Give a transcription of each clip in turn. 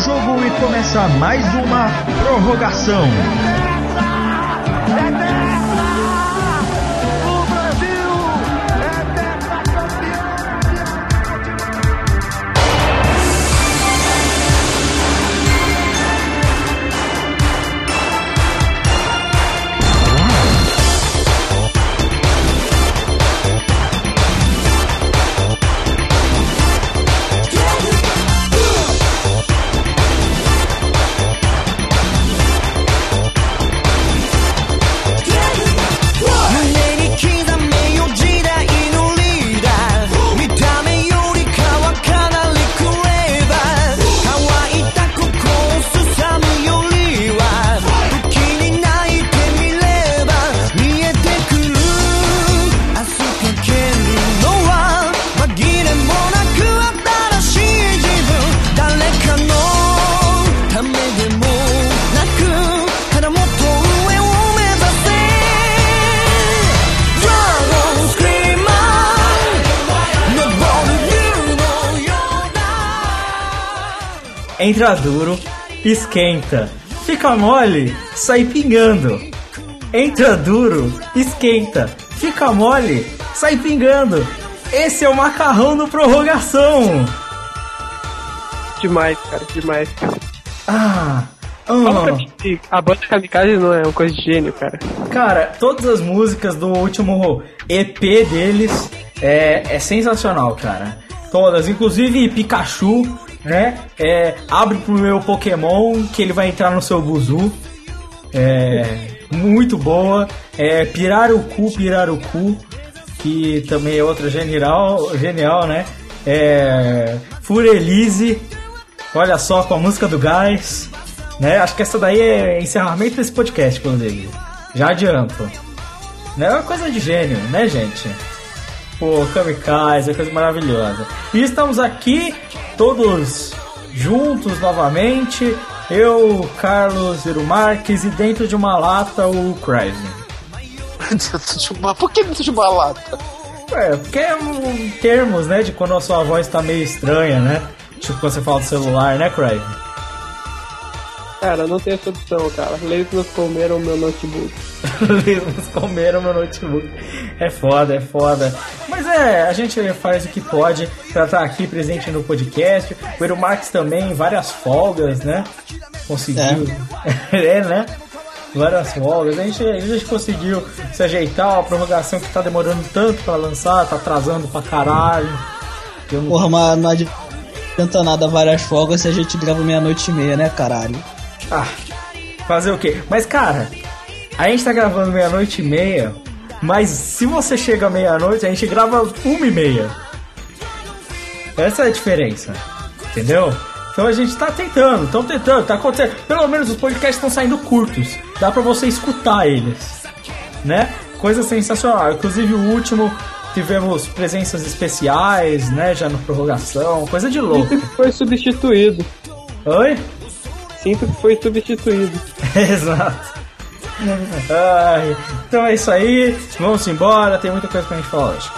jogo e começa mais uma prorrogação. Entra duro, esquenta. Fica mole, sai pingando. Entra duro, esquenta. Fica mole, sai pingando. Esse é o macarrão do prorrogação. Demais, cara, demais. A banda Kamikaze não é uma coisa de gênio, cara. Cara, todas as músicas do último EP deles é sensacional, cara. Todas, inclusive Pikachu, né? Abre pro meu Pokémon que ele vai entrar no seu buzu. Muito boa. Pirarucu, que também é outra genial, né? Furelize, olha só, com a música do Gás, né? Acho que essa daí é encerramento desse podcast, inclusive. Já adianto. Né? É uma coisa de gênio, né, gente? Pô, Kamikaze, é coisa maravilhosa. E estamos aqui, todos juntos novamente. Eu, Carlos Zero Marques, e dentro de uma lata, o Crazy. Por que dentro de uma lata? Porque é termos, né, de quando a sua voz tá meio estranha, né? Tipo quando você fala do celular, né, Crazy? Cara, não tem essa opção, cara. Lesmas comeram meu notebook. Lesmas comeram meu notebook. É foda. Mas a gente faz o que pode pra estar aqui presente no podcast. O Eero Marques também, várias folgas, né? Conseguiu. Né? Várias folgas. A gente conseguiu se ajeitar. A prorrogação que tá demorando tanto pra lançar, tá atrasando pra caralho. Porra, mas não adianta nada várias folgas se a gente grava 00:30, né, caralho? Fazer o quê? Mas, cara, a gente tá gravando 00:30, mas se você chega à meia-noite, a gente grava 1:30. Essa é a diferença, entendeu? Então a gente tá tentando, tá acontecendo. Pelo menos os podcasts estão saindo curtos, dá pra você escutar eles, né? Coisa sensacional. Inclusive o último, tivemos presenças especiais, né? Já na prorrogação, coisa de louco. Sinto que foi substituído. Oi? Sinto que foi substituído. Exato. Então é isso aí, vamos embora, tem muita coisa pra gente falar hoje.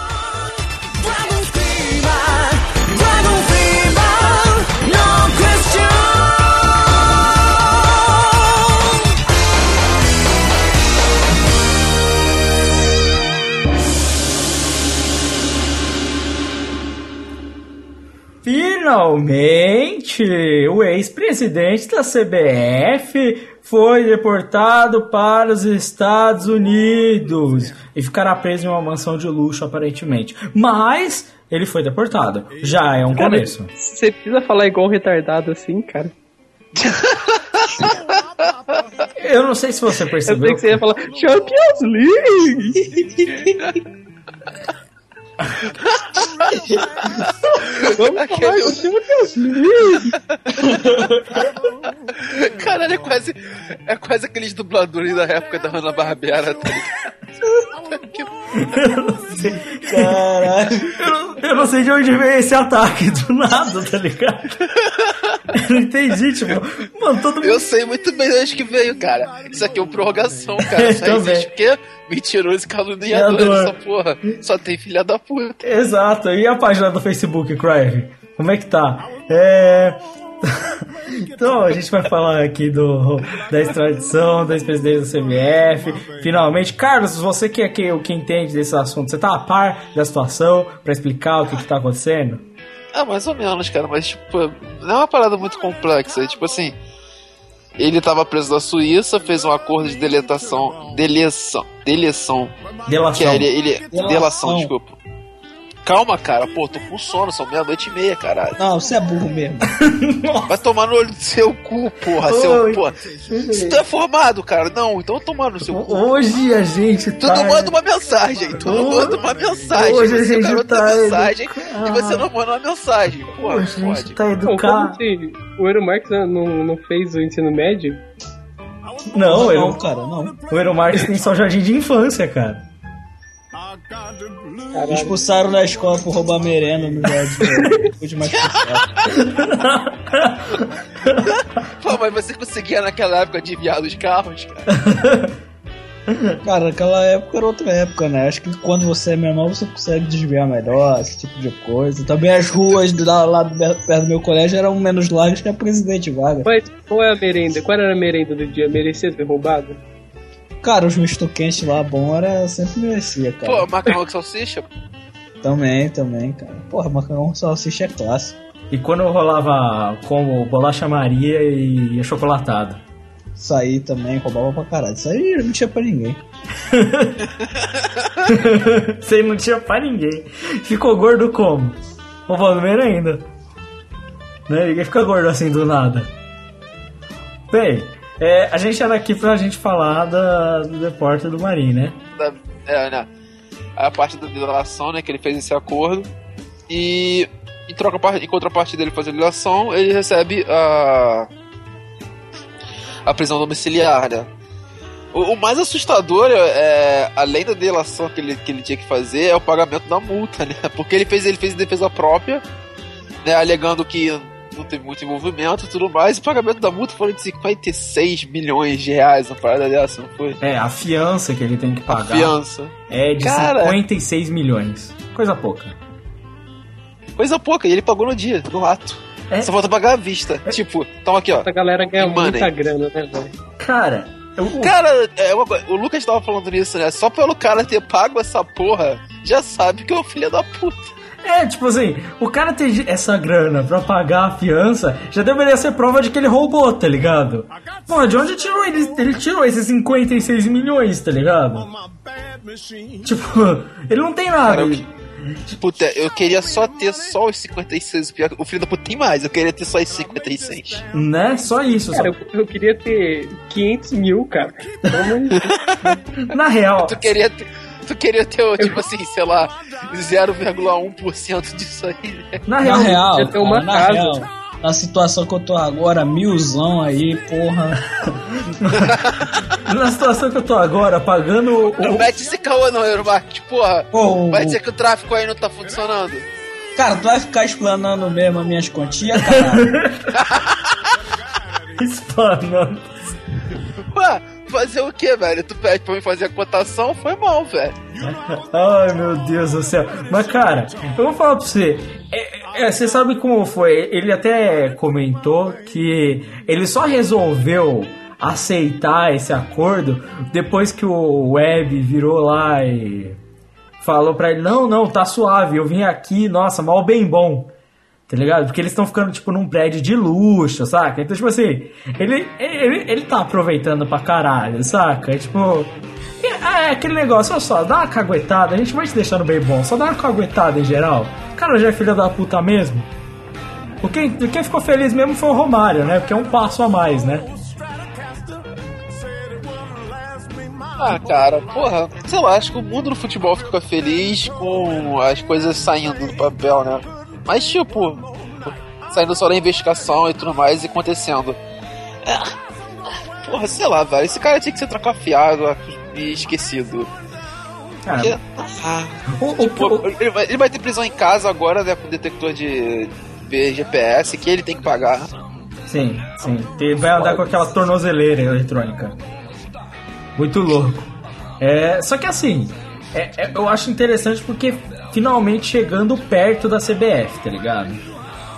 Finalmente, o ex-presidente da CBF foi deportado para os Estados Unidos e ficará preso em uma mansão de luxo, aparentemente. Mas ele foi deportado. Já é um começo. Você precisa falar igual um retardado assim, cara? Eu não sei se você percebeu. Eu pensei que você ia falar Champions League. Vamos falar do Champions League. Caralho, é quase aqueles dubladores da época da Hanna-Barbera, tá ligado? Eu não sei. Caralho. Eu não sei de onde veio esse ataque do nada, tá ligado? Eu não entendi, tipo, mano, todo mundo. Eu sei muito bem de onde que veio, cara. Isso aqui é uma prorrogação, cara. Só existe porque mentiroso e caluniador essa porra. Só tem filha da puta. Exato. E a página do Facebook, Crave? Como é que tá? Então, a gente vai falar aqui da extradição do ex-presidente da CBF. Finalmente, Carlos, você que é o que entende desse assunto, você tá a par da situação pra explicar o que tá acontecendo? Mais ou menos, cara, mas tipo, não é uma parada muito complexa. Tipo assim, ele tava preso da Suíça, fez um acordo de delação. Delação. Que é delação, desculpa. Calma, cara, pô, tô com sono, são 00:30, caralho. Não, você é burro mesmo. Vai tomar no olho do seu cu, porra. Se tu é formado, cara, não, então tomar no seu cu. Hoje a gente tu não manda uma mensagem, Hoje a gente tá mensagem e você não manda uma mensagem. Porra, a gente tá educado. O Eero Marx não fez o ensino médio? Não, cara, não. O Eero Marx tem só jardim de infância, cara. Caralho. Expulsaram da escola por roubar merenda no jardim. Foi mais Pô, mas você conseguia naquela época desviar dos carros, cara? Cara, naquela época era outra época, né? Acho que quando você é menor você consegue desviar melhor, esse tipo de coisa. Também as ruas lá perto do meu colégio eram menos largas que a Presidente Vargas. Mas qual é a merenda? Qual era a merenda do dia? Merecia ser roubado? Cara, os misto quentes lá, bom, sempre merecia, cara. Pô, macarrão com salsicha? Também, cara. Porra, macarrão com salsicha é clássico. E quando eu como bolacha Maria e achocolatado? Isso aí também, roubava pra caralho. Isso aí não tinha pra ninguém. Isso aí não tinha pra ninguém. Ficou gordo como? Roubando merenda. Né? Ninguém fica gordo assim do nada. Bem... a gente era aqui pra gente falar do deporte do Marinho, né? Né? A parte da delação, né? Que ele fez esse acordo. E em contrapartida dele fazer a delação, ele recebe a prisão domiciliar, né? O mais assustador, além da delação que ele tinha que fazer, é o pagamento da multa, né? Porque ele fez em defesa própria, né? Alegando que não teve muito envolvimento e tudo mais, e o pagamento da multa foi de 56 milhões de reais, uma parada dessa, não foi? A fiança que ele tem que pagar. A fiança. É de 56 milhões. Coisa pouca. E ele pagou no dia, no ato. Só falta pagar à vista. Tipo, toma aqui, ó. Essa galera ganha muita grana, né, velho? Cara, o Lucas tava falando nisso, né? Só pelo cara ter pago essa porra, já sabe que é um filho da puta. Tipo assim, o cara ter essa grana pra pagar a fiança já deveria ser prova de que ele roubou, tá ligado? Pô, de onde tirou ele tirou esses 56 milhões, tá ligado? Tipo, ele não tem nada. Puta, eu queria só ter só os 56. O filho da puta tem mais, eu queria ter só os 56. Né? Só isso. Cara, eu queria ter 500 mil, cara. Na real. Tu queria ter, tipo assim, sei lá, 0,1% disso aí, né? Na real, na situação que eu tô agora, 1000zão aí, porra. Na situação que eu tô agora, pagando Não mete esse caô não, Euromarket, porra. Vai dizer que o tráfico aí não tá funcionando. Cara, tu vai ficar explanando mesmo as minhas quantias, caralho. Explanando. Ué, fazer o que, velho? Tu pede pra mim fazer a cotação, foi mal, velho. Ai, meu Deus do céu. Mas, cara, eu vou falar pra você. Você sabe como foi? Ele até comentou que ele só resolveu aceitar esse acordo depois que o Webb virou lá e falou pra ele: não, tá suave, eu vim aqui, nossa, mal bem bom. Tá ligado? Porque eles estão ficando, tipo, num prédio de luxo, saca? Então, tipo assim, ele tá aproveitando pra caralho, saca? Tipo, aquele negócio, olha só, dá uma caguetada, a gente vai te deixar no bem bom, só dá uma caguetada em geral. O cara já é filho da puta mesmo. Quem ficou feliz mesmo foi o Romário, né? Porque é um passo a mais, né? Cara, porra, sei lá, acho que o mundo do futebol fica feliz com as coisas saindo do papel, né? Mas, tipo, saindo só da investigação e tudo mais e acontecendo. Porra, sei lá, velho. Esse cara tinha que ser trancafiado e esquecido. Porque, ele vai ter prisão em casa agora, né? Com detector de GPS que ele tem que pagar. Sim. Ele vai andar com aquela tornozeleira eletrônica. Muito louco. Só que assim, eu acho interessante porque finalmente chegando perto da CBF, tá ligado?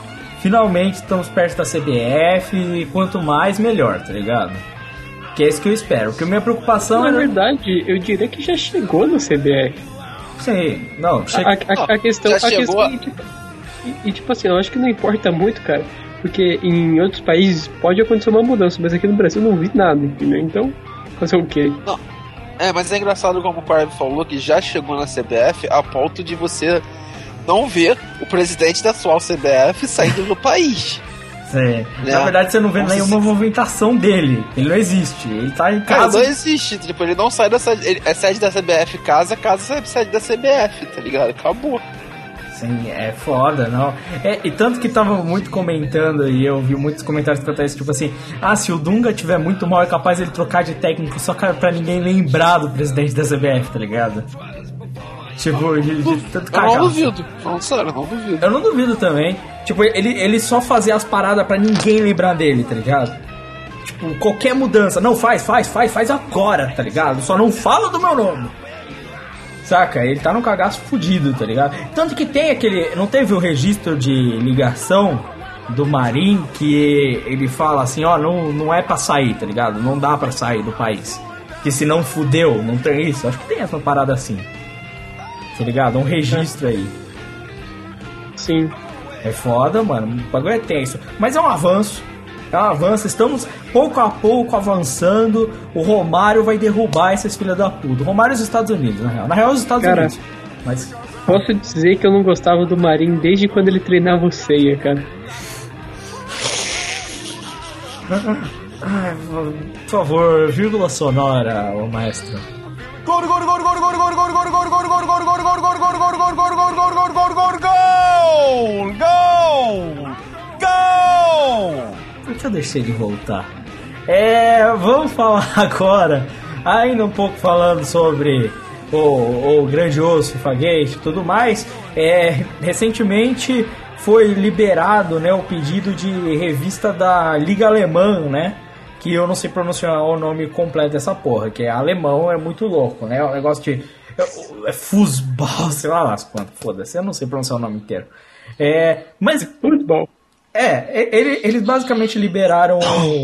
finalmente estamos perto da CBF e quanto mais, melhor, tá ligado? Que é isso que eu espero. Porque a minha preocupação Na verdade, eu diria que já chegou no CBF. Sim, não, A questão já chegou é tipo assim, eu acho que não importa muito, cara. Porque em outros países pode acontecer uma mudança, mas aqui no Brasil eu não vi nada, entendeu? Então, fazer o quê? Não. Mas é engraçado como o Quarb falou que já chegou na CBF a ponto de você não ver o presidente da atual CBF saindo do país. Sim. Na verdade, você não vê nenhuma movimentação dele. Ele não existe. Ele tá em casa. Não existe. Tipo, ele não sai da sede. Ele é sede da CBF, casa é sede da CBF, tá ligado? Acabou. Sim, é foda, não. E tanto que tava muito comentando, e eu vi muitos comentários que isso, tipo assim, se o Dunga tiver muito mal, é capaz ele trocar de técnico só pra ninguém lembrar do presidente da CBF, tá ligado? Tipo, de tanto cagaço. Eu não duvido. Falando sério, eu não duvido. Eu não duvido também. Tipo, ele só fazer as paradas pra ninguém lembrar dele, tá ligado? Tipo, qualquer mudança. Não, faz agora, tá ligado? Só não fala do meu nome. Saca? Ele tá num cagaço fudido, tá ligado? Tanto que tem aquele... Não teve o registro de ligação do Marim que ele fala assim, não é pra sair, tá ligado? Não dá pra sair do país. Que se não fudeu, não tem isso. Acho que tem essa parada assim. Tá ligado? Um registro aí. Sim. É foda, mano. O bagulho é tenso. Mas é um avanço. Estamos pouco a pouco avançando. O Romário vai derrubar esses filhos da puta. O Romário é dos Estados Unidos, na real. Na real, é os Estados Unidos. Mas... Posso dizer que eu não gostava do Marinho desde quando ele treinava o Ceia, cara. Por favor, vírgula sonora, ô maestro. Por que eu deixei de voltar? Vamos falar agora, ainda um pouco falando sobre o grandioso FIFAgate e tudo mais. Recentemente foi liberado, né, o pedido de revista da Liga Alemã, né? Que eu não sei pronunciar o nome completo dessa porra, que é alemão, é muito louco, né? O negócio de... É Fußball, sei lá las quantas, foda-se, eu não sei pronunciar o nome inteiro. Mas... Futebol. Eles basicamente liberaram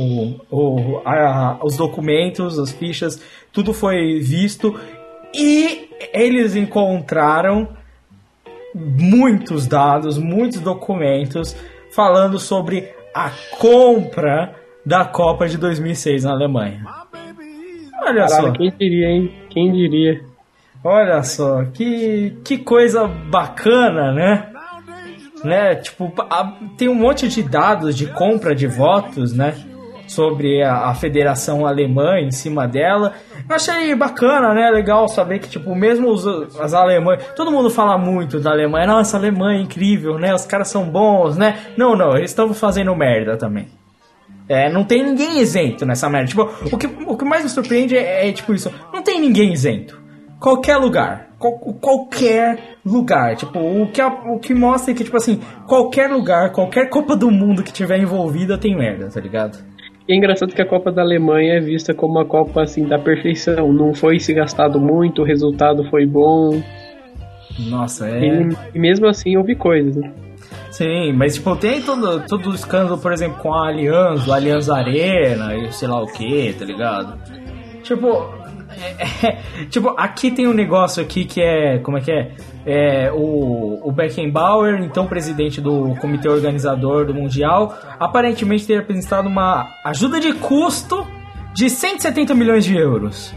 os documentos, as fichas, tudo foi visto, e eles encontraram muitos dados, muitos documentos, falando sobre a compra da Copa de 2006 na Alemanha. Olha só. Quem diria, hein? Quem diria? Olha só, que coisa bacana, né? Tipo, tem um monte de dados de compra de votos, né? Sobre a Federação Alemã em cima dela. Eu achei bacana, né? Legal saber que, tipo, mesmo as alemães... Todo mundo fala muito da Alemanha. Nossa, a Alemanha é incrível, né? Os caras são bons, né? Não, eles estão fazendo merda também. Não tem ninguém isento nessa merda. Tipo, o que mais me surpreende é tipo isso. Não tem ninguém isento. Qualquer lugar. Qualquer lugar. Tipo, o que mostra que, tipo assim, qualquer lugar, qualquer Copa do Mundo que tiver envolvida tem merda, tá ligado? E é engraçado que a Copa da Alemanha é vista como uma Copa, assim, da perfeição. Não foi se gastado muito, o resultado foi bom. Nossa, E mesmo assim houve coisas, né? Sim, mas tipo, tem todo o escândalo, por exemplo, com a Allianz, o Allianz Arena e sei lá o que, tá ligado? Tipo, tipo, aqui tem um negócio aqui que é, como é que é? O Beckenbauer, então presidente do comitê organizador do Mundial, aparentemente teria apresentado uma ajuda de custo de 170 milhões de euros.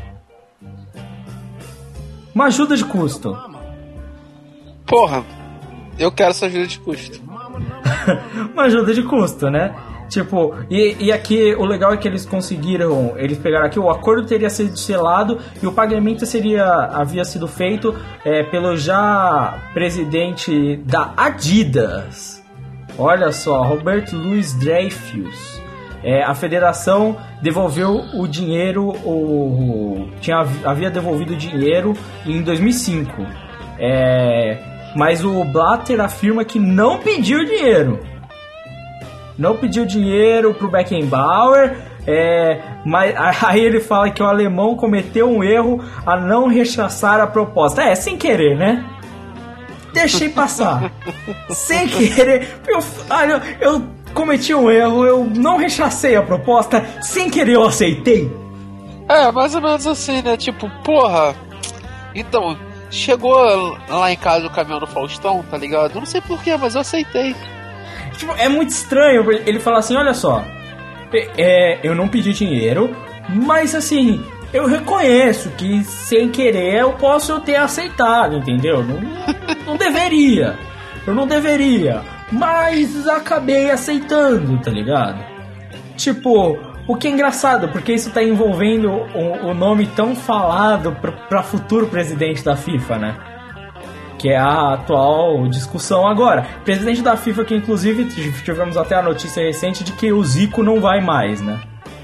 Uma ajuda de custo. Porra, eu quero essa ajuda de custo. Uma ajuda de custo, né? Tipo, e aqui o legal é que eles conseguiram, eles pegaram aqui, o acordo teria sido selado e o pagamento havia sido feito pelo já presidente da Adidas. Olha só, Robert Louis Dreyfus. A federação devolveu o dinheiro, havia devolvido o dinheiro em 2005. Mas o Blatter afirma que não pediu dinheiro. Não pediu dinheiro pro Beckenbauer. Mas aí ele fala que o alemão cometeu um erro a não rechaçar a proposta. Sem querer, né? deixei passar. Sem querer. Eu cometi um erro, eu não rechacei a proposta, sem querer eu aceitei. É, mais ou menos assim, né? Tipo, porra. Então, chegou lá em casa o caminhão do Faustão, tá ligado? Eu não sei porquê, mas eu aceitei. Tipo, é muito estranho ele falar assim, olha só, eu não pedi dinheiro, mas assim, eu reconheço que sem querer eu posso ter aceitado, entendeu? Não deveria, eu não deveria, mas acabei aceitando, tá ligado? Tipo, o que é engraçado, porque isso tá envolvendo o nome tão falado pra futuro presidente da FIFA, né? Que é a atual discussão agora. Presidente da FIFA, que inclusive tivemos até a notícia recente de que o Zico não vai mais, né?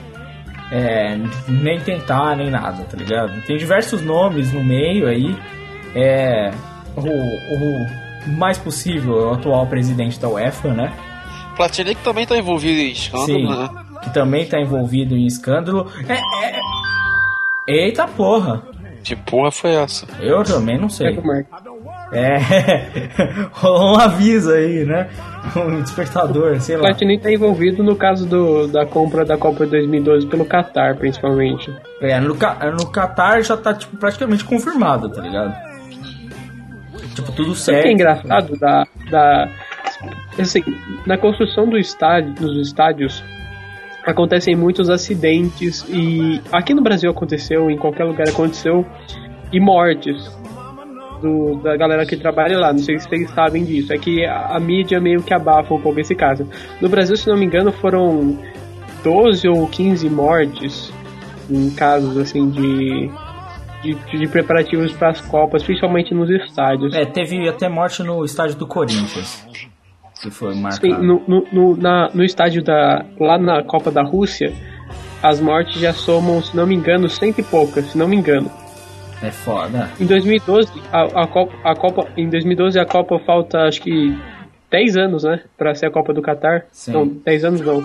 Nem tentar, nem nada, tá ligado? Tem diversos nomes no meio aí. O mais possível é o atual presidente da UEFA, né? Platini que também tá envolvido em escândalo, sim, né? Que também tá envolvido em escândalo. Eita porra! Que porra foi essa? Eu também não sei. Rolou um aviso aí, né? Um despertador, sei lá. O Platini tá envolvido no caso da compra da Copa de 2012 pelo Qatar, principalmente. No Qatar já tá tipo, praticamente confirmado, tá ligado? Tipo, tudo certo. O que é engraçado assim, na construção dos estádios acontecem muitos acidentes, e aqui no Brasil aconteceu, em qualquer lugar aconteceu, e mortes da galera que trabalha lá. Não sei se vocês sabem disso, é que a mídia meio que abafa um pouco esse caso. No Brasil, se não me engano, foram 12 ou 15 mortes em casos assim de preparativos para as Copas, principalmente nos estádios. Teve até morte no estádio do Corinthians, que foi marcado. Sim, no estádio lá na Copa da Rússia, as mortes já somam, se não me engano, 100 e poucas, se não me engano. É foda. Em 2012, a Copa falta, acho que 10 anos, né? Pra ser a Copa do Qatar. Sim. Não, 10 anos não.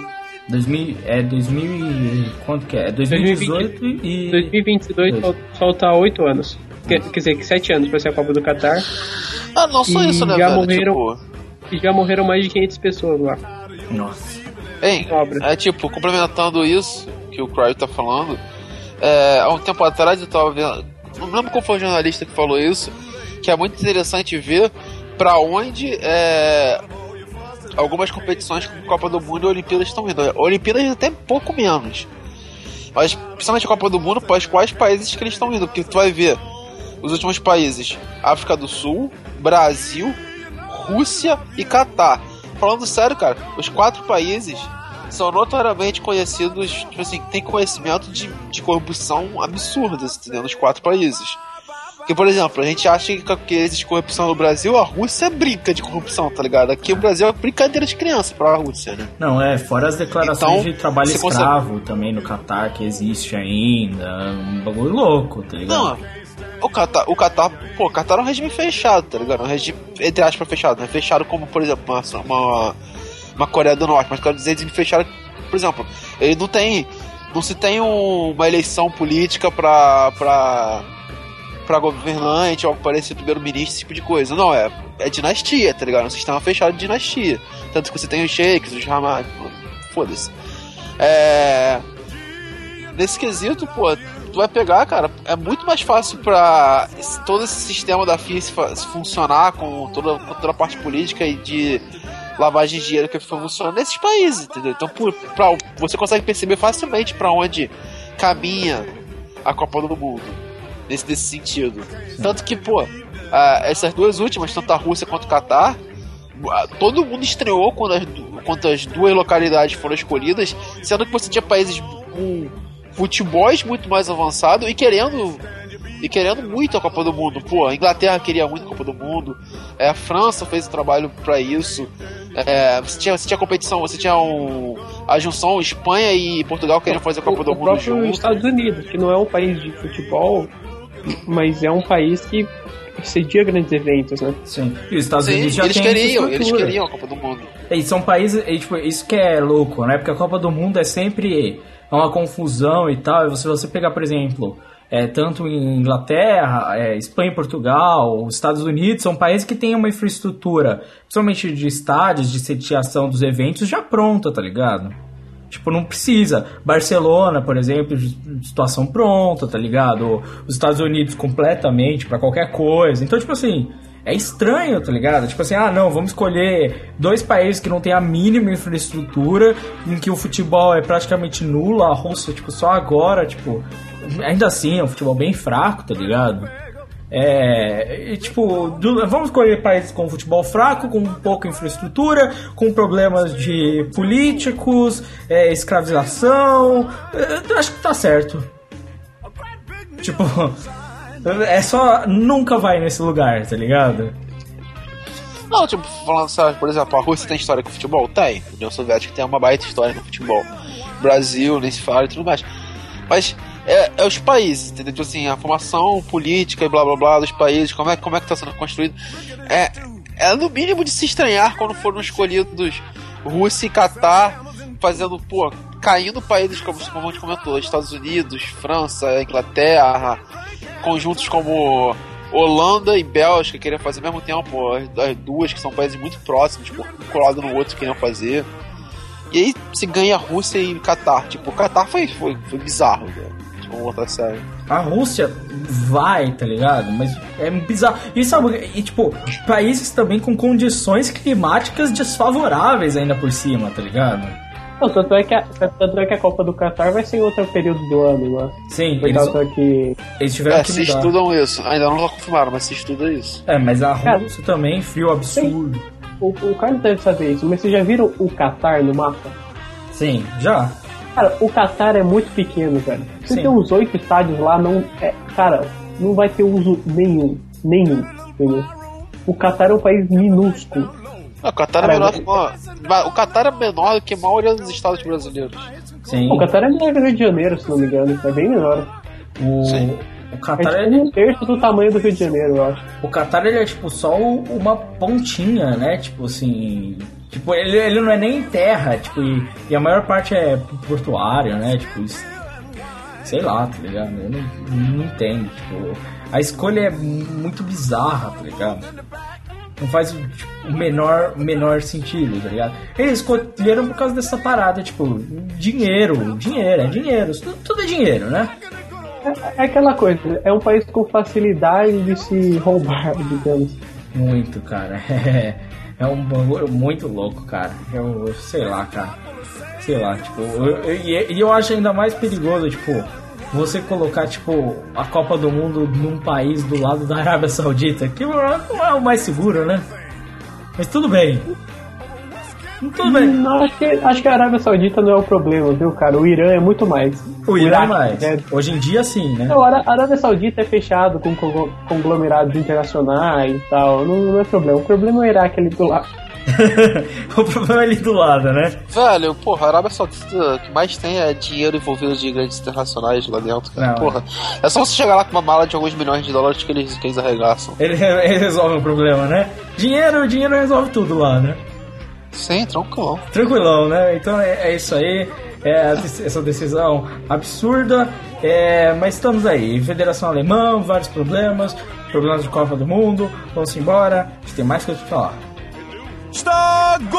2000 quanto que é? 2018 e... 2022 falta 8 anos. Quer dizer, 7 anos pra ser a Copa do Qatar. Ah, não só isso, né, velho? E já morreram mais de 500 pessoas lá. Nossa. Hein, complementando isso que o Cry tá falando, há um tempo atrás eu tava vendo, não lembro qual foi o jornalista que falou isso, que é muito interessante ver pra onde algumas competições como Copa do Mundo e Olimpíadas estão indo. Olimpíadas até pouco menos, mas principalmente a Copa do Mundo, para quais países que eles estão indo, porque tu vai ver os últimos países: África do Sul, Brasil, Rússia e Catar. Falando sério, cara, os 4 países são notoriamente conhecidos, tipo assim, tem conhecimento de corrupção absurda, entendeu? Nos 4 países. Porque, por exemplo, a gente acha que existe corrupção no Brasil, a Rússia brinca de corrupção, tá ligado? Aqui o Brasil é brincadeira de criança pra Rússia, né? Não, fora as declarações de trabalho escravo também no Catar, que existe ainda, um bagulho louco, tá ligado? Não, o Catar é um regime fechado, tá ligado? Um regime, entre aspas, fechado, né? Fechado como, por exemplo, uma Coreia do Norte, mas quero dizer regime fechado, por exemplo, ele não se tem uma eleição política pra governante ou para esse primeiro-ministro, esse tipo de coisa. Não, é dinastia, tá ligado? É um sistema fechado de dinastia. Tanto que você tem os sheiks, os Hamas, foda-se. Nesse quesito, pô, tu vai pegar, cara, é muito mais fácil pra todo esse sistema da FIFA funcionar com toda a parte política e de lavagem de dinheiro que funciona nesses países, entendeu? Então, você consegue perceber facilmente pra onde caminha a Copa do Mundo nesse sentido. Sim. Tanto que, pô, essas 2 últimas, tanto a Rússia quanto o Catar, todo mundo estreou quando as 2 localidades foram escolhidas, sendo que você tinha países com futebols muito mais avançado e querendo muito a Copa do Mundo. Pô, a Inglaterra queria muito a Copa do Mundo, a França fez um trabalho pra isso, você tinha competição, você tinha a junção Espanha e Portugal querendo fazer a Copa do Mundo junto. Os Estados Unidos, que não é um país de futebol, mas é um país que cedia grandes eventos, né? Sim. E os Estados Unidos já eles queriam a Copa do Mundo. E são países, tipo, isso que é louco, né? Porque a Copa do Mundo é sempre uma confusão e tal. E você pegar, por exemplo, tanto em Inglaterra, Espanha e Portugal, os Estados Unidos, são países que têm uma infraestrutura, principalmente de estádios, de sediação dos eventos, já pronta, tá ligado? Tipo, não precisa. Barcelona, por exemplo, situação pronta, tá ligado? Os Estados Unidos completamente pra qualquer coisa. Então, tipo assim, é estranho, tá ligado? Tipo assim, não, vamos escolher 2 países que não tem a mínima infraestrutura, em que o futebol é praticamente nulo, a Rússia, tipo, só agora, tipo, ainda assim é um futebol bem fraco, tá ligado? Vamos escolher países com futebol fraco, com pouca infraestrutura, com problemas de políticos, escravização. Acho que tá certo. Tipo, nunca vai nesse lugar, tá ligado? Não, tipo, falando sério, por exemplo, a Rússia tem história com futebol? Tem. A União Soviética tem uma baita história no futebol. Brasil, nem se fala e tudo mais. Mas é os países, entendeu? Tipo assim, a formação política e blá blá blá dos países, como é que tá sendo construído. É no mínimo de se estranhar quando foram escolhidos Rússia e Catar, fazendo, caindo países como a gente comentou, Estados Unidos, França, Inglaterra, conjuntos como Holanda e Bélgica queriam fazer ao mesmo tempo, as duas que são países muito próximos, tipo, um colado no outro queriam fazer. E aí se ganha a Rússia e Catar. Tipo, o Catar foi bizarro, velho. Tipo, outra série. A Rússia vai, tá ligado? Mas é bizarro. E tipo, países também com condições climáticas desfavoráveis ainda por cima, tá ligado? Não, tanto é que a Copa do Catar vai ser em outro período do ano, né? Sim, eles tiveram que se mudar. Estudam isso. Ainda não confirmaram, mas se estuda isso. Mas a Rússia também, frio absurdo. O Carlos deve saber isso, mas vocês já viram o Catar no mapa? Sim, já. Cara, o Catar é muito pequeno, velho. Você tem uns 8 estádios lá, não vai ter uso nenhum, entendeu? O Catar é um país minúsculo. O Catar é menor o Catar é menor do que a maioria dos estados brasileiros. Sim. O Catar é menor que o Rio de Janeiro, se não me engano, é bem menor. Sim. O Catar é tipo um terço do tamanho do Rio de Janeiro, eu acho. O Catar, ele é tipo só uma pontinha, né? Tipo assim... Tipo, ele não é nem terra, tipo... E a maior parte é portuário, né? Tipo, sei lá, tá ligado? Eu não entendo, tipo... A escolha é muito bizarra, tá ligado? Não faz o menor sentido, tá ligado? Eles escolheram por causa dessa parada, tipo... Dinheiro. Tudo é dinheiro, né? É aquela coisa, é um país com facilidade de se roubar, digamos. Muito, cara. É um bagulho muito louco, cara. Eu sei lá, cara. Sei lá, tipo... eu acho ainda mais perigoso, tipo... Você colocar, tipo, a Copa do Mundo num país do lado da Arábia Saudita, que não é o mais seguro, né? Mas tudo bem. Tudo bem. Não, acho que a Arábia Saudita não é o problema, viu, cara? O Irã é muito mais. O Irã é mais. Hoje em dia, sim, né? Não, a Arábia Saudita é fechado com conglomerados internacionais e tal. Não é problema. O problema é o Iraque ali do lado. O problema é ali do lado, né? Velho, porra, a Arábia Saudita o que mais tem é dinheiro envolvido de grandes internacionais lá dentro, cara. Não, porra. É só você chegar lá com uma mala de alguns milhões de dólares que eles arregaçam. Ele resolve o problema, né? Dinheiro resolve tudo lá, né? Sim, tranquilão. Tranquilão, né? Então é isso aí. Essa decisão absurda. Mas estamos aí. Federação Alemã, vários problemas de Copa do Mundo. Vamos embora. A gente tem mais coisa pra falar. Está gol!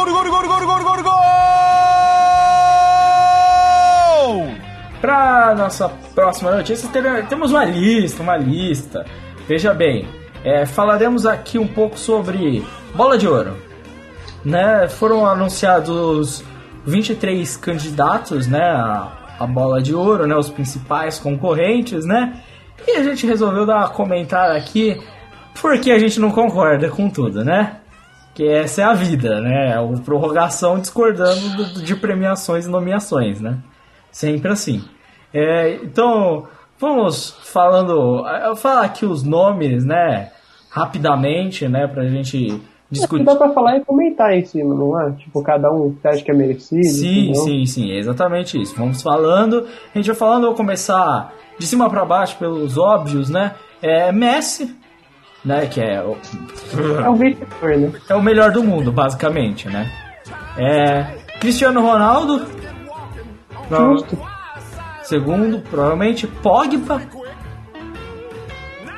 Pra nossa próxima notícia, temos uma lista. Veja bem, falaremos aqui um pouco sobre Bola de Ouro. Né? Foram anunciados 23 candidatos, né, a Bola de Ouro, né, os principais concorrentes, né? E a gente resolveu dar uma comentada aqui porque a gente não concorda com tudo, né? Que essa é a vida, né? O prorrogação discordando de premiações e nomeações, né? Sempre assim. Então, vamos falar aqui os nomes, né? Rapidamente, né? Pra gente discutir. Dá pra falar e comentar em cima, não é? Tipo, cada um que acha que é merecido. Sim, é exatamente isso. Vamos falando, a gente vai falando, eu vou começar de cima pra baixo pelos óbvios, né? Messi, né, que é o vencedor, né? É o melhor do mundo, basicamente, né? Cristiano Ronaldo. Justo. Segundo, provavelmente Pogba.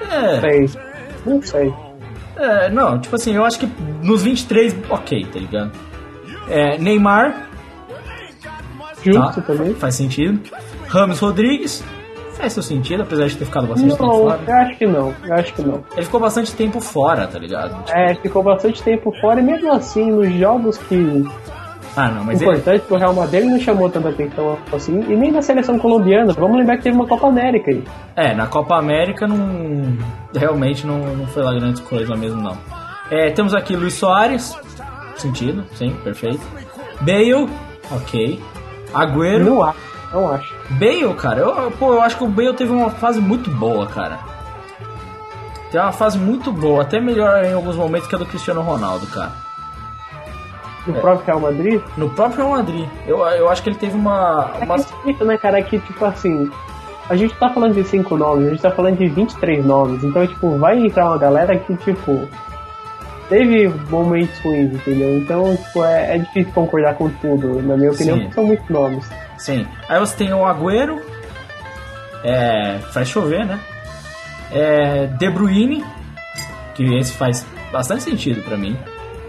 Não sei. Não, tipo assim, eu acho que nos 23, ok, tá ligado? Neymar. Justo também. Faz sentido. Rames Rodrigues. Faz seu sentido, apesar de ter ficado bastante tempo fora. Eu acho que não. Ele ficou bastante tempo fora, tá ligado? Tipo... ficou bastante tempo fora e mesmo assim, nos jogos que... mas importante pro Real Madrid, ele não chamou tanta atenção assim, e nem na seleção colombiana. Vamos lembrar que teve uma Copa América aí. Na Copa América realmente não foi lá grande coisa mesmo, não. Temos aqui Luis Soares, sentido, sim, perfeito. Bale, ok. Agüero. Não acho. Bale, cara, eu acho que o Bale teve uma fase muito boa, cara. Tem uma fase muito boa, até melhor em alguns momentos que a do Cristiano Ronaldo, cara. No próprio Real Madrid? No próprio Real Madrid. Eu acho que ele teve uma... É isso, né, cara? É que, tipo assim... A gente tá falando de 5 nomes, a gente tá falando de 23 nomes. Então, tipo, vai entrar uma galera que, tipo... Teve momentos ruins, entendeu? Então, tipo, é difícil concordar com tudo. Na minha opinião, porque são muitos nomes. Sim. Aí você tem o Agüero. Faz chover, né? De Bruyne. Que esse faz bastante sentido pra mim.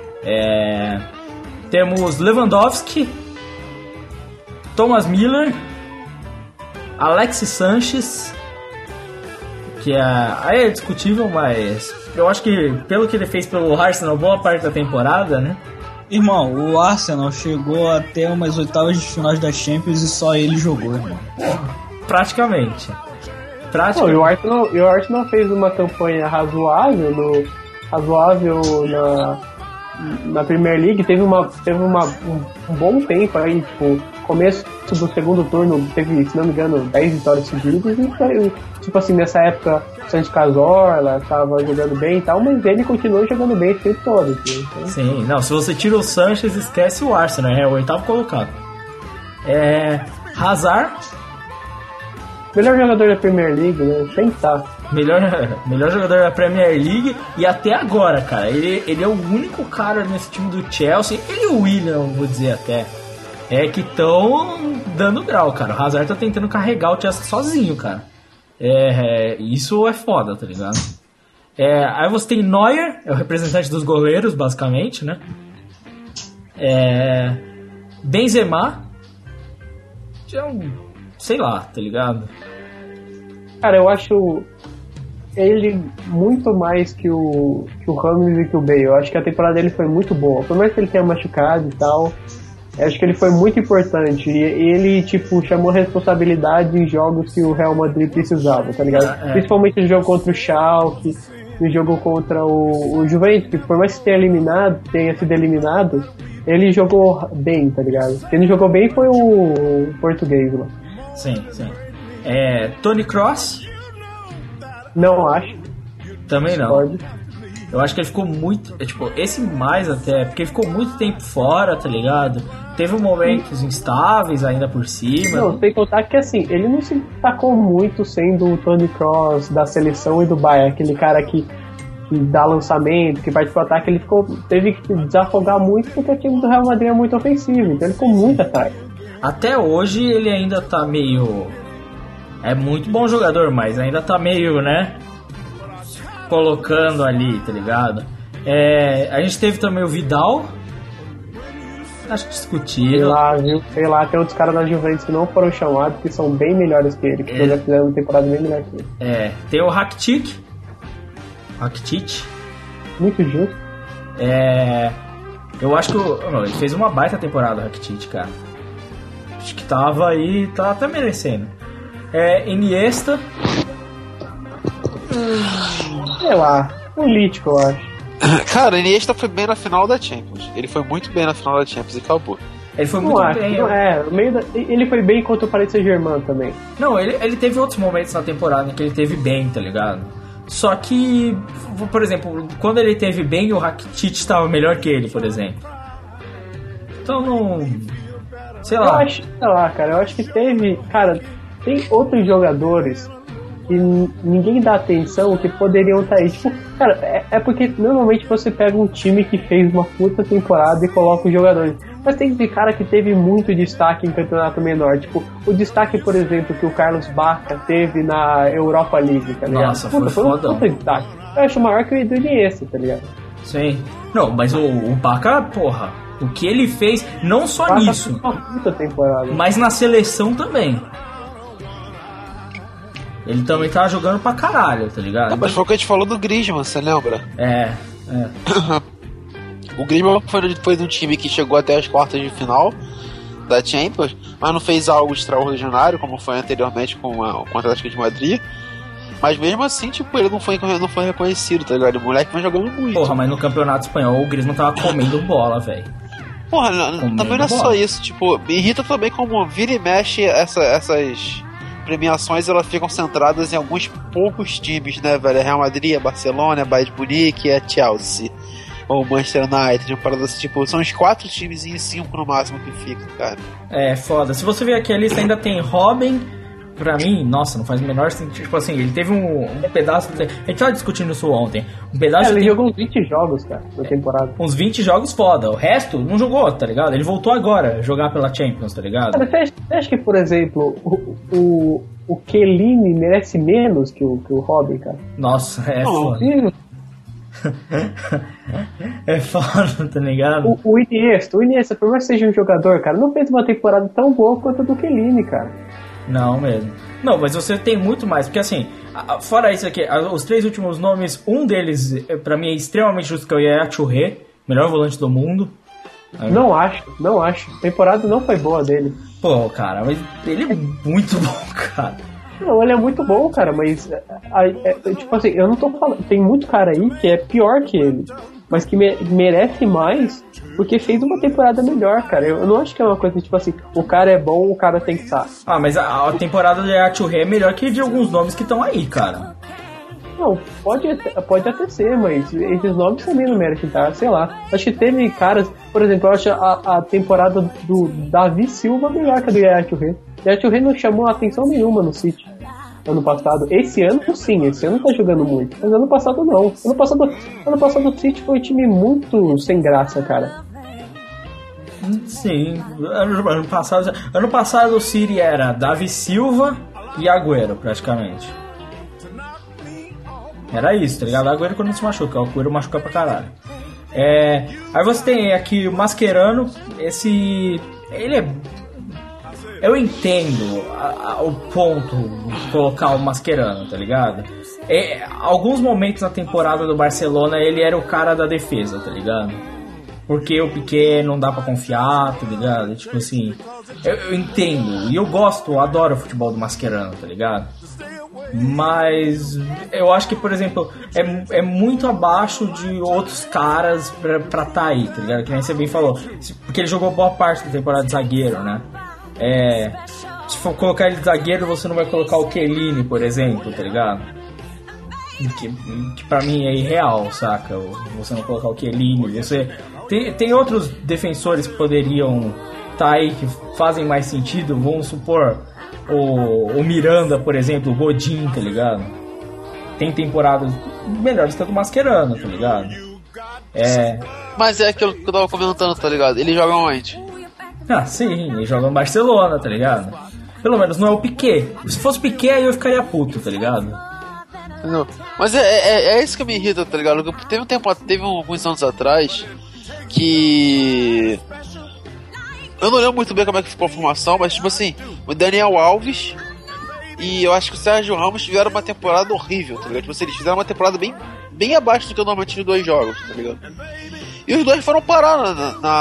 Temos Lewandowski, Thomas Müller, Alexis Sanchez, que aí é discutível, mas eu acho que pelo que ele fez pelo Arsenal boa parte da temporada, né? Irmão, o Arsenal chegou até umas oitavas de finais da Champions e só ele jogou, irmão. Praticamente. E o Arsenal fez uma campanha razoável na Premier League, teve um bom tempo aí, tipo, começo do segundo turno teve, se não me engano, 10 vitórias seguidas e foi, tipo assim, nessa época o Santi Cazorla tava jogando bem e tal, mas ele continuou jogando bem esse tempo todo. Então... Sim, não, se você tira o Sanchez, esquece o Arsenal, é o 8º colocado. Hazard, melhor jogador da Premier League, né? Sem estar. Melhor jogador da Premier League e até agora, cara. Ele é o único cara nesse time do Chelsea. Ele e o William, vou dizer até. Que estão dando grau, cara. O Hazard tá tentando carregar o Chelsea sozinho, cara. Isso é foda, tá ligado? Aí você tem Neuer, é o representante dos goleiros, basicamente, né? Benzema. Sei lá, tá ligado? Cara, eu acho ele muito mais que o Rames e que o Bale. Eu acho que a temporada dele foi muito boa. Por mais que ele tenha machucado e tal, eu acho que ele foi muito importante. E ele, tipo, chamou responsabilidade em jogos que o Real Madrid precisava, tá ligado? Principalmente no jogo contra o Schalke, no jogo contra o Juventus, que por mais que tenha sido eliminado, ele jogou bem, tá ligado? Quem não jogou bem foi o português lá. Sim. Toni Kroos? Não acho. Também não. Pode. Eu acho que ele ficou muito... esse mais até, porque ele ficou muito tempo fora, tá ligado? Teve momentos instáveis ainda por cima. Não, tem que contar que assim, ele não se destacou muito sendo o Toni Kroos da seleção e do Bayern, aquele cara que dá lançamento, que parte pro ataque. Ele teve que desafogar muito porque o time do Real Madrid é muito ofensivo, então ele ficou muito atrás. Até hoje ele ainda tá meio... É muito bom jogador, mas ainda tá meio, né? Colocando ali, tá ligado? A gente teve também o Vidal. Acho discutível. Sei lá, tem outros caras da Juventus que não foram chamados, que são bem melhores que ele, que já fizeram uma temporada bem melhor que ele. Tem o Rakitic. Muito justo. Eu acho que ele fez uma baita temporada, o Rakitic, cara. Acho que tava aí, tá até merecendo. Iniesta. Sei lá, político, eu acho. Cara, o Iniesta foi bem na final da Champions. Ele foi muito bem na final da Champions e acabou. Ele foi muito bem. Ele foi bem contra o Paris Saint-Germain também. Não, ele teve outros momentos na temporada em que ele teve bem, tá ligado? Só que, por exemplo, quando ele teve bem, o Rakitic estava melhor que ele, por exemplo. Então não... Sei lá. Eu acho que teve... Cara, tem outros jogadores que ninguém dá atenção que poderiam estar aí. Tipo, cara, é porque normalmente você pega um time que fez uma puta temporada e coloca os jogadores. Mas tem cara que teve muito destaque em campeonato menor. Tipo, o destaque, por exemplo, que o Carlos Bacca teve na Europa League, tá ligado? Nossa, foi foda. Um destaque. Eu acho maior que o do Iniesta, tá ligado? Sim. Não, mas o Bacca, porra, o que ele fez, não só nisso, mas na seleção também. Ele também tava jogando pra caralho, tá ligado? Não, mas foi o que a gente falou do Griezmann, você lembra? É. O Griezmann foi do time que chegou até as quartas de final da Champions, mas não fez algo extraordinário, como foi anteriormente com o Atlético de Madrid. Mas mesmo assim, tipo, ele não foi reconhecido, tá ligado? O moleque vai jogando muito. Porra, mas no campeonato espanhol o Griezmann tava comendo bola, velho. Porra, também não é só isso, tipo, me irrita também como vira e mexe essas premiações, elas ficam centradas em alguns poucos times, né, velho? Real Madrid, Barcelona, Bayern de Munique, Chelsea, ou Manchester United, uma parada assim, tipo, são os 4 times e 5 no máximo que ficam, cara. É, foda. Se você ver aqui a lista, ainda tem Robin. Pra mim, nossa, não faz o menor sentido. Tipo assim, ele teve um pedaço. A gente tava discutindo isso ontem. Um pedaço. Ele jogou uns 20 jogos, cara, na temporada. Uns 20 jogos foda. O resto não jogou, tá ligado? Ele voltou agora a jogar pela Champions, tá ligado? Cara, você acha que, por exemplo, o Chiellini merece menos que o Robin, cara? Nossa, foda. É foda, tá ligado? O Iniesta, por mais que seja um jogador, cara, não fez uma temporada tão boa quanto a do Chiellini, cara. Não mesmo. Não, mas você tem muito mais, porque assim, fora isso aqui, os 3 últimos nomes, um deles, pra mim, é extremamente justo, que é o Yaya Touré, melhor volante do mundo. Não acho. A temporada não foi boa dele. Pô, cara, mas ele é muito bom, cara. Não, ele é muito bom, cara, mas tipo assim, eu não tô falando, tem muito cara aí que é pior que ele, mas que merece mais porque fez uma temporada melhor, cara. Eu não acho que é uma coisa tipo assim, o cara é bom, o cara tem que estar. Ah, mas a temporada do Yaya Touré é melhor que de alguns nomes que estão aí, cara. Não, pode até ser, mas esses nomes também não merecem estar, sei lá. Acho que teve caras, por exemplo, eu acho a temporada do Davi Silva melhor que a do Yaya Touré. Yaya Touré não chamou atenção nenhuma no City ano passado. Esse ano sim, esse ano tá jogando muito, mas ano passado não. Ano passado o City foi um time muito sem graça, cara. Sim, ano passado o City era Davi Silva e Agüero, praticamente. Era isso, tá ligado? O Agüero quando se machuca, o Agüero machuca pra caralho. Aí você tem aqui o Mascherano, ele é... Eu entendo o ponto de colocar o Mascherano, tá ligado? Alguns momentos na temporada do Barcelona ele era o cara da defesa, tá ligado? Porque o Piqué não dá pra confiar, tá ligado? Tipo assim, eu entendo, e eu adoro o futebol do Mascherano, tá ligado? Mas eu acho que, por exemplo, é muito abaixo de outros caras pra tá aí, tá ligado? Que nem você bem falou, porque ele jogou boa parte da temporada de zagueiro, né? Se for colocar ele de zagueiro, você não vai colocar o Chiellini, por exemplo, tá ligado? Que pra mim é irreal, saca? Você não colocar o Chiellini. Tem outros defensores que poderiam tá aí, que fazem mais sentido. Vamos supor o Miranda, por exemplo, o Godin, tá ligado? Tem temporadas melhores que a do Mascherano, tá ligado? Mas é aquilo que eu tava comentando, tá ligado? Ele joga onde? Ah, sim, ele joga no Barcelona, tá ligado? Pelo menos não é o Piqué. Se fosse o Piqué, aí eu ficaria puto, tá ligado? Não. Mas é isso que me irrita, tá ligado? Teve alguns anos atrás que... Eu não lembro muito bem como é que ficou a formação, mas tipo assim, o Daniel Alves e eu acho que o Sérgio Ramos tiveram uma temporada horrível, tá ligado? Tipo assim, eles fizeram uma temporada bem abaixo do que eu normalmente tive 2 jogos, tá ligado? E os dois foram parar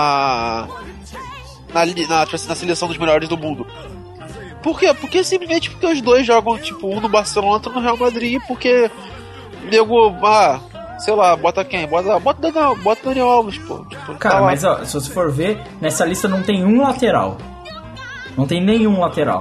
na seleção dos melhores do mundo. Por quê? Porque simplesmente porque os dois jogam, tipo, um no Barcelona, outro no Real Madrid, porque nego, sei lá, bota quem? Bota Daniel Alves, pô. Tipo, cara, tá, mas ó, se você for ver, nessa lista não tem um lateral. Não tem nenhum lateral.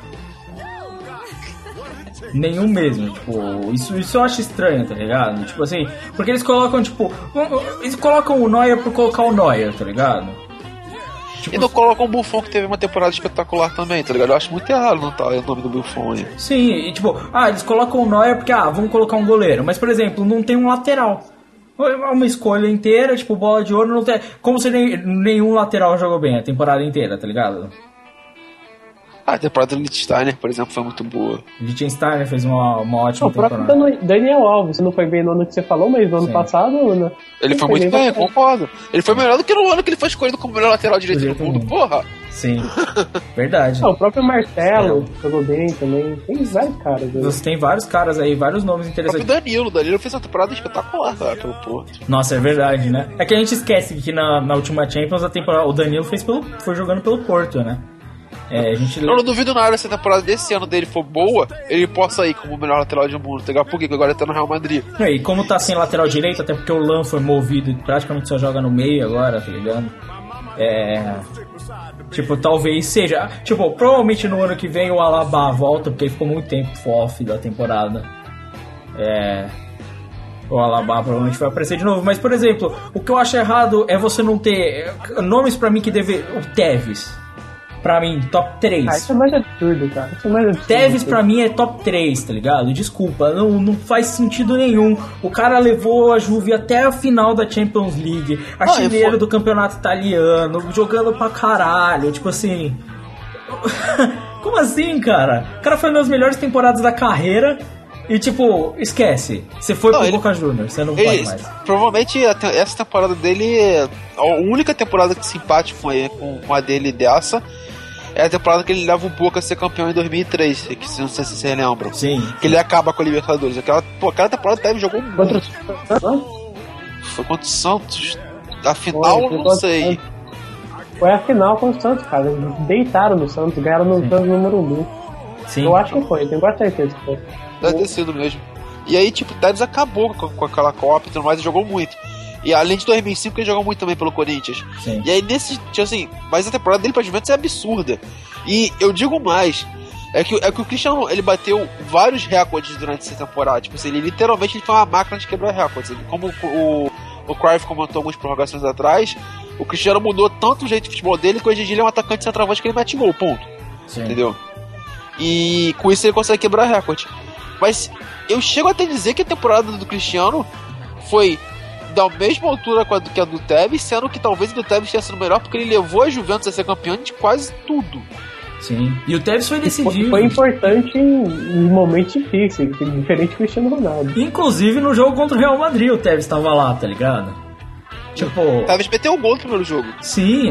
Nenhum mesmo, tipo, isso eu acho estranho, tá ligado? Tipo assim, porque eles colocam, tipo, eles colocam o Neuer por colocar o Neuer, tá ligado? Tipo, e não colocam o Buffon, que teve uma temporada espetacular também, tá ligado? Eu acho muito errado não tá o nome do Buffon aí. Sim, e tipo, eles colocam o Neuer porque, vamos colocar um goleiro, mas por exemplo, não tem um lateral. Uma escolha inteira, tipo, bola de ouro, não tem... Como se nenhum lateral jogou bem a temporada inteira, tá ligado? A temporada do Lichtsteiner, por exemplo, foi muito boa. Lichtsteiner fez uma ótima O próprio temporada. Daniel Alves, não foi bem no ano que você falou, mas no ano passado, né? Ele foi muito bem, concordo. Ele foi melhor do que no ano que ele foi escolhido como melhor lateral direito do mundo, porra! Sim, verdade. O próprio Marcelo jogou bem também. Tem vários caras. Você tem vários caras aí, vários nomes O interessantes. próprio Danilo fez uma temporada espetacular, cara, pelo Porto. Nossa, é verdade, né? É que a gente esquece que na última Champions o Danilo foi jogando pelo Porto, né? A gente... Eu não duvido nada se a temporada desse ano dele for boa, ele possa ir como o melhor lateral do mundo, tá ligado? Por quê? Porque agora ele tá no Real Madrid. E como tá sem lateral direito, até porque o Lan foi movido e praticamente só joga no meio agora, tá ligado? Tipo, talvez seja... Tipo, provavelmente no ano que vem o Alaba volta, porque ele ficou muito tempo off da temporada. O Alaba provavelmente vai aparecer de novo. Mas, por exemplo, o que eu acho errado é você não ter... Nomes pra mim que deve... O Tevez. Pra mim, top 3. Isso é mais absurdo, cara. Isso é mais absurdo. Tevez pra mim é top 3, tá ligado? Desculpa, não faz sentido nenhum. O cara levou a Juve até a final da Champions League, artilheiro do campeonato italiano, jogando pra caralho, tipo assim... Como assim, cara? O cara foi uma das melhores temporadas da carreira e, tipo, esquece. Você foi pro Boca Juniors, você não pode mais. Provavelmente essa temporada dele, a única temporada que se empate com a dele dessa, é a temporada que ele leva o Boca a ser campeão em 2003, que não sei se vocês lembram. Sim. Que ele acaba com a Libertadores. Aquela temporada o Tevez jogou muito. Foi contra o Santos. A final, não sei. Foi a final com o Santos, cara. Eles deitaram no Santos, ganharam no Santos número 1. Sim. Eu acho que foi, tenho quase certeza que foi. Deve ter sido mesmo. E aí, tipo, o Tevez acabou com aquela Copa e tudo mais e jogou muito. E além de 2005, ele jogou muito também pelo Corinthians. Sim. E aí, assim, mas a temporada dele pra Juventus é absurda. E eu digo mais, é que o Cristiano, ele bateu vários recordes durante essa temporada. Tipo assim, ele literalmente foi uma máquina de quebrar recordes. Como o Cruyff comentou algumas prorrogações atrás, o Cristiano mudou tanto o jeito de futebol dele que hoje em dia ele é um atacante centroavante que ele mete gol, ponto. Sim. Entendeu? E com isso ele consegue quebrar recorde. Mas eu chego até a dizer que a temporada do Cristiano foi da mesma altura que a do Tevez, sendo que talvez a do Tevez tenha sido melhor porque ele levou a Juventus a ser campeão de quase tudo. Sim. E o Tevez foi decisivo. Foi importante em momentos difíceis, diferente do Cristiano Ronaldo. Inclusive no jogo contra o Real Madrid o Tevez tava lá, tá ligado? Tipo... O Tevez meteu um gol no primeiro jogo. Sim,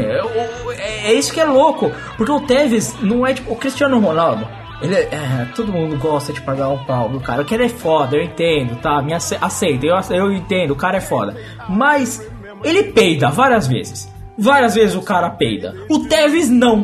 é isso que é louco. Porque o Tevez não é tipo o Cristiano Ronaldo. Ele todo mundo gosta de pagar um pau do cara. O cara é foda, eu entendo, tá? Me aceita, eu entendo, o cara é foda. Mas ele peida várias vezes. Várias vezes o cara peida. O Tevez não.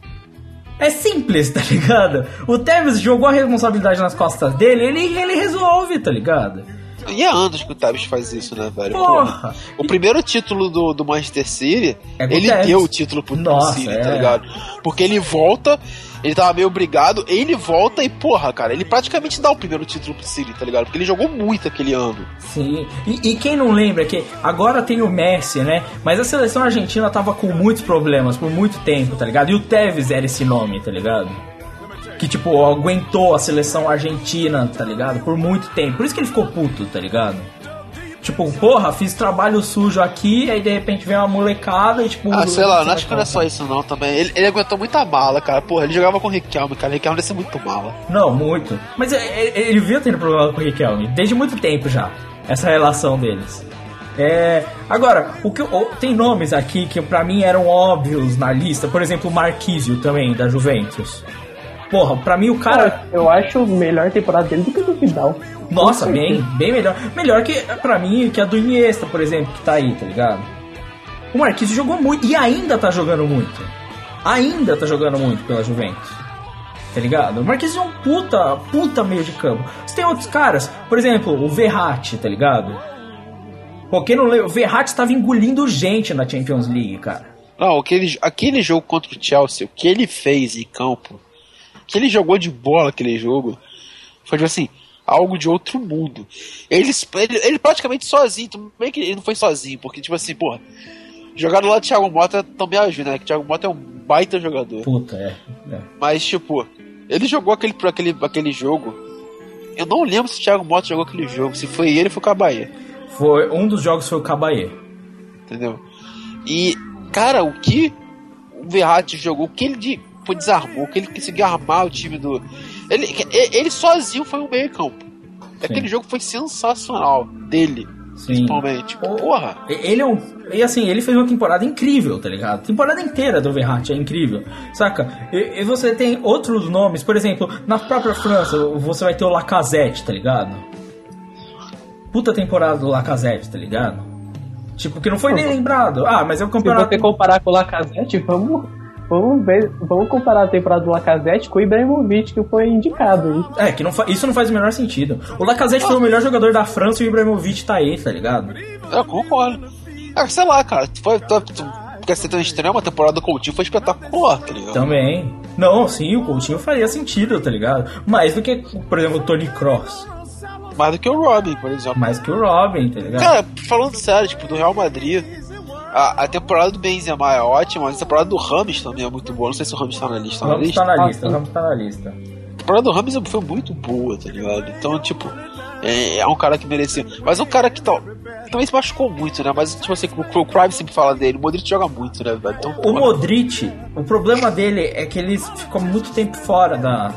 É simples, tá ligado? O Tevez jogou a responsabilidade nas costas dele, ele resolve, tá ligado? E há anos que o Tevez faz isso, né, velho? Porra. O primeiro título do Manchester City, ele Tevez. deu o título pro City, tá ligado? Porque ele volta, ele tava meio obrigado, ele volta e, porra, cara, ele praticamente dá o primeiro título pro City, tá ligado? Porque ele jogou muito aquele ano. Sim, e quem não lembra que agora tem o Messi, né? Mas a seleção argentina tava com muitos problemas por muito tempo, tá ligado? E o Tevez era esse nome, tá ligado? Que, tipo, aguentou a seleção argentina, tá ligado? Por muito tempo. Por isso que ele ficou puto, tá ligado? Tipo, porra, fiz trabalho sujo aqui, aí de repente vem uma molecada e tipo... sei lá, não acho que não é só isso não também. Ele aguentou muita mala, cara. Porra, ele jogava com o Riquelme, cara. O Riquelme deve ser muito mala. Não, muito. Mas ele viu tendo problema com o Riquelme, desde muito tempo já. Essa relação deles. Agora, tem nomes aqui que pra mim eram óbvios na lista. Por exemplo, o Marquinhos também, da Juventus. Porra, pra mim o cara... Eu acho melhor temporada dele do que a do Vidal. Nossa, bem melhor. Melhor que, pra mim, que a do Iniesta, por exemplo, que tá aí, tá ligado? O Marquinhos jogou muito e ainda tá jogando muito. Ainda tá jogando muito pela Juventus. Tá ligado? O Marquinhos é um puta meio de campo. Você tem outros caras, por exemplo, o Verratti, tá ligado? Pô, quem não lembra, o Verratti tava engolindo gente na Champions League, cara. Não, aquele jogo contra o Chelsea, o que ele fez em campo, que ele jogou de bola aquele jogo, foi tipo assim, algo de outro mundo. Ele praticamente sozinho, também que ele não foi sozinho, porque tipo assim, porra, jogar do lado do Thiago Motta também ajuda, né? Que o Thiago Motta é um baita jogador. Puta, Mas tipo, ele jogou aquele jogo. Eu não lembro se o Thiago Motta jogou aquele jogo, se foi ele, foi com a Bahia. Um dos jogos foi o Cabaê. Entendeu? E, cara, o que o Verratti jogou, o que ele desarmou, o que ele conseguiu armar o time do... Ele sozinho foi um meio campo. Aquele jogo foi sensacional, dele. Sim. Principalmente. Porra! Ele fez uma temporada incrível, tá ligado? A temporada inteira do Verratti é incrível, saca? E você tem outros nomes, por exemplo, na própria França, você vai ter o Lacazette, tá ligado? Puta temporada do Lacazette, tá ligado? Tipo, que não foi nem lembrado. Mas é o campeonato... Se você comparar com o Lacazette, vamos comparar a temporada do Lacazette com o Ibrahimovic, que foi indicado aí. Isso não faz o menor sentido. O Lacazette foi o melhor jogador da França e o Ibrahimovic tá aí, tá ligado? Eu concordo. Sei lá, cara. Porque você tem um extremo, a temporada do Coutinho foi espetacular, tá ligado? Também. Não, sim, o Coutinho faria sentido, tá ligado? Mais do que, por exemplo, o Toni Kroos. Mais do que o Robin, por exemplo. Mais que o Robin, tá ligado? Cara, falando sério, tipo, do Real Madrid, a temporada do Benzema é ótima, mas a temporada do Rames também é muito boa. Não sei se o Rames tá na lista. O Rames tá na lista. A temporada do Rames foi muito boa, tá ligado? Então, tipo, é um cara que merecia. Mas é um cara que também se machucou muito, né? Mas, tipo assim, o Cruyff sempre fala dele, o Modric joga muito, né, velho? Então, o Modric, o problema dele é que ele ficou muito tempo fora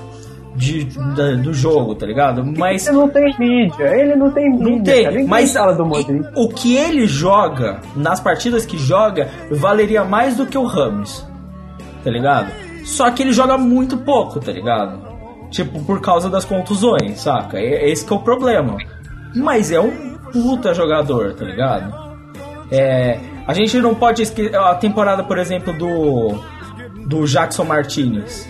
do jogo, tá ligado? Mas ele não tem mídia, Não tem, mas fala do Modric. O que ele joga, nas partidas que joga, valeria mais do que o Rames, tá ligado? Só que ele joga muito pouco, tá ligado? Tipo, por causa das contusões, saca? Esse que é o problema. Mas é um puta jogador, tá ligado? A gente não pode esquecer a temporada, por exemplo, do Jackson Martinez.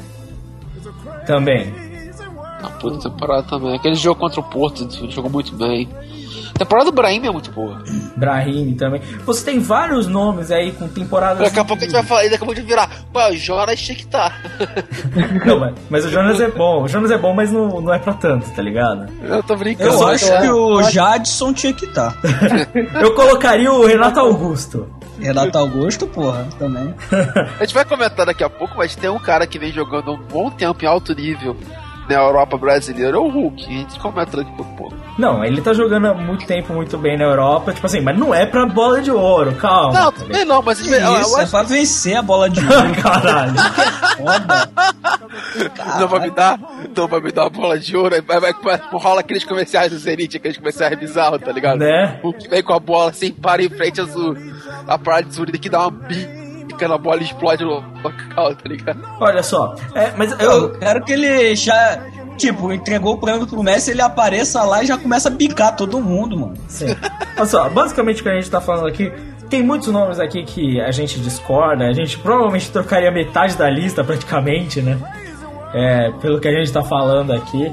Também. A puta temporada também. Aquele jogo contra o Porto, ele jogou muito bem. A temporada do Brahim é muito boa. Brahim também. Você tem vários nomes aí com temporadas... Daqui a pouco a gente vai falar, daqui a pouco a gente vai virar. Pô, o Jonas tinha que estar. Não, mas o Jonas é bom. O Jonas é bom, mas não é pra tanto, tá ligado? Eu tô brincando. Eu acho que o Jadson tinha que estar. Eu colocaria o Renato Augusto. Renato Augusto, porra, também. A gente vai comentar daqui a pouco, mas tem um cara que vem jogando um bom tempo em alto nível na Europa brasileira, é o Hulk. A gente comenta daqui a pouco. Não, ele tá jogando há muito tempo muito bem na Europa, tipo assim, mas não é pra bola de ouro, calma. Não, também não, mas isso é pra vencer a bola de ouro. Caralho. Foda. Não vai me dar a bola de ouro, vai rola aqueles comerciais do Zenit, aqueles comerciais bizarros, tá ligado? Né? O que vem com a bola assim, para em frente a parada de Zurich que dá uma bica na bola e explode no local, tá ligado? Olha só, mas eu quero que ele já, tipo, entregou o prêmio pro Messi, ele apareça lá e já começa a bicar todo mundo, mano. Sim. Olha só, basicamente o que a gente tá falando aqui, tem muitos nomes aqui que a gente discorda, a gente provavelmente trocaria metade da lista praticamente, né? Pelo que a gente tá falando aqui.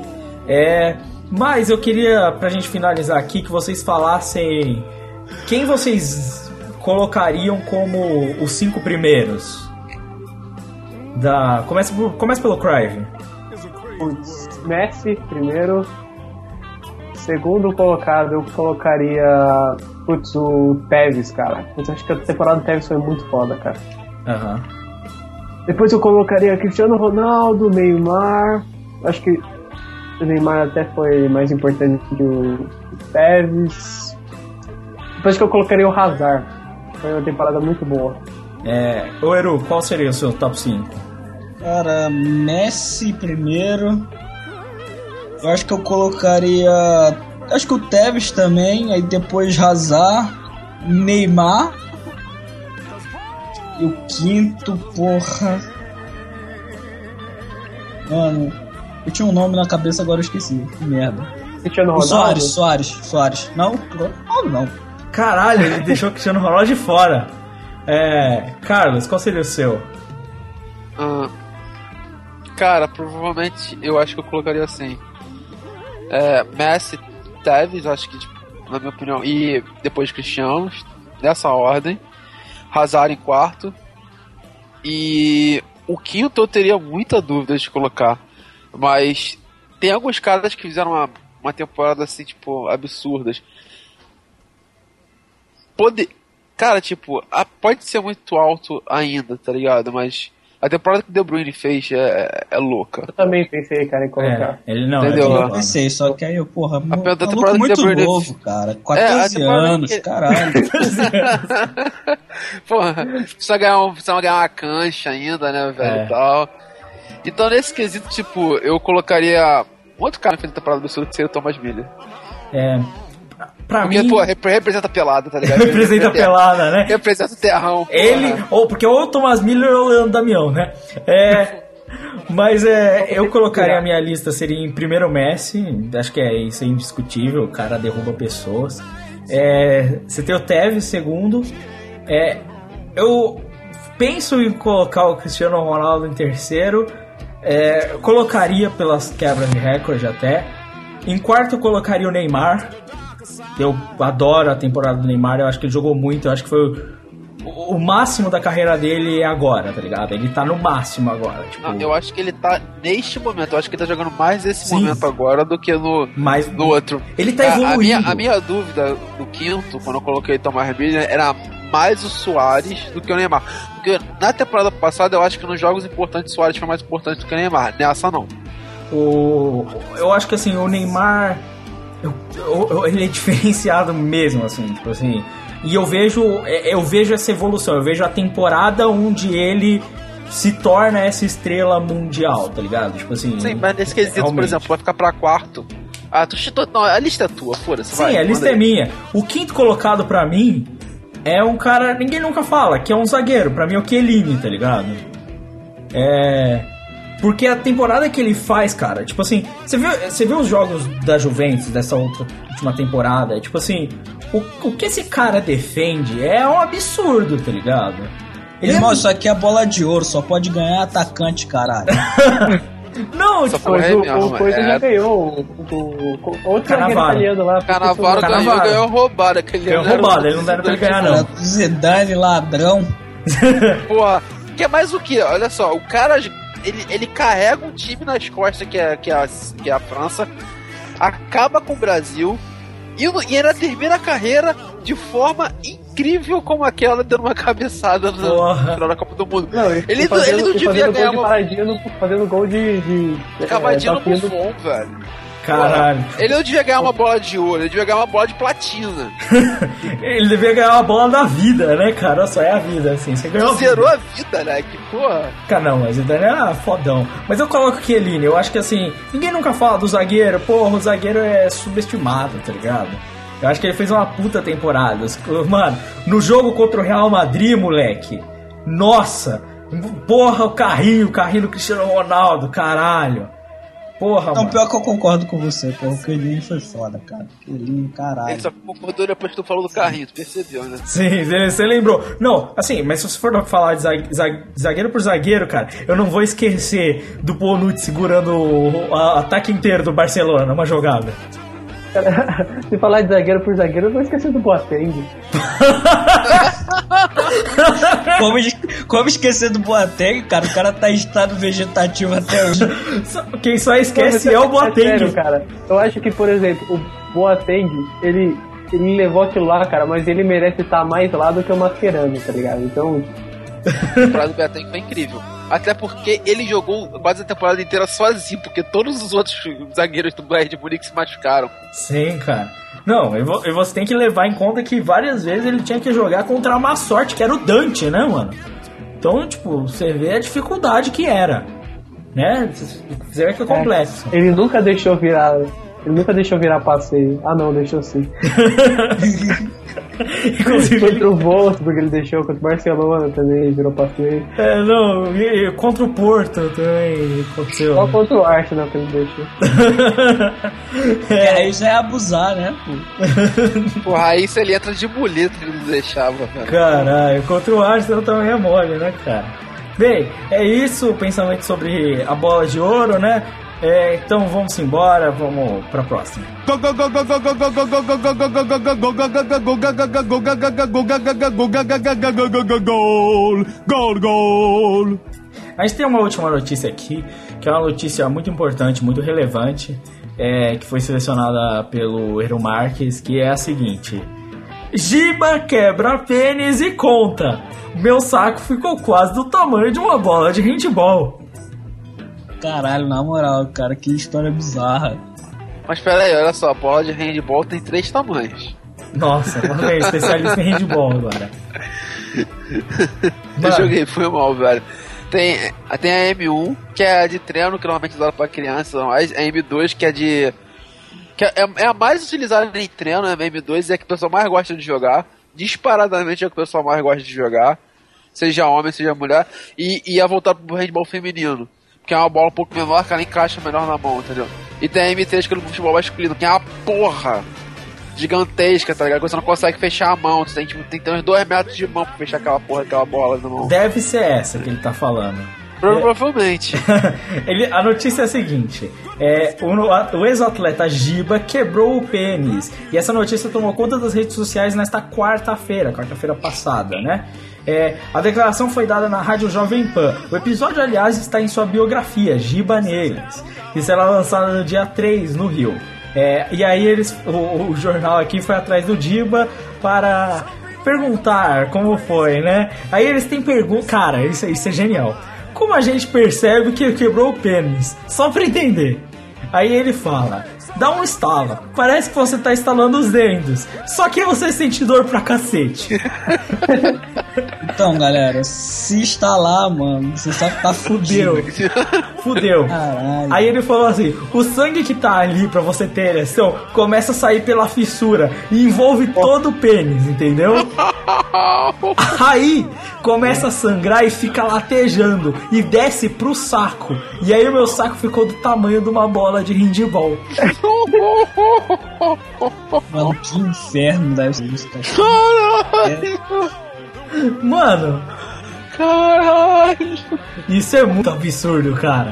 Mas eu queria, pra gente finalizar aqui, que vocês falassem quem vocês colocariam como os 5 primeiros. Começa pelo Cruyff. Messi primeiro. Segundo colocado, eu colocaria o Tevez, cara. Eu acho que a temporada do Tevez foi muito foda, cara. Aham. Depois eu colocaria Cristiano Ronaldo, Neymar. Acho que o Neymar até foi mais importante que o Tevez. Depois que eu colocaria o Hazard. Foi uma temporada muito boa. Ô Eru, qual seria o seu top 5? Cara, Messi primeiro. Eu acho que eu colocaria... Acho que o Tevez também. Aí depois Hazard, Neymar. E o quinto, porra... Mano, eu tinha um nome na cabeça, agora eu esqueci. Que merda. Cristiano Ronaldo? Soares. Não, não. Caralho, ele deixou o Cristiano Ronaldo de fora. Carlos, qual seria o seu? Cara, provavelmente eu acho que eu colocaria assim. Messi, Tevez, acho que, tipo, na minha opinião, e depois Cristiano, nessa ordem. Hazard em quarto. E o quinto eu teria muita dúvida de colocar. Mas tem alguns caras que fizeram uma temporada assim, tipo, absurdas. Cara, tipo, pode ser muito alto ainda, tá ligado? Mas A temporada que o De Bruyne fez é louca. Eu também pensei, cara, em colocar. Ele não, Entendeu? Eu pensei, só que aí, porra, temporada maluco do muito De Bruyne- novo, cara. 14 anos, caralho. Porra, precisa ganhar uma cancha ainda, né, velho, e tal. Então, nesse quesito, tipo, eu colocaria outro cara na frente da temporada do Sul, que seria o Thomas Miller. Pra Porque, mim... pô, representa a pelada, tá ligado? Representa a pelada, né? Representa o terrão. Ele, porra. porque ou o Thomas Miller ou o Leandro Damião, né? Mas eu colocaria a minha lista, seria em primeiro Messi, acho que isso é indiscutível, o cara derruba pessoas. Você tem o Tevez, segundo. Eu penso em colocar o Cristiano Ronaldo em terceiro. Eu colocaria pelas quebras de recorde até. Em quarto eu colocaria o Neymar. Eu adoro a temporada do Neymar, eu acho que ele jogou muito, eu acho que foi o máximo da carreira dele agora, tá ligado? Ele tá no máximo agora. Tipo... Não, eu acho que ele tá neste momento, eu acho que ele tá jogando mais nesse momento agora do que no outro. Ele tá evoluindo. A minha dúvida do quinto, quando eu coloquei Thomas Miller, era mais o Suárez do que o Neymar. Porque na temporada passada eu acho que nos jogos importantes o Suárez foi mais importante do que o Neymar. Nessa não. Eu acho que assim, o Neymar ele é diferenciado mesmo, assim, tipo assim. E eu vejo essa evolução, eu vejo a temporada onde ele se torna essa estrela mundial, tá ligado? Tipo assim. Sim, mas nesse quesito, realmente. Por exemplo, vai ficar pra quarto. Tu chutou. Não, a lista é tua, foda-se. Sim, vai, a lista é minha. O quinto colocado pra mim é um cara, ninguém nunca fala, que é um zagueiro. Pra mim é o Chiellini, tá ligado? Porque a temporada que ele faz, cara, tipo assim, você viu os jogos da Juventus dessa última temporada? Tipo assim, o que esse cara defende é um absurdo, tá ligado? Irmão, isso aqui é bola de ouro, só pode ganhar atacante, caralho. Não, tipo, o Coisa já ganhou. Outro zagueiro italiano lá. Cannavaro ganhou roubada. Ganhou roubada, ele não deve pra ele ganhar, não. Zidane, ladrão. Porra, que é mais o que? Olha só, o cara... Ele carrega um time nas costas que é a França, acaba com o Brasil e ainda termina a carreira de forma incrível como aquela, dando uma cabeçada no final da Copa do Mundo. Não, ele não devia ganhar fazendo gol de cavadinha no Buffon, velho. Caralho. Ele não devia ganhar uma bola de ouro, ele devia ganhar uma bola de platina. Ele devia ganhar uma bola da vida, né, cara? Olha só, é a vida, assim. Você ganhou zerou a vida, né? Que porra. Cara, não, mas o Zidane era fodão. Mas eu coloco o Chiellini, eu acho que assim, ninguém nunca fala do zagueiro. Porra, o zagueiro é subestimado, tá ligado? Eu acho que ele fez uma puta temporada. Mano, no jogo contra o Real Madrid, moleque. Nossa, porra, o carrinho do Cristiano Ronaldo, caralho. Porra, não, mano. Pior que eu concordo com você, porra. O Chiellini foi foda, cara. Chiellini, caralho. Ele só concordou depois que tu falou do carrinho, tu percebeu, né? Sim, você lembrou. Não, assim, mas se você for falar de zagueiro por zagueiro, cara, eu não vou esquecer do Bonucci segurando o ataque inteiro do Barcelona numa jogada. Se falar de zagueiro por zagueiro, eu vou esquecer do Boateng. Como esquecer do Boateng, cara? O cara tá em estado vegetativo até hoje. Quem só esquece é o Boateng. Sério, cara. Eu acho que, por exemplo, o Boateng, ele levou aquilo lá, cara, mas ele merece estar mais lá do que o Mascherano, tá ligado? Então... A temporada do Boateng foi incrível. Até porque ele jogou quase a temporada inteira sozinho, porque todos os outros zagueiros do Bayern de Munique se machucaram. Sim, cara. Não, e você tem que levar em conta que várias vezes ele tinha que jogar contra uma sorte, que era o Dante, né, mano? Então, tipo, você vê a dificuldade que era, né? Você vê que é complexo. Ele nunca deixou virar passeio. Ah, não, deixou sim. Inclusive contra o Wolfsburg ele deixou, contra o Barcelona também virou passeio. Não, e contra o Porto também aconteceu. Só contra o Arsenal que ele deixou. Aí já é abusar, né? Porra, aí se ele entra de muleta que ele não deixava, cara. Caralho, contra o Arsenal também é mole, né, cara? Bem, é isso o pensamento sobre a bola de ouro, né? Então vamos embora, vamos pra próxima. Gol! A gente tem uma última notícia aqui, que é uma notícia muito importante, muito relevante, que foi selecionada pelo Eero Marques, que é a seguinte: Giba quebra pênis e conta. Meu saco ficou quase do tamanho de uma bola de handball. Caralho, na moral, cara, que história bizarra. Mas pera aí, olha só, a bola de handball tem 3 tamanhos. Nossa, vamos ver, especialista em handball agora. Eu joguei, foi mal, velho. Tem a M1, que é de treino, que normalmente é usada pra criança, mas a M2, que é de... que é a mais utilizada em treino, a M2 é a que o pessoal mais gosta de jogar. Disparadamente é a que o pessoal mais gosta de jogar. Seja homem, seja mulher. E é voltado pro handball feminino. Que é uma bola um pouco menor, que ela encaixa melhor na mão, entendeu? E tem a M3, que é no futebol masculino, que é uma porra gigantesca, tá ligado? Você não consegue fechar a mão, você tem, tipo, tem que ter uns 2 metros de mão pra fechar aquela porra, aquela bola na mão. Deve ser essa que ele tá falando. Provavelmente. A notícia é a seguinte: o ex-atleta Giba quebrou o pênis. E essa notícia tomou conta das redes sociais nesta quarta-feira passada, né? A declaração foi dada na Rádio Jovem Pan. O episódio, aliás, está em sua biografia, Giba Neles, que será lançada no dia 3 no Rio. E aí o jornal aqui foi atrás do Giba para perguntar como foi, né? Aí eles têm pergunta. Cara, isso é genial. Como a gente percebe que ele quebrou o pênis? Só pra entender. Aí ele fala: dá um estalo, parece que você tá estalando os dedos, só que você sente dor pra cacete. Então, galera, se instalar, mano, você sabe que tá fudido. Fudeu. Caralho. Aí ele falou assim: o sangue que tá ali pra você ter ereção começa a sair pela fissura e envolve todo o pênis, entendeu? Aí começa a sangrar e fica latejando e desce pro saco. E aí o meu saco ficou do tamanho de uma bola de handball. Mano, que inferno deve ser isso, cara. Mano, Caralho. isso é muito absurdo, cara.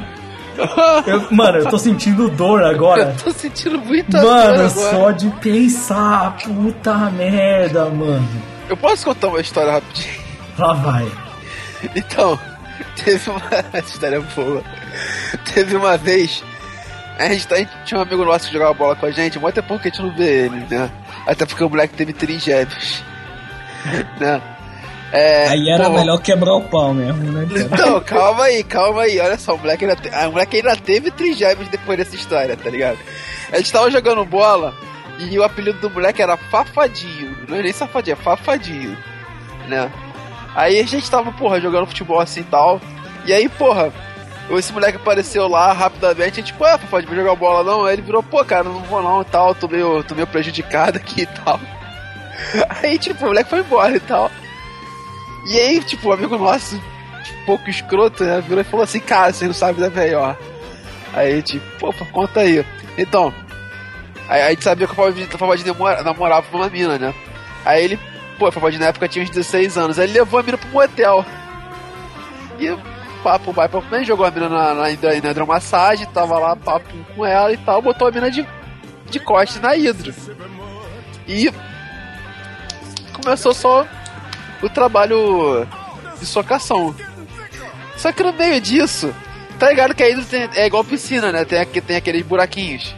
Eu tô sentindo dor agora. Eu tô sentindo muita dor Mano, agora. só de pensar, puta merda, mano. Eu posso contar uma história rapidinho? Lá vai. Então, teve uma... Essa história é boa. Teve uma vez... A gente tinha um amigo nosso que jogava bola com a gente, muito tempo que a gente não vê ele, né? Até porque o moleque teve trigêmeos, né? Aí era melhor quebrar o pau mesmo, né? Então, calma aí, olha só, o moleque ainda teve trigêmeos depois dessa história, tá ligado? A gente tava jogando bola e o apelido do moleque era Fafadinho, não é nem Safadinho, é Fafadinho, né? Aí a gente tava, porra, jogando futebol assim e tal, e aí, porra, esse moleque apareceu lá rapidamente, a gente, pô, Fafadinho, vai jogar bola não? Aí ele virou, pô, cara, não vou não e tal, tô meio prejudicado aqui e tal. Aí, tipo, o moleque foi embora e tal. E aí, tipo, um amigo nosso, um pouco escroto, né, virou e falou assim: cara, você não sabe da melhor. Aí, tipo, pô, conta aí. Então, aí a gente sabia que o Fafadinho namorava com uma mina, né? Aí ele, pô, o Fafadinho na época tinha uns 16 anos. Aí ele levou a mina pro motel. E papo vai, papo vem, jogou a mina na hidromassagem, tava lá, papo com ela e tal, botou a mina de costas na hidro. E começou só o trabalho de socação. Só que no meio disso, tá ligado que a hidro é igual piscina, né? Tem aqueles buraquinhos,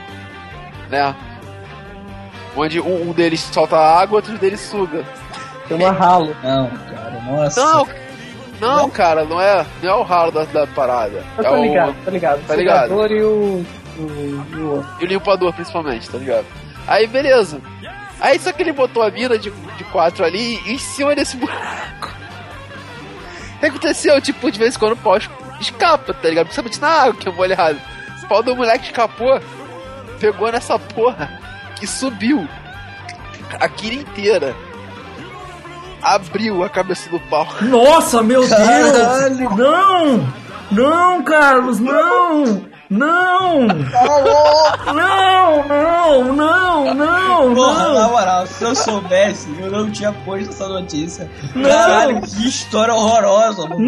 né? Onde um deles solta água, outro deles suga. Tem uma ralo. Não, cara, nossa. Não, cara, não é o ralo da parada. Eu tô ligado. Tá ligado? O sugador e o E o limpador, principalmente, tá ligado? Aí, beleza. Aí, só que ele botou a mina de 4 ali em cima desse buraco. O que aconteceu? Tipo, de vez em quando o pau escapa, tá ligado? Principalmente na água, que é molhado. O pau do moleque escapou, pegou nessa porra e subiu a quina inteira. Abriu a cabeça do pau. Nossa, meu Caralho. Deus! Não! Não, Carlos, não! Não! Porra, na Não! moral, se eu soubesse, eu não tinha posto essa notícia. Não. Caralho, que história horrorosa, mano.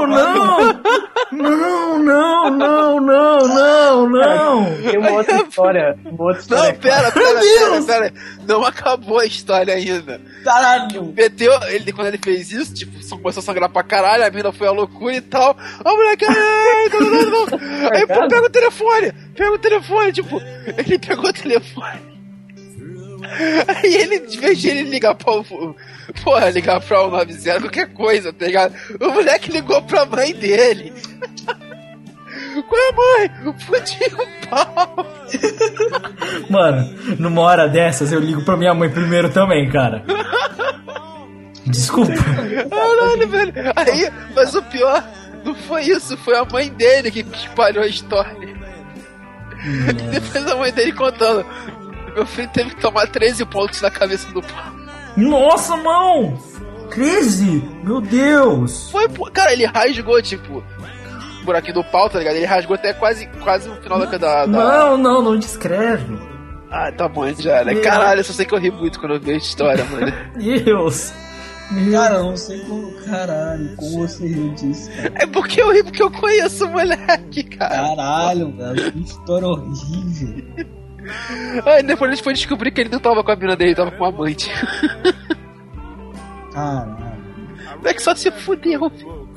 Não! Tem uma outra história. Não, pera. Não acabou a história ainda. Caralho. Meteu, quando ele fez isso, tipo, começou a sangrar pra caralho, a mina foi a loucura e tal. A moleque, não. Aí, pô, pega o telefone, tipo, ele pegou o telefone Aí ele, em vez de ele ligar pra ligar pra 190, qualquer coisa, tá ligado? O moleque ligou pra mãe dele. Qual é, mãe? Fudi o pau. Mano, numa hora dessas eu ligo pra minha mãe primeiro também, cara. Desculpa. Caralho, velho. Aí, mas o pior não foi isso, foi a mãe dele que espalhou a história. Depois a mãe dele contando: meu filho teve que tomar 13 pontos na cabeça do pau. Nossa, mão! 13? Meu Deus! Foi, cara, ele rasgou, tipo, o buraquinho do pau, tá ligado? Ele rasgou até quase no final da... Não descreve. Ah, tá bom, já, né? Caralho, eu só sei que eu ri muito quando eu vi a história, mano. Deus! Cara, eu não sei como. Caralho, como você riu disso, cara? É porque eu ri porque eu conheço o moleque, cara. Caralho, velho, que história horrível. Aí depois a gente foi descobrir que ele não tava com a mina dele, ele tava com uma amante. Caralho. É que só se fudeu, filho.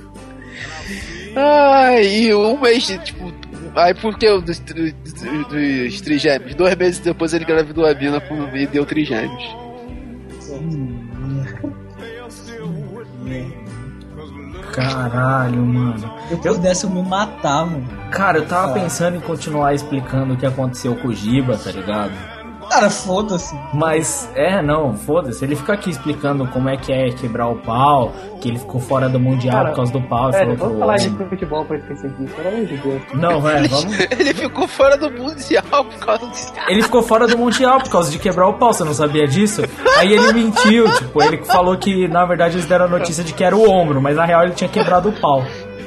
Ai, e um mês, tipo. Aí por que dos trigêmeos? 2 meses depois ele engravidou a mina e deu trigêmeos. Caralho, mano. Depois dessa eu me matava. Cara, eu tava pensando em continuar explicando o que aconteceu com o Giba, tá ligado? Cara, foda-se. Mas, foda-se. Ele fica aqui explicando como é que é quebrar o pau, que ele ficou fora do Mundial por causa do pau. Vamos falar de futebol pra esquecer disso, pelo amor de Deus. Não, velho, vamos... Ele ficou fora do Mundial por causa do... Ele ficou fora do Mundial por causa de quebrar o pau, você não sabia disso? Aí ele mentiu, tipo, ele falou que, na verdade, eles deram a notícia de que era o ombro, mas na real ele tinha quebrado o pau.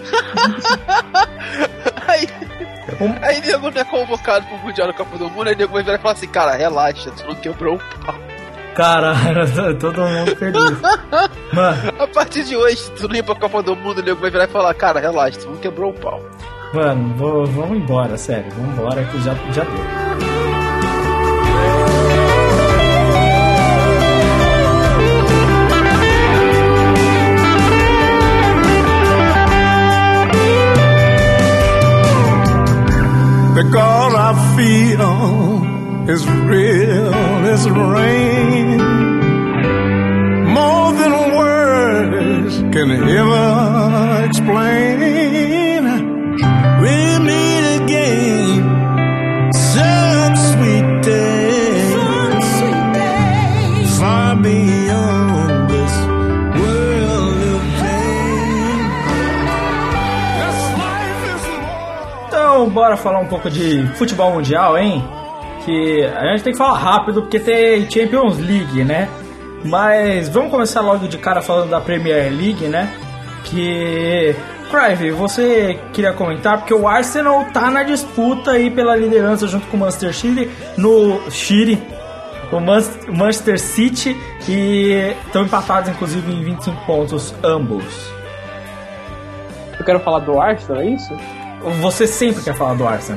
Aí nego não é convocado pro Mundial no Copa do Mundo, aí nego vai virar e falar assim: cara, relaxa, tu não quebrou o pau. Cara, todo mundo feliz. Mano, a partir de hoje, tu não ir pra Copa do Mundo, o nego vai virar e falar: cara, relaxa, tu não quebrou o pau. Mano, vamos embora, sério, vamos embora que já deu. Because I feel as real as rain, more than words can ever explain. We meet again some sweet day, far beyond this world of pain. This life is more. Então, bora falar um pouco de futebol mundial, hein? Que a gente tem que falar rápido porque tem Champions League, né? Mas vamos começar logo de cara falando da Premier League, né? Que... Crive, você queria comentar porque o Arsenal tá na disputa aí pela liderança junto com o Manchester City o Manchester City, e estão empatados inclusive em 25 pontos ambos. Eu quero falar do Arsenal, é isso? Você sempre quer falar do Arsenal.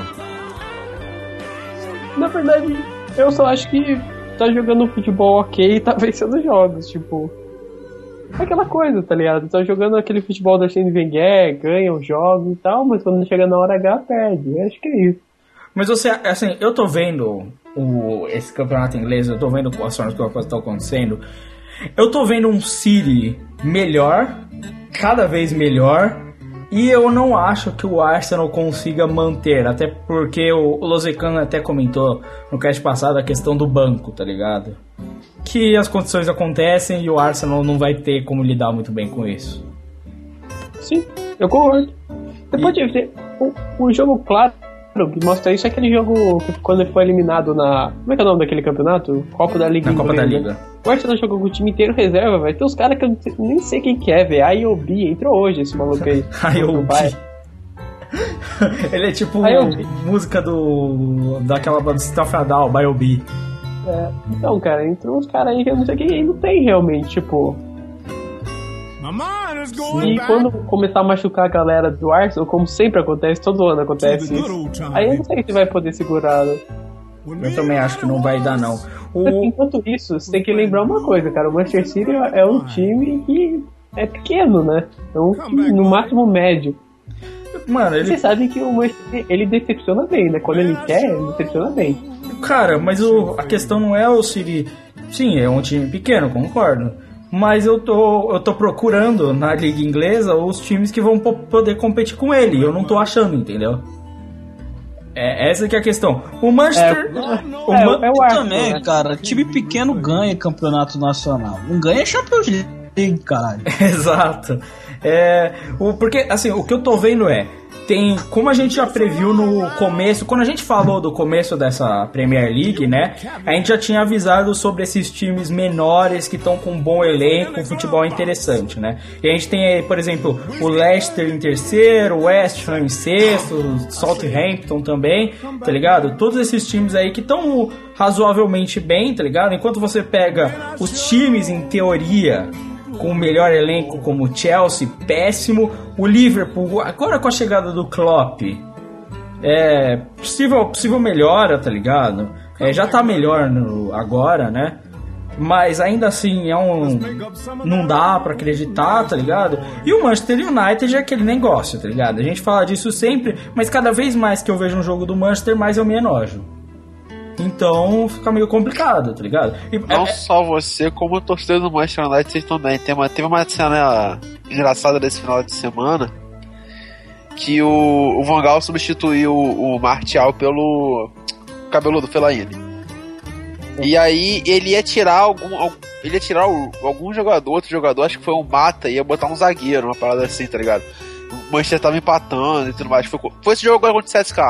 Na verdade, eu só acho que tá jogando futebol ok e tá vencendo jogos, tipo... Aquela coisa, tá ligado? Tá jogando aquele futebol da Arsène Wenger, ganha os jogos e tal, mas quando chega na hora H, perde. Eu acho que é isso. Mas você, assim, eu tô vendo esse campeonato inglês, eu tô vendo as formas que estão acontecendo. Eu tô vendo um City melhor, cada vez melhor, e eu não acho que o Arsenal consiga manter, até porque o Lozecano até comentou no cast passado a questão do banco, tá ligado? Que as condições acontecem e o Arsenal não vai ter como lidar muito bem com isso. Sim, eu concordo. Você pode ver, o jogo claro que mostra isso é aquele jogo que quando ele foi eliminado na... Como é que é o nome daquele campeonato? Copa da Liga. Na Copa da Liga. O Arsenal jogou com o time inteiro reserva, velho. Tem uns caras que eu nem sei quem que é, velho. A IOB entrou hoje, esse maluco aí. IOB. Ele é tipo música daquela banda Stafadal, B.O.B. É, então, cara, entrou uns caras aí que eu não sei quem não tem realmente, tipo... E quando começar a machucar a galera do Arsenal, como sempre acontece, todo ano acontece isso, aí eu não sei se vai poder segurar, né? Eu também acho que não vai dar, não. Enquanto isso, você tem que lembrar uma coisa, cara, o Manchester City é um time que é pequeno, né? É um time no máximo médio. Mano, Vocês sabem que o Manchester, ele decepciona bem, né? Quando ele quer, ele decepciona bem. Cara, mas a questão não é o City. Sim, é um time pequeno, concordo. Mas eu tô procurando na liga inglesa os times que vão poder competir com ele. E eu não tô achando, entendeu? Essa que é a questão. O Manchester... Eu também, cara. Time pequeno ganha campeonato nacional. Não ganha Champions League, caralho. Exato. Porque, assim, o que eu tô vendo como a gente já previu no começo, quando a gente falou do começo dessa Premier League, né, a gente já tinha avisado sobre esses times menores que estão com um bom elenco, com futebol interessante, né, e a gente tem aí, por exemplo, o Leicester em terceiro, o West Ham em sexto, o Southampton também, tá ligado? Todos esses times aí que estão razoavelmente bem, tá ligado? Enquanto você pega os times, em teoria, com o melhor elenco, como o Chelsea, péssimo. O Liverpool, agora com a chegada do Klopp, possível melhora, tá ligado? Já tá melhor agora, né? Mas ainda assim não dá pra acreditar, tá ligado? E o Manchester United é aquele negócio, tá ligado? A gente fala disso sempre, mas cada vez mais que eu vejo um jogo do Manchester, mais eu me enojo. Então fica meio complicado, tá ligado? Não só você, como o torcedor do Manchester United também. Teve uma cena engraçada desse final de semana que o Van Gaal substituiu o Martial pelo cabeludo Fellaini. E aí ele ia tirar algum jogador, outro jogador, acho que foi um Mata, ia botar um zagueiro, uma parada assim, tá ligado? O Manchester tava empatando e tudo mais. Foi esse jogo agora contra o CSKA.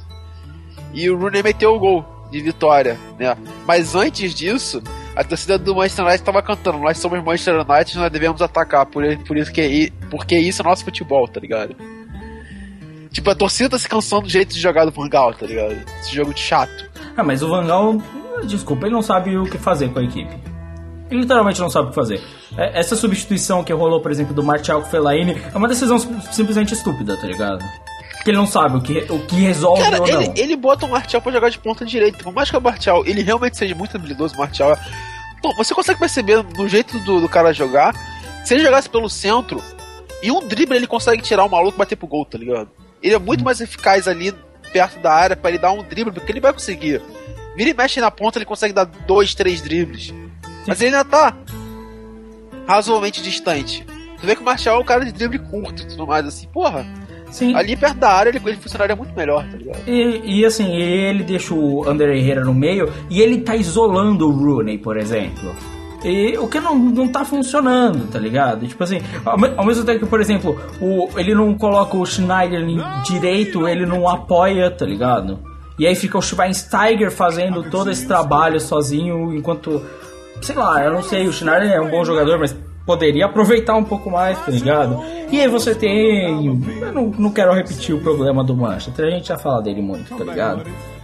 E o Rooney meteu o gol de vitória, né? Mas antes disso, a torcida do Manchester United estava cantando: nós somos Manchester United, nós devemos atacar, porque isso é nosso futebol, tá ligado? Tipo, a torcida tá se cansando do jeito de jogar do Van Gaal, tá ligado? Esse jogo de chato. Mas o Van Gaal, desculpa, ele não sabe o que fazer com a equipe. Ele literalmente não sabe o que fazer. Essa substituição que rolou, por exemplo, do Martial com o Fellaini é uma decisão simplesmente estúpida, tá ligado? Porque ele não sabe o que resolve. Cara, ou não. Ele bota o Martial pra jogar de ponta direita. Por mais que o Martial, ele realmente seja muito habilidoso, o Martial... Pô, você consegue perceber no jeito do cara jogar, se ele jogasse pelo centro, e um drible ele consegue tirar o maluco e bater pro gol, tá ligado? Ele é muito mais eficaz ali, perto da área, pra ele dar um drible, porque ele vai conseguir. Vira e mexe na ponta, ele consegue dar 2, 3 dribles. Sim. Mas ele ainda tá razoavelmente distante. Tu vê que o Martial é um cara de drible curto e tudo mais, assim, porra... Sim. Ali perto da área ele funcionaria muito melhor, tá ligado? E assim, ele deixa o Ander Herrera no meio e ele tá isolando o Rooney, por exemplo. E o que não tá funcionando, tá ligado? Tipo assim, ao mesmo tempo que, por exemplo, ele não coloca o Schneider direito, ele não apoia, tá ligado? E aí fica o Schweinsteiger fazendo todo esse trabalho sozinho, enquanto, sei lá, eu não sei, o Schneider é um bom jogador, mas poderia aproveitar um pouco mais, tá ligado? E aí você tem... Eu não quero repetir o problema do Manchester, a gente já fala dele muito, tá ligado?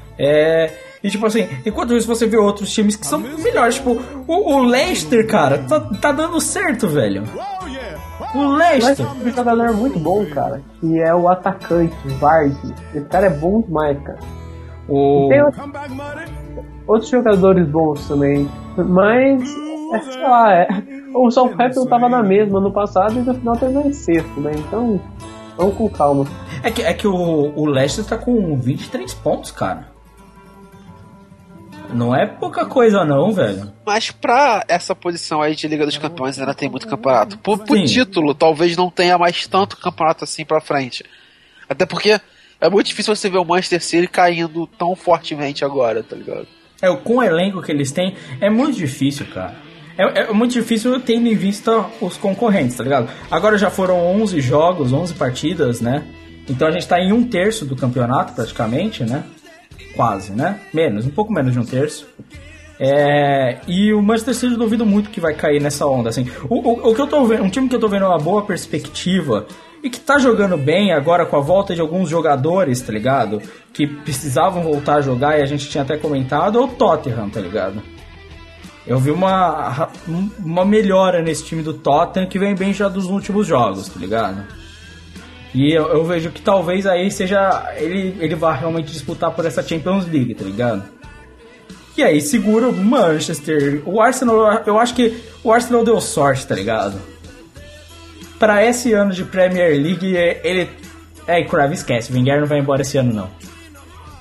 E tipo assim, enquanto isso você vê outros times que são melhores, tipo, o Leicester, cara, tá dando certo, velho. O Leicester tem um jogador muito bom, cara, que é o atacante, Vardy. Esse cara é bom demais, cara. Tem outros jogadores bons também, mas, sei lá, o Southampton tava na mesma no passado e no final terminou em sexto, né? Então, vamos com calma. É que o Leicester tá com 23 pontos, cara. Não é pouca coisa não, velho. Mas pra essa posição aí de Liga dos Campeões ainda tem muito campeonato. Por título, talvez não tenha mais tanto campeonato assim pra frente. Até porque é muito difícil você ver o Manchester City caindo tão fortemente agora, tá ligado? Com o elenco que eles têm, é muito difícil, cara. É muito difícil tendo em vista os concorrentes, tá ligado? Agora já foram 11 jogos, 11 partidas, né? Então a gente tá em 1/3 do campeonato, praticamente, né? Quase, né? Um pouco menos de 1/3. E o Manchester City eu duvido muito que vai cair nessa onda, assim. O que eu tô vendo, um time que eu tô vendo uma boa perspectiva e que tá jogando bem agora com a volta de alguns jogadores, tá ligado? Que precisavam voltar a jogar e a gente tinha até comentado, é o Tottenham, tá ligado? Eu vi uma melhora nesse time do Tottenham que vem bem já dos últimos jogos, tá ligado? E eu vejo que talvez aí seja... Ele vá realmente disputar por essa Champions League, tá ligado? E aí segura o Manchester. O Arsenal, eu acho que o Arsenal deu sorte, tá ligado? Pra esse ano de Premier League, ele... Crave, esquece, o Wenger não vai embora esse ano, não.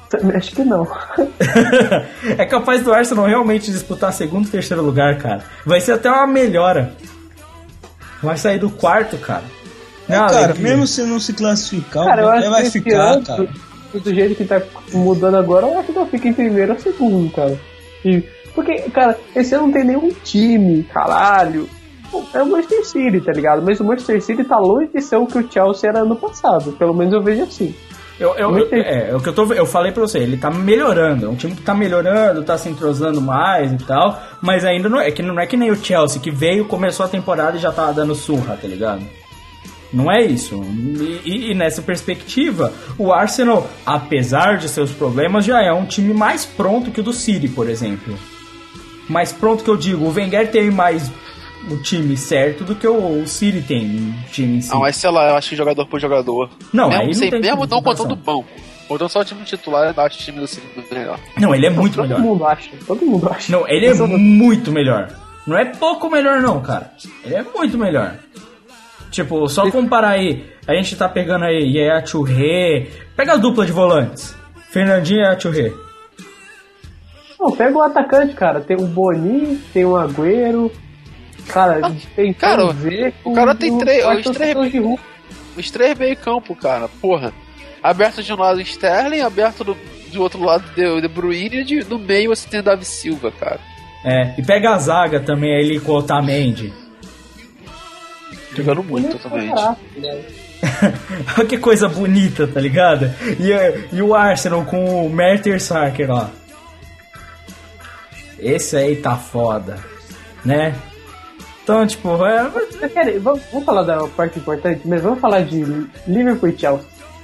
Acho que não. É capaz do Arsenal realmente disputar segundo e terceiro lugar, cara. Vai ser até uma melhora. Vai sair do quarto, cara. Cara, mesmo se não se classificar, cara, o Benfica vai ficar, cara. Do jeito que tá mudando agora, eu acho que não fica em primeiro ou segundo, cara. Porque, cara, esse ano não tem nenhum time, caralho. É o Manchester City, tá ligado? Mas o Manchester City tá longe de ser o que o Chelsea era ano passado. Pelo menos eu vejo assim. Eu falei pra você, ele tá melhorando. É um time que tá melhorando, tá se entrosando mais e tal. Mas ainda não é que nem o Chelsea, que veio, começou a temporada e já tava dando surra, tá ligado? Não é isso. E nessa perspectiva, o Arsenal, apesar de seus problemas, já é um time mais pronto que o do City, por exemplo. Mais pronto que eu digo, o Wenger tem mais o time certo do que o City tem um time em si. Não, mas sei lá, eu acho que jogador por jogador. Não, mesmo, aí não tem mesmo não contando o banco. Contando só o time titular, eu acho o time do City muito melhor. Não, ele é muito melhor. Todo mundo acha. Não, ele é muito melhor. Não é pouco melhor não, cara. Ele é muito melhor. Tipo, só comparar aí. A gente tá pegando aí Yaya Touré. Pega a dupla de volantes. Fernandinho e Yaya Touré. Não, pega o atacante, cara. Tem o Boni, tem o Agüero. Cara, tem cara, Zeco, o cara tem os três meio campo, cara. Porra. Aberto de um lado o Sterling, aberto do outro lado o De Bruyne e no meio você tem o Davi Silva, cara. E pega a zaga também ali com o Otamendi. Jogando muito também. Olha que coisa bonita, tá ligado? E o Arsenal com o Mertesacker lá. Esse aí tá foda, né? Então, tipo... Vamos falar da parte importante, mas vamos falar de Liverpool e Chelsea.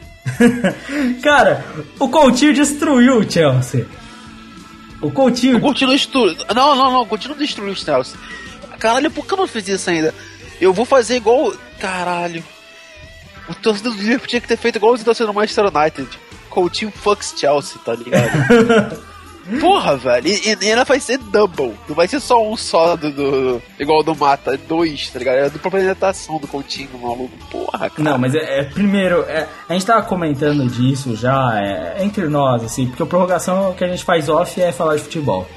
Cara, o Coutinho destruiu o Chelsea. O Coutinho destruiu. Não, o Coutinho destruiu o Chelsea. Caralho, por que eu não fiz isso ainda? Eu vou fazer igual... Caralho. O torcedor do Liverpool tinha que ter feito igual os torcedores do Manchester United. Coutinho fucks Chelsea, tá ligado? Porra, velho. E ela vai ser double. Não vai ser só um só igual do Mata. 2, tá ligado? É a dupla apresentação do Coutinho, maluco. Porra, cara. Não, mas primeiro, a gente tava comentando disso já entre nós, assim, porque a prorrogação que a gente faz off é falar de futebol.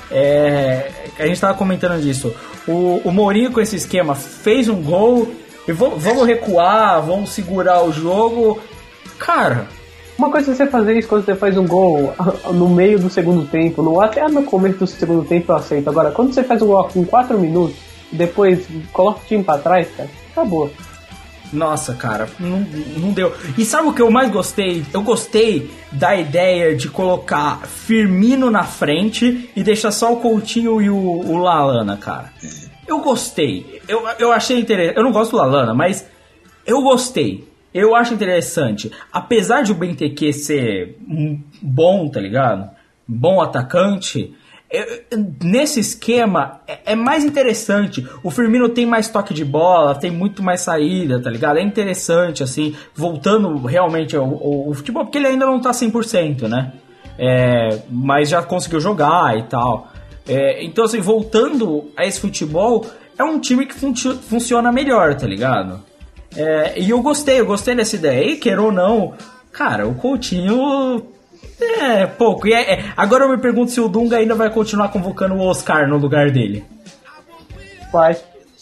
A gente tava comentando disso. O Mourinho com esse esquema fez um gol e vamos recuar, vamos segurar o jogo. Cara, uma coisa é você fazer isso quando você faz um gol no meio do segundo tempo, até no começo do segundo tempo eu aceito. Agora, quando você faz um gol com 4 minutos e depois coloca o time pra trás, cara, acabou. Nossa, cara, não deu. E sabe o que eu mais gostei? Eu gostei da ideia de colocar Firmino na frente e deixar só o Coutinho e o Lallana, cara. Eu gostei. Eu achei interessante. Eu não gosto do Lallana, mas eu gostei. Eu acho interessante. Apesar de o Benteke ser bom, tá ligado? Bom atacante... nesse esquema é mais interessante. O Firmino tem mais toque de bola, tem muito mais saída, tá ligado? É interessante, assim, voltando realmente ao futebol, porque ele ainda não tá 100%, né? Mas já conseguiu jogar e tal. Então, assim, voltando a esse futebol, é um time que funciona melhor, tá ligado? E eu gostei dessa ideia. E queira ou não, cara, o Coutinho... pouco. Agora eu me pergunto se o Dunga ainda vai continuar convocando o Oscar no lugar dele. Vai.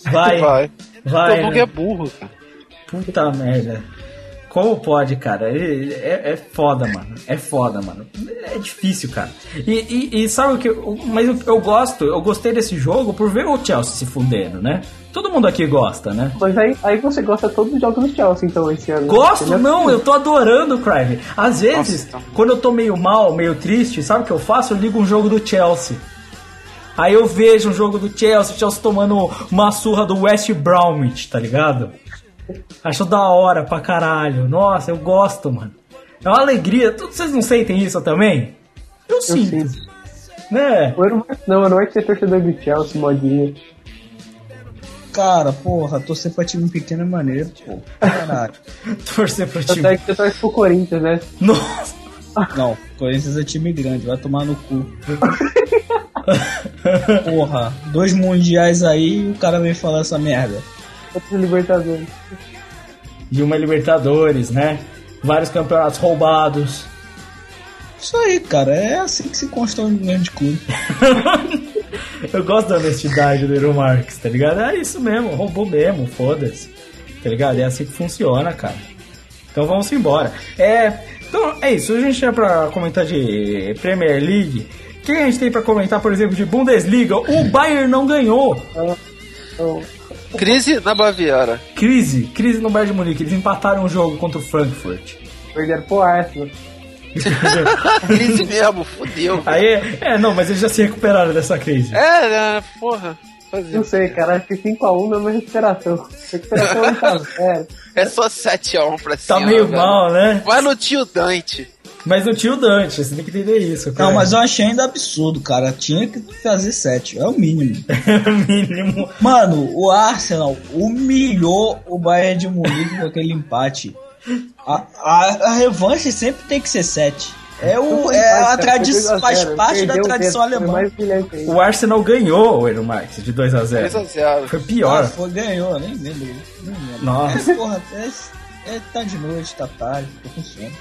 O Dunga né? é burro, cara. Puta merda. Como pode, cara? É foda, mano. É difícil, cara. E sabe o que... Mas eu gostei desse jogo por ver o Chelsea se fundendo, né? Todo mundo aqui gosta, né? Mas aí você gosta de todos os jogos do Chelsea, então, esse ano. Gosto? Não, eu tô adorando o Crive. Às vezes, quando eu tô meio mal, meio triste, sabe o que eu faço? Eu ligo um jogo do Chelsea. Aí eu vejo um jogo do Chelsea, o Chelsea tomando uma surra do West Bromwich, tá ligado? Acho da hora pra caralho. Nossa, eu gosto, mano. É uma alegria. Vocês não sentem isso também? Eu sinto. Né? Eu não é que ser torcedor do Chelsea, modinha. Cara, porra, torcer pra time pequeno é maneiro, pô. Caralho. Torcer pra time... Até que você torce pro Corinthians, né? Nossa! Não, Corinthians é time grande, vai tomar no cu. Porra, 2 mundiais aí e o cara vem falar essa merda. Outros Libertadores. E uma Libertadores, né? Vários campeonatos roubados. Isso aí, cara, é assim que se constrói um grande clube. Eu gosto da honestidade do Eero Marques, tá ligado? É isso mesmo, roubou mesmo, foda-se. Tá ligado? É assim que funciona, cara. Então vamos embora. Então é isso, a gente é pra comentar de Premier League. O que a gente tem pra comentar, por exemplo, de Bundesliga? O Bayern não ganhou. Crise na Baviera. Crise no Bayern de Munique. Eles empataram o jogo contra o Frankfurt. Perderam pro Arsenal. Crise mesmo, fodeu. Aí, não, mas eles já se recuperaram dessa crise. Porra. Não sei, cara, acho que 5x1 é uma recuperação. Recuperação não tá zero. É só 7x1 pra cima. Tá meio velho. mal, né? Vai no tio Dante. Mas o tio Dante, você tem que entender isso, cara. Não, mas eu achei ainda absurdo, cara. Tinha que fazer 7, é o mínimo. É o mínimo. Mano, o Arsenal humilhou o Bayern de Munique com aquele empate. A revanche sempre tem que ser 7. A tradição, faz parte da tradição alemã. O Arsenal ganhou o Eero Marques de 2x0. 2x0. Foi pior. Ganhou, nem lembro. Nossa. Porra, tá de noite, tá tarde, tô com sono.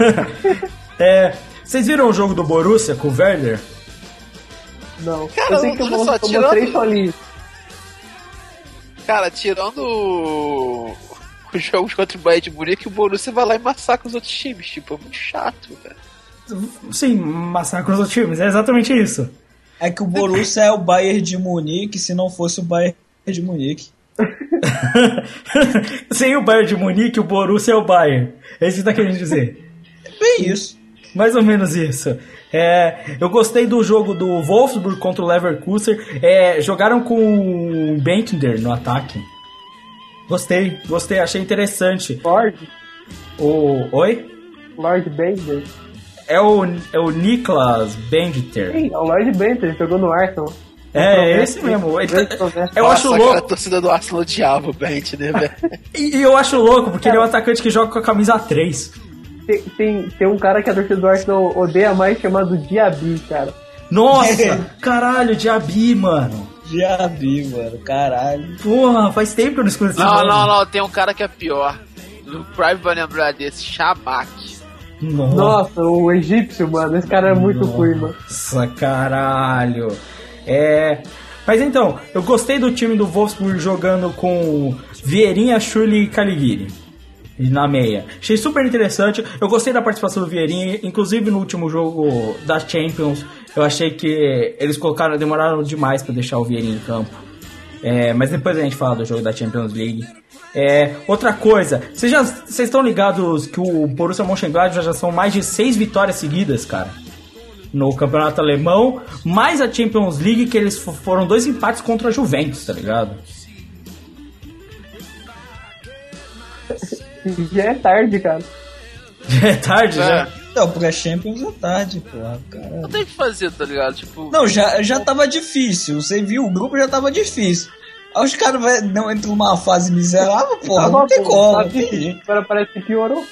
Vocês viram o jogo do Borussia com o Werder? Não. Cara, eu sei que olha só, tomou 3 solinhos. Cara, tirando os jogos contra o Bayern de Munique, o Borussia vai lá e massacra os outros times. Tipo, é muito chato, velho. Sim, massacra os outros times, é exatamente isso. É que o Borussia é o Bayern de Munique se não fosse o Bayern de Munique. Sem o Bayern de Munique, o Borussia é o Bayern. É isso que você tá querendo dizer. Bem isso. Mais ou menos isso. Eu gostei do jogo do Wolfsburg contra o Leverkusen. Jogaram com o Bentner no ataque. Gostei, achei interessante. Lord? Oi? Lord Bender? É o Niklas Bendtner. Sim, é o Lord Bender, jogou no Arsenal. Esse mesmo. Eu acho louco. Cara, a torcida do Arsenal odiava o Bent, né, velho? E eu acho louco, porque ele é um atacante que joga com a camisa 3. Tem um cara que a torcida do Arsenal odeia mais, chamado Diaby, cara. Nossa, caralho, Diaby, mano. Diaby, mano, caralho. Porra, faz tempo que eu não escuto esse nome. Não, tem um cara que é pior. O Prime vai lembrar desse, Shabak. Nossa, o egípcio, mano, esse cara é muito ruim, mano. Nossa, caralho. Mas então, eu gostei do time do Wolfsburg jogando com Vieirinha, Schürrle e Caligiuri na meia. Achei super interessante. Eu gostei da participação do Vieirinha, inclusive no último jogo da Champions. Eu achei que eles demoraram demais pra deixar o Vieirinha em campo. Mas depois a gente fala do jogo da Champions League. Outra coisa, vocês estão ligados que o Borussia Mönchengladbach já são mais de 6 vitórias seguidas, cara, no campeonato alemão, mais a Champions League, que eles foram 2 empates contra a Juventus, tá ligado? Já é tarde, cara. Já é tarde, já? Não, pré-Champions é tarde, porra, cara. Não tem o que fazer, tá ligado? Tipo... Não, já tava difícil, você viu, o grupo já tava difícil. Aí os caras não entram numa fase miserável, porra, não tem como. Agora parece que piorou.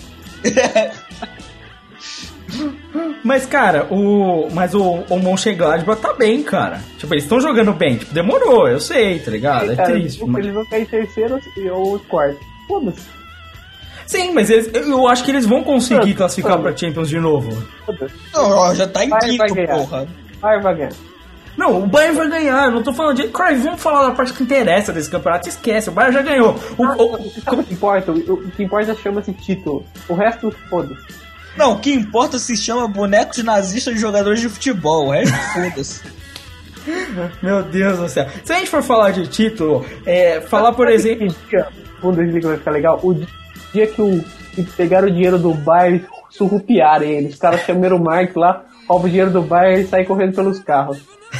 Mas, cara, o Mönchengladbach tá bem, cara. Tipo, eles estão jogando bem. Tipo, demorou, eu sei, tá ligado? Cara, triste. Mas... Eles vão cair em terceiro ou quarto. Foda-se. Sim, mas eu acho que eles vão conseguir classificar pra Champions de novo. Não, já tá em quinto, porra. Vai ganhar. Não, o Bayern vai ganhar, eu não tô falando de... Cara, vamos falar da parte que interessa desse campeonato, esquece, o Bayern já ganhou. O que importa? O que importa chama-se título. O resto, foda-se. Não, o que importa se chama bonecos nazistas de jogadores de futebol, o resto, foda-se. Meu Deus do céu. Se a gente for falar de título, falar, por exemplo... O Bundesliga vai ficar legal. O dia que pegaram o dinheiro do Bayern e surrupiaram eles. Os caras chamaram o Mark lá, roubam o dinheiro do Bayern e saem correndo pelos carros.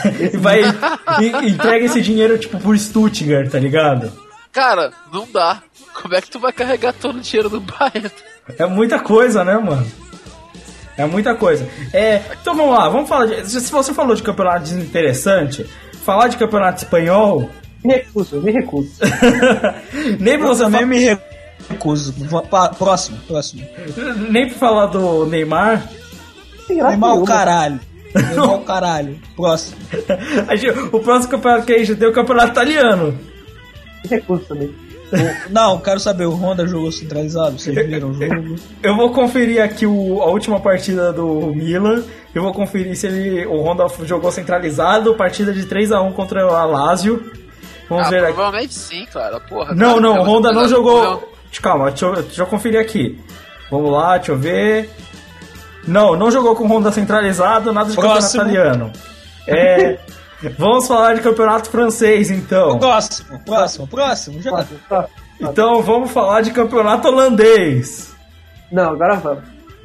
E entrega esse dinheiro, tipo, por Stuttgart, tá ligado? Cara, não dá. Como é que tu vai carregar todo o dinheiro do Bayern? É muita coisa, né, mano? É muita coisa. Então vamos lá, vamos falar de... Se você falou de campeonato desinteressante, falar de campeonato espanhol... Me recuso. Nem pra você também me recuso. Próximo. Nem pra falar do Neymar. Neymar o caralho. Próximo. O próximo campeonato que a gente deu é o campeonato italiano. Me recuso também. Não, quero saber, o Honda jogou centralizado? Vocês viram o jogo? Eu vou conferir aqui a última partida do Milan. Eu vou conferir se o Honda jogou centralizado. Partida de 3-1 contra o Lazio. Vamos ver aqui. Provavelmente sim, cara. Porra, Não, cara, o Honda não jogou. Não. Calma, deixa eu conferir aqui. Vamos lá, deixa eu ver. Não jogou com o Honda centralizado, nada de campeonato italiano. Vamos falar de campeonato francês, então. Próximo, já. Então vamos falar de campeonato holandês. Não, agora vamos.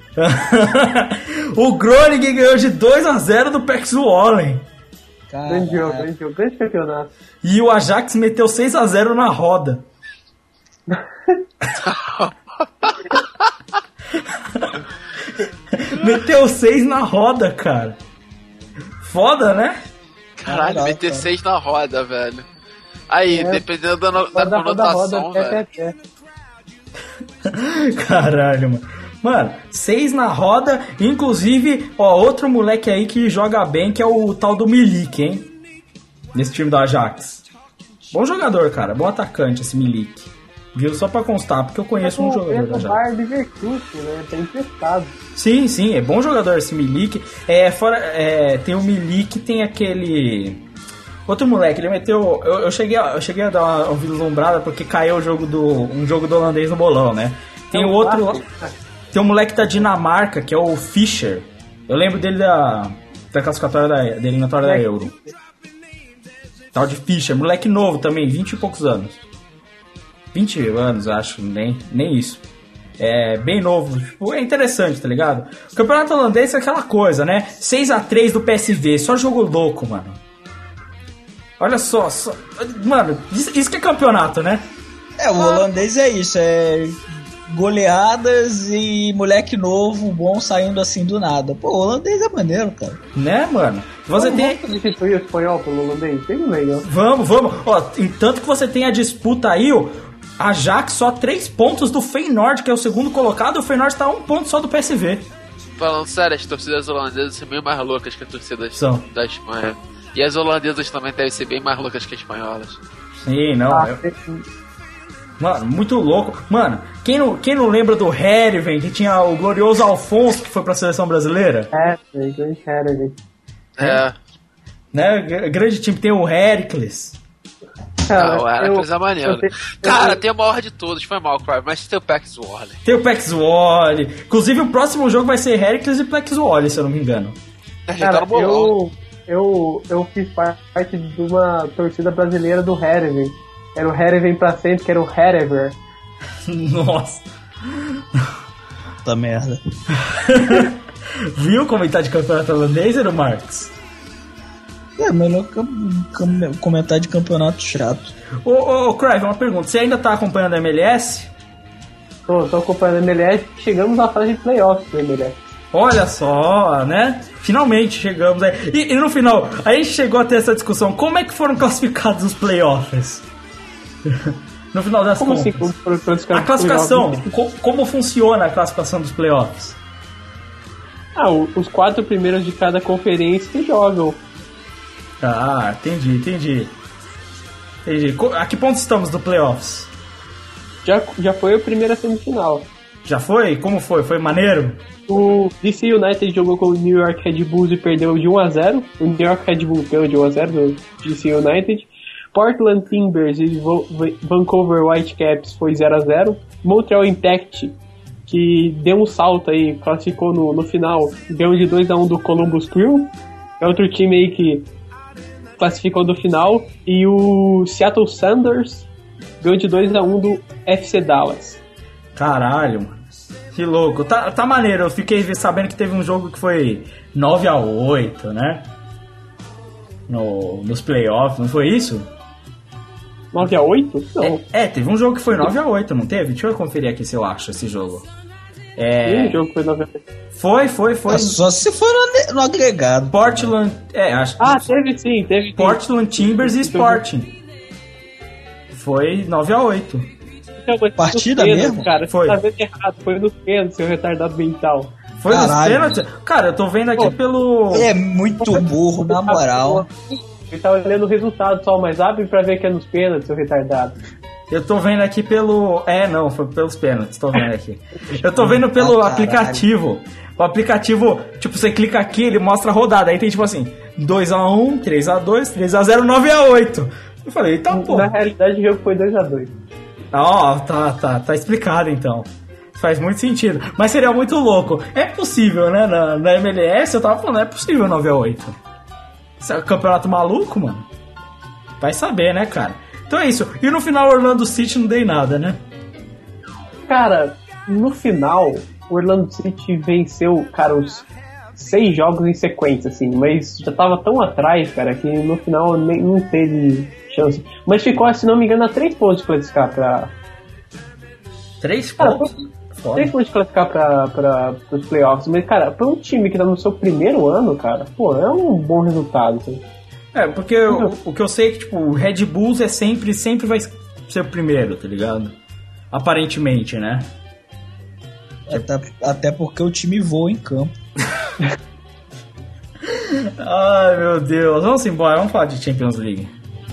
O Groningen ganhou de 2-0 do PEC Zwolle. Grande jogo, grande campeonato. E o Ajax meteu 6-0 na roda. Meteu 6 na roda, cara. Foda, né? Caralho, meter 6 na roda, velho. Aí, dependendo da conotação, velho. Caralho, mano. Mano, 6 na roda. Inclusive, outro moleque aí que joga bem, que é o tal do Milik, hein? Nesse time do Ajax. Bom jogador, cara. Bom atacante esse Milik. Viu? Só pra constar, porque eu conheço um jogador do Ajax. De Virtude, né? Tá emprestado. Sim, é bom jogador esse Milik. Tem o Milik, tem aquele... Outro moleque, ele meteu... Eu cheguei a dar uma vislumbrada porque caiu um jogo do holandês no bolão, né? Tem o outro... Tem um moleque da Dinamarca, que é o Fischer. Eu lembro dele da classificatória da eliminatória da Euro. Tal de Fischer, moleque novo também, 20 e poucos anos. 20 anos, acho, nem isso. É bem novo, tipo, é interessante, tá ligado? O campeonato holandês é aquela coisa, né? 6-3 do PSV, só jogo louco, mano. Olha só. Mano, isso que é campeonato, né? O holandês é isso, é goleadas e moleque novo, bom, saindo assim do nada. Pô, o holandês é maneiro, cara. Né, mano? Você tem... Vamos substituir o espanhol pelo holandês? Tem legal. Vamos. Tanto que você tem a disputa aí, o Ajax só 3 pontos do Feyenoord, que é o segundo colocado, e o Feyenoord tá a 1 ponto só do PSV. Falando sério, as torcidas holandesas são bem mais loucas que as torcidas da Espanha. E as holandesas também devem ser bem mais loucas que as espanholas. Sim, não. Mano, muito louco. Mano, quem não lembra do Heerenveen, que tinha o glorioso Alfonso, que foi pra seleção brasileira? Grande Heerenveen. Né? Grande time, tem o Heracles. Cara, o Heracles é maneiro. Cara, tem a maior de todos, foi mal, Cry, mas tem o PEC Zwolle. Tem o PEC Zwolle. Inclusive, o próximo jogo vai ser Heracles e PEC Zwolle, se eu não me engano. Cara, eu fiz parte de uma torcida brasileira do Heerenveen. Era o Heerenveen pra sempre, que era o Herever. Nossa. Puta merda. Viu comentar de campeonato holandês, era o Marcos? Melhor comentar de campeonato chato. Ô, Crive, uma pergunta. Você ainda tá acompanhando a MLS? Tô acompanhando a MLS. Chegamos na fase de playoffs do MLS. Olha só, né? Finalmente chegamos aí. E no final, a gente chegou a ter essa discussão. Como é que foram classificados os playoffs? No final das contas. Assim, a classificação, como funciona a classificação dos playoffs? Os 4 primeiros de cada conferência jogam. Ah, entendi. A que ponto estamos do playoffs? Já foi a primeira semifinal. Já foi? Como foi? Foi maneiro? O DC United jogou com o New York Red Bulls e perdeu de 1-0. O New York Red Bulls ganhou de 1-0 do DC United. Portland Timbers e Vancouver Whitecaps foi 0-0. Montreal Impact, que deu um salto aí, classificou no final, ganhou de 2-1 do Columbus Crew. É outro time aí que classificou do final. E o Seattle Sounders ganhou de 2-1 do FC Dallas. Caralho, mano. Que louco. Tá maneiro. Eu fiquei sabendo que teve um jogo que foi 9-8, né? Nos playoffs, não foi isso? 9-8? Não. Teve um jogo que foi 9-8, não teve? Deixa eu conferir aqui se eu acho esse jogo. Sim, o jogo foi 9-8. Foi. Só se for no agregado. Portland. Acho. Teve sim, teve. Portland Timbers e Sporting. Foi 9-8. Partida mesmo? Cara, foi. Você tá vendo errado, foi no pênalti, seu retardado mental. Foi nos pênaltis? Cara, eu tô vendo aqui pelo... Ele é muito burro, na moral. Ele tá olhando o resultado só, mas abre pra ver que é nos pênaltis, seu retardado. Eu tô vendo aqui pelo... não, foi pelos pênaltis, tô vendo aqui. Eu tô vendo pelo aplicativo. O aplicativo, tipo, você clica aqui, ele mostra a rodada. Aí tem tipo assim, 2x1, 3x2, 3x0, 9x8. Eu falei, eita pô. Na realidade o jogo foi 2x2. Ó, tá explicado então. Faz muito sentido. Mas seria muito louco. É possível, né? Na MLS eu tava falando, é possível 9x8. Isso é um campeonato maluco, mano. Vai saber, né, cara? Então é isso. E no final, Orlando City não dei nada, né? Cara, no final, o Orlando City venceu, cara, os 6 jogos em sequência, assim. Mas já tava tão atrás, cara, que no final nem não teve chance. Mas ficou, se não me engano, a 3 pontos de classificar pra... 3 pontos? 3 pontos de classificar para os playoffs. Mas, cara, pra um time que tá no seu primeiro ano, cara, pô, é um bom resultado, assim. Porque o que eu sei é que, tipo, o Red Bulls sempre vai ser o primeiro, tá ligado? Aparentemente, né? Até porque o time voa em campo. Ai, meu Deus. Vamos embora, vamos falar de Champions League.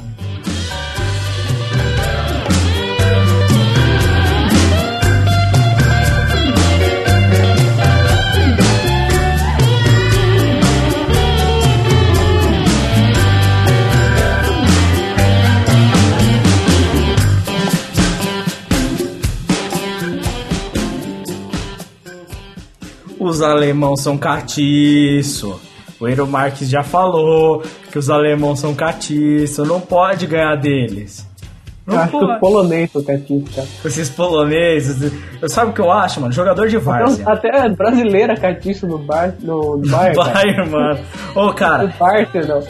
Os alemãos são catiço. O Eero Marques já falou que os alemãos são catiço. Não pode ganhar deles. Não acho que os poloneses são catiço, cara. Esses poloneses. Sabe o que eu acho, mano? Jogador de várzea. Até brasileira catiço no Bayern. No Bayern, mano. Ô, cara. No Barça, não.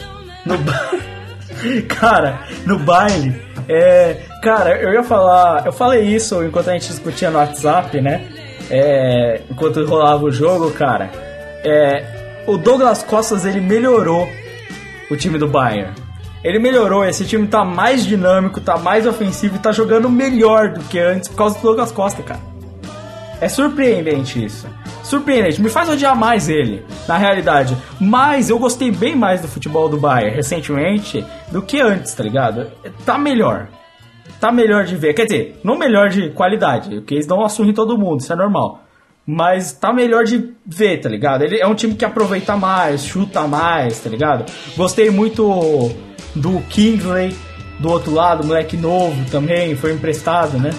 Cara, no baile. Cara, eu ia falar. Eu falei isso enquanto a gente discutia no WhatsApp, né? Enquanto rolava o jogo, cara, o Douglas Costa, ele melhorou o time do Bayern. Ele melhorou, esse time tá mais dinâmico, tá mais ofensivo e tá jogando melhor do que antes por causa do Douglas Costa, cara. É surpreendente isso. Surpreendente, me faz odiar mais ele, na realidade. Mas eu gostei bem mais do futebol do Bayern recentemente do que antes, tá ligado? Tá melhor. Tá melhor de ver, quer dizer, não melhor de qualidade, porque eles dão uma surra em todo mundo, isso é normal. Mas tá melhor de ver, tá ligado? Ele é um time que aproveita mais, chuta mais, tá ligado? Gostei muito do Kingsley, do outro lado, moleque novo também, foi emprestado, né?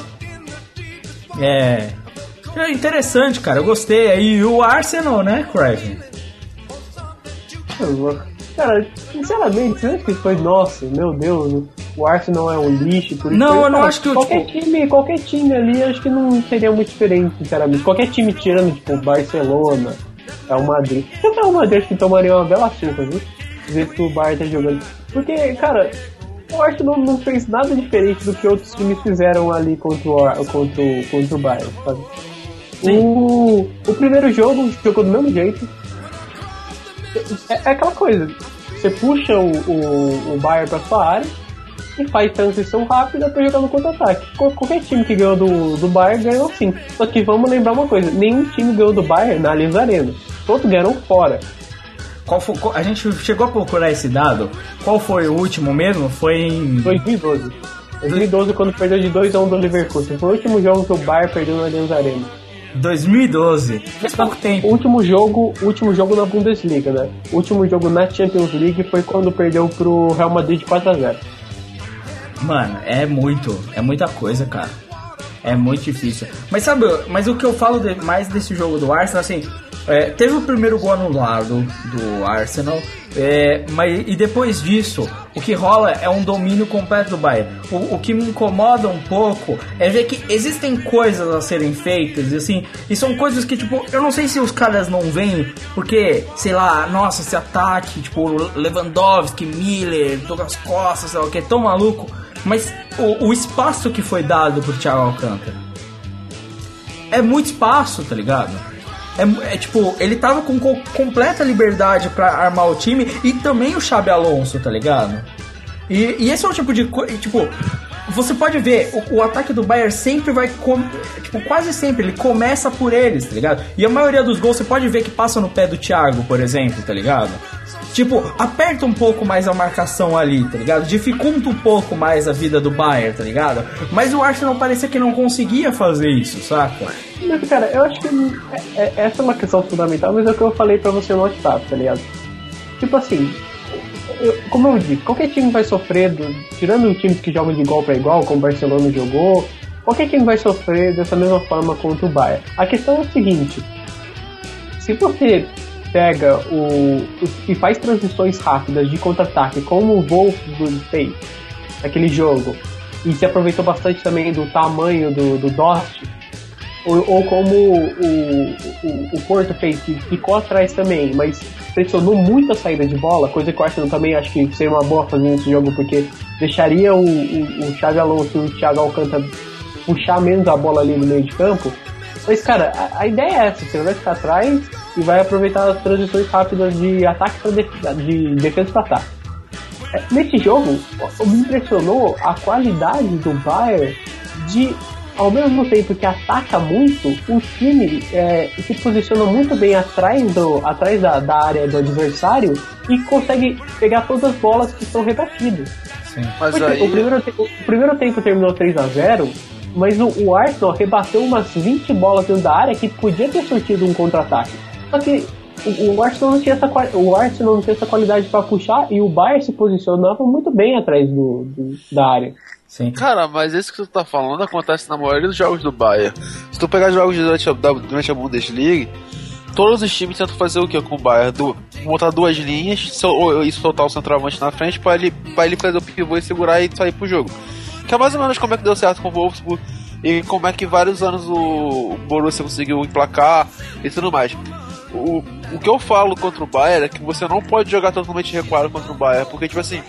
É interessante, cara, eu gostei. Aí o Arsenal, né, Craig? Cara, sinceramente, você acha que foi, nossa, meu Deus, o Arsenal é um lixo? Por isso não, eu não acho que qualquer time ali, acho que não seria muito diferente, sinceramente. Qualquer time tirando, tipo, Barcelona, Real Madrid. Se o Real Madrid, acho que tomaria uma bela surra, viu? Ver que o Bayern tá jogando. Porque, cara, o Arsenal não fez nada diferente do que outros times fizeram ali contra o Bayern, sabe? O primeiro jogo jogou do mesmo jeito. É aquela coisa, você puxa o Bayern pra sua área e faz transição rápida pra jogar no contra-ataque. Qualquer time que ganhou do Bayern ganhou sim. Só que vamos lembrar uma coisa, nenhum time ganhou do Bayern na Allianz Arena. Todos ganharam fora. A gente chegou a procurar esse dado. Qual foi o último mesmo? Foi em 2012. 2012, quando perdeu de 2-1 do Leverkusen. Foi o último jogo que o Bayern perdeu na Allianz Arena. 2012. Faz pouco tempo. O último jogo na Bundesliga, né? O último jogo na Champions League foi quando perdeu pro Real Madrid de 4-0. Mano, é muita coisa, cara. É muito difícil. Mas o que eu falo mais desse jogo do Arsenal, assim, teve o primeiro gol anulado do Arsenal, e depois disso, o que rola é um domínio completo do Bayern. O que me incomoda um pouco é ver que existem coisas a serem feitas, assim, e são coisas que, tipo, eu não sei se os caras não veem, porque, sei lá, nossa, esse ataque, tipo, Lewandowski, Miller, Douglas Costa, sei lá o que, é tão maluco, mas o espaço que foi dado pro Thiago Alcântara é muito espaço, tá ligado? Tipo, ele tava com completa liberdade pra armar o time, e também o Xabi Alonso, tá ligado? E esse é o tipo de coisa, tipo, você pode ver, o ataque do Bayern sempre vai, tipo, quase sempre, ele começa por eles, tá ligado? E a maioria dos gols você pode ver que passa no pé do Thiago, por exemplo, tá ligado? Tipo, aperta um pouco mais a marcação ali, tá ligado? Dificulta um pouco mais a vida do Bayern, tá ligado? Mas o Arsenal parecia que não conseguia fazer isso, saca? Mas, cara, eu acho que essa é uma questão fundamental, mas é o que eu falei pra você no WhatsApp, tá ligado? Tipo assim, como eu disse, qualquer time vai sofrer, tirando times que jogam de igual pra igual, como o Barcelona jogou, qualquer time vai sofrer dessa mesma forma contra o Bayern. A questão é o seguinte, se você pega e faz transições rápidas de contra-ataque, como o Wolfsburg fez naquele jogo, e se aproveitou bastante também do tamanho do Dost, ou como o Porto fez, que ficou atrás também, mas pressionou muito a saída de bola, coisa que eu acho que eu também acho que seria uma boa fazer nesse jogo, porque deixaria o Xabi Alonso e o Thiago Alcântara puxar menos a bola ali no meio de campo. Mas, cara, a ideia é essa, você vai ficar atrás e vai aproveitar as transições rápidas de ataque de defesa para ataque. Nesse jogo, me impressionou a qualidade do Bayern de, ao mesmo tempo que ataca muito, o time se posiciona muito bem atrás da área do adversário e consegue pegar todas as bolas que são rebatidas. Mas aí... o primeiro tempo terminou 3-0, mas o Arsenal rebateu umas 20 bolas dentro da área que podia ter surtido um contra-ataque. Só que o Arsenal não tinha essa qualidade para puxar e o Bayern se posicionava muito bem atrás da área. Sim. Cara, mas isso que tu tá falando acontece na maioria dos jogos do Bayern. Se tu pegar jogos durante a Bundesliga, todos os times tentam fazer o que com o Bayern? Montar duas linhas e soltar o centroavante na frente pra ele fazer o pivô e segurar e sair pro jogo. Que é mais ou menos como é que deu certo com o Wolfsburg e como é que vários anos o Borussia conseguiu emplacar e tudo mais. O que eu falo contra o Bayern é que você não pode jogar totalmente recuado contra o Bayern, porque tipo assim,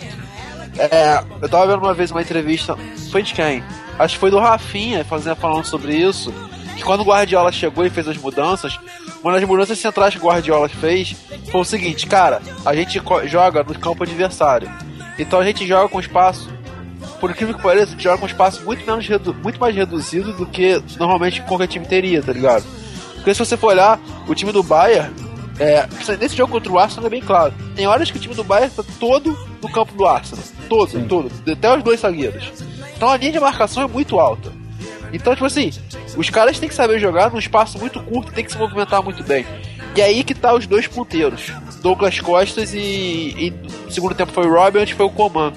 eu tava vendo uma vez uma entrevista, foi de quem? Acho que foi do Rafinha falando sobre isso, que quando o Guardiola chegou e fez as mudanças, uma das mudanças centrais que o Guardiola fez foi o seguinte: cara, a gente joga no campo adversário, então a gente joga com espaço, por incrível que pareça, a gente joga com espaço muito mais reduzido do que normalmente qualquer time teria, tá ligado? Porque se você for olhar, o time do Bayern, nesse jogo contra o Arsenal é bem claro, tem horas que o time do Bayern tá todo no campo do Arsenal, todo, até os dois zagueiros. Então a linha de marcação é muito alta. Então, tipo assim, os caras têm que saber jogar num espaço muito curto, tem que se movimentar muito bem. E aí que tá os dois ponteiros, Douglas Costas e no segundo tempo foi o Robin, antes foi o Coman.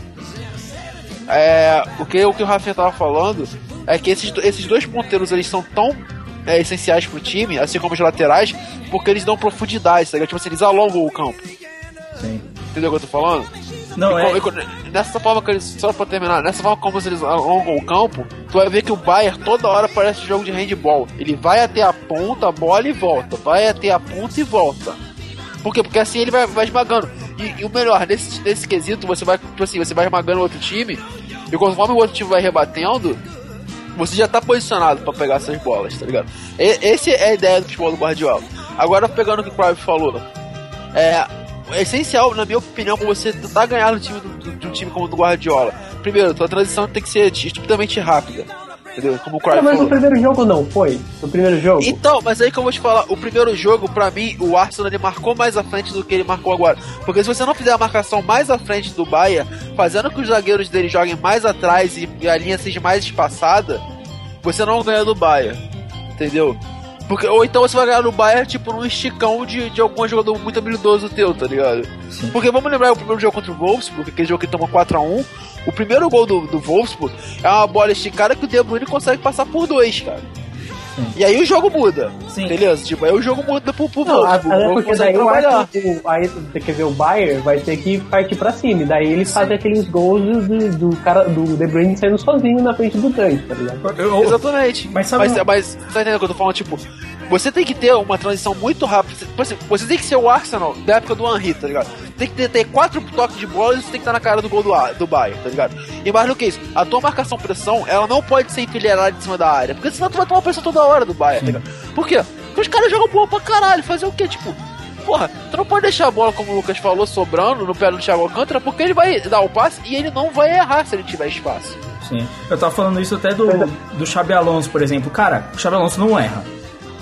O que o Rafinha tava falando é que esses dois ponteiros, eles são tão essenciais pro time, assim como os laterais, porque eles dão profundidade, tá? Tipo assim, eles alongam o campo. Sim. Entendeu o que eu tô falando? Não, nessa forma que eles, só pra terminar, nessa forma como eles alongam o campo, tu vai ver que o Bayern toda hora parece jogo de handball. Ele vai até a ponta, a bola e volta. Vai até a ponta e volta. Por quê? Porque assim ele vai esmagando. E o melhor, nesse quesito, você vai esmagando o outro time, e conforme o outro time vai rebatendo, você já tá posicionado pra pegar essas bolas, tá ligado? Essa é a ideia do futebol do Guardiola. Agora, pegando o que o Cruyff falou, é essencial, na minha opinião, pra você tentar ganhar no time de um time como o do Guardiola. Primeiro, tua transição tem que ser estupidamente rápida, entendeu? Como o Cruyff mas falou. no primeiro jogo não foi? No primeiro jogo? Então, mas aí que eu vou te falar, o primeiro jogo, pra mim, o Arsenal ele marcou mais à frente do que ele marcou agora. Porque se você não fizer a marcação mais à frente do Bayern, fazendo que os zagueiros dele joguem mais atrás e a linha seja mais espaçada, você não ganha do Bayern, entendeu? Ou então você vai ganhar no Bayern, tipo, num esticão de algum jogador muito habilidoso teu, tá ligado? Sim. Porque vamos lembrar o primeiro jogo contra o Wolfsburg, aquele jogo que toma 4-1, o primeiro gol do Wolfsburg é uma bola esticada que o De Bruyne consegue passar por 2, cara. Sim. E aí o jogo muda, beleza? Tipo, aí o jogo muda pro Wolfsburg. Até porque daí o Bayern vai ter que partir pra cima, e daí eles fazem aqueles gols do De Bruyne saindo sozinho na frente do tanque, tá ligado? Exatamente. Mas tá entendendo o que eu tô falando? Tipo, você tem que ter uma transição muito rápida. Você tem que ser o Arsenal da época do Henry, tá ligado? Tem que ter 4 toques de bola e você tem que estar na cara do gol do Bayern, tá ligado? E mais do que isso, a tua marcação-pressão, ela não pode ser enfileirada de cima da área, porque senão tu vai tomar pressão toda hora do Bayern, tá ligado? Por quê? Porque os caras jogam bola pra caralho, fazer o quê? Tipo, porra, tu não pode deixar a bola, como o Lucas falou, sobrando no pé do Thiago Alcântara, porque ele vai dar o passe e ele não vai errar se ele tiver espaço. Sim. Eu tava falando isso até do Xabi Alonso, por exemplo. Cara, o Xabi Alonso não erra.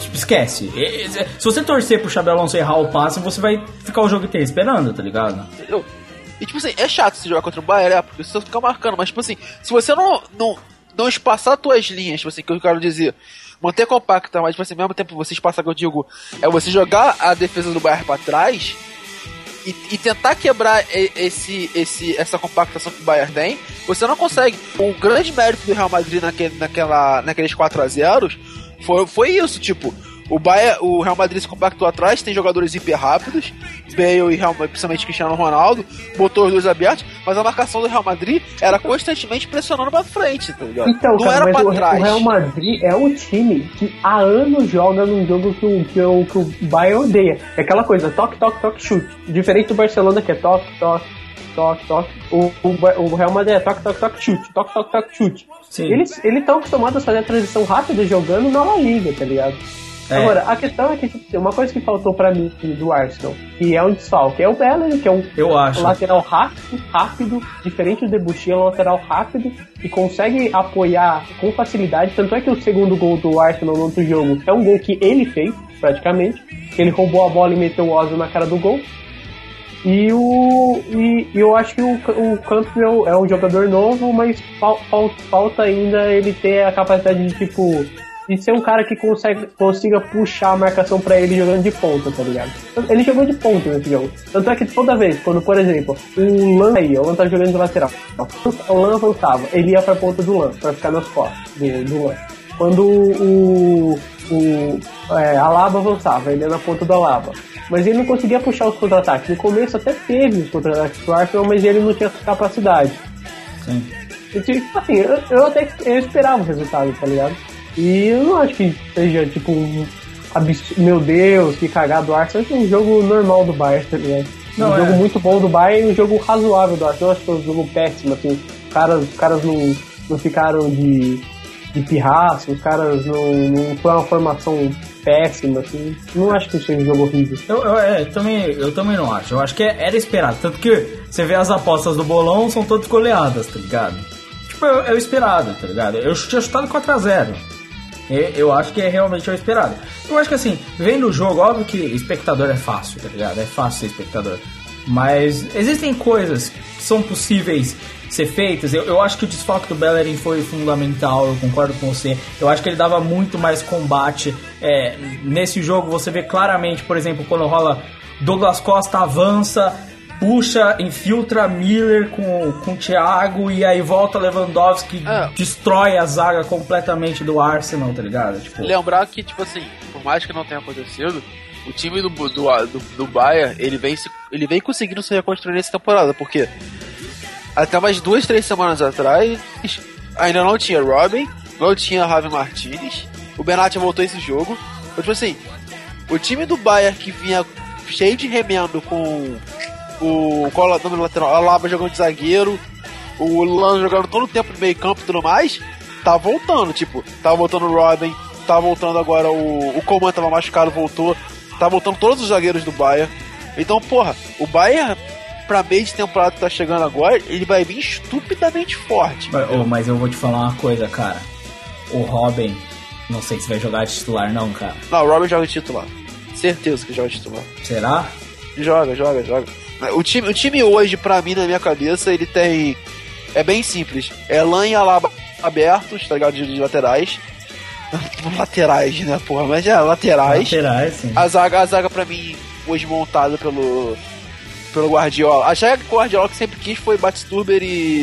tipo, esquece. Se você torcer pro Xabi Alonso errar o passe, você vai ficar o jogo inteiro esperando, tá ligado? Entendeu? E tipo assim, é chato você jogar contra o Bayern, porque você fica marcando, mas tipo assim, se você não espaçar as tuas linhas, tipo assim, que eu quero dizer, manter compacta, mas tipo assim, ao mesmo tempo você espaçar, que eu digo, é você jogar a defesa do Bayern pra trás e tentar quebrar essa compactação que o Bayern tem, você não consegue. O grande mérito do Real Madrid naqueles 4-0 foi isso, tipo, o Real Madrid se compactou atrás, tem jogadores hiper rápidos, Bale e principalmente Cristiano Ronaldo, botou os dois abertos, mas a marcação do Real Madrid era constantemente pressionando pra frente, tá ligado? Então, não cara, era mas pra o trás. Real Madrid é um time que há anos joga num jogo que o Bayern odeia. É aquela coisa, toque, toque, toque, chute. Diferente do Barcelona, que é toque, toque, toque, toque. O Real Madrid é toque, toque, toque, chute. Toque, toque, toque, chute. Sim. Eles estão acostumados a fazer a transição rápida jogando na La Liga, tá ligado? Agora, a questão é que tipo, uma coisa que faltou pra mim do Arsenal, que é um desfalque, é o Bellerin, que é um lateral rápido, diferente do Debuchy, é um lateral rápido e consegue apoiar com facilidade. Tanto é que o segundo gol do Arsenal no outro jogo é um gol que ele fez, praticamente. Ele roubou a bola e meteu o Ozil na cara do gol. E eu acho que o Campbell é um jogador novo, mas falta ainda ele ter a capacidade de, tipo, de ser um cara que consiga puxar a marcação pra ele jogando de ponta, tá ligado? Ele jogou de ponta nesse jogo. Tanto é que toda vez, quando, por exemplo, o Lan tá jogando de lateral, o Lan avançava, ele ia pra ponta do Lan, pra ficar nas costas do Lan. Quando a Alaba avançava, ele ia na ponta do Alaba. Mas ele não conseguia puxar os contra-ataques. No começo até teve os contra-ataques pro Arsenal, mas ele não tinha essa capacidade. Sim. Assim, eu esperava o resultado, tá ligado? E eu não acho que seja, tipo, meu Deus, que cagado do Arsenal. É um jogo normal do Bayern, tá ligado? Um jogo muito bom do Bayern e um jogo razoável do Arsenal. Eu acho que foi um jogo péssimo, assim. Os caras não ficaram de pirraça, os caras não foi uma formação péssima, assim. Não acho que seja um jogo horrível. Eu também não acho. Eu acho que era esperado. Tanto que você vê as apostas do bolão, são todas goleadas, tá ligado? Tipo, é o esperado, tá ligado? Eu tinha chutado 4-0. Eu acho que é realmente o esperado. Eu acho que assim, vendo o jogo, óbvio que espectador é fácil, tá ligado? É fácil ser espectador. Mas existem coisas que são possíveis ser feitas. Eu acho que o desfalque do Bellerin foi fundamental, eu concordo com você. Eu acho que ele dava muito mais combate. Nesse jogo você vê claramente, por exemplo, quando rola Douglas Costa avança, puxa, infiltra Miller com o Thiago e aí volta Lewandowski, destrói a zaga completamente do Arsenal, tá ligado? Tipo... Lembrar que, tipo assim, por mais que não tenha acontecido, o time do Bayern, ele vem conseguindo se reconstruir nessa temporada, porque até mais 2-3 semanas atrás ainda não tinha Robin, não tinha Javi Martinez, o Benatti voltou esse jogo. Então, tipo assim, o time do Bayern que vinha cheio de remendo com o colador no lateral, a Alaba jogando de zagueiro, o Lan jogando todo o tempo no meio campo e tudo mais, tá voltando, tipo, tá voltando o Robin, tá voltando agora o Coman tava machucado, voltou, tá voltando todos os zagueiros do Bayern. Então, porra, o Bayern pra meio de temporada que tá chegando agora, ele vai vir estupidamente forte. Mas eu vou te falar uma coisa, cara. O Robin, não sei se vai jogar de titular não, cara. Não, o Robin joga de titular. Certeza que joga de titular. Será? Joga. O time hoje, pra mim, na minha cabeça, ele tem... É bem simples. É Lan e Alaba abertos, tá ligado? De laterais. Laterais, né, porra? Mas laterais. Laterais, sim. A zaga pra mim, hoje montada pelo Guardiola. Achei que o Guardiola que sempre quis foi Batsturber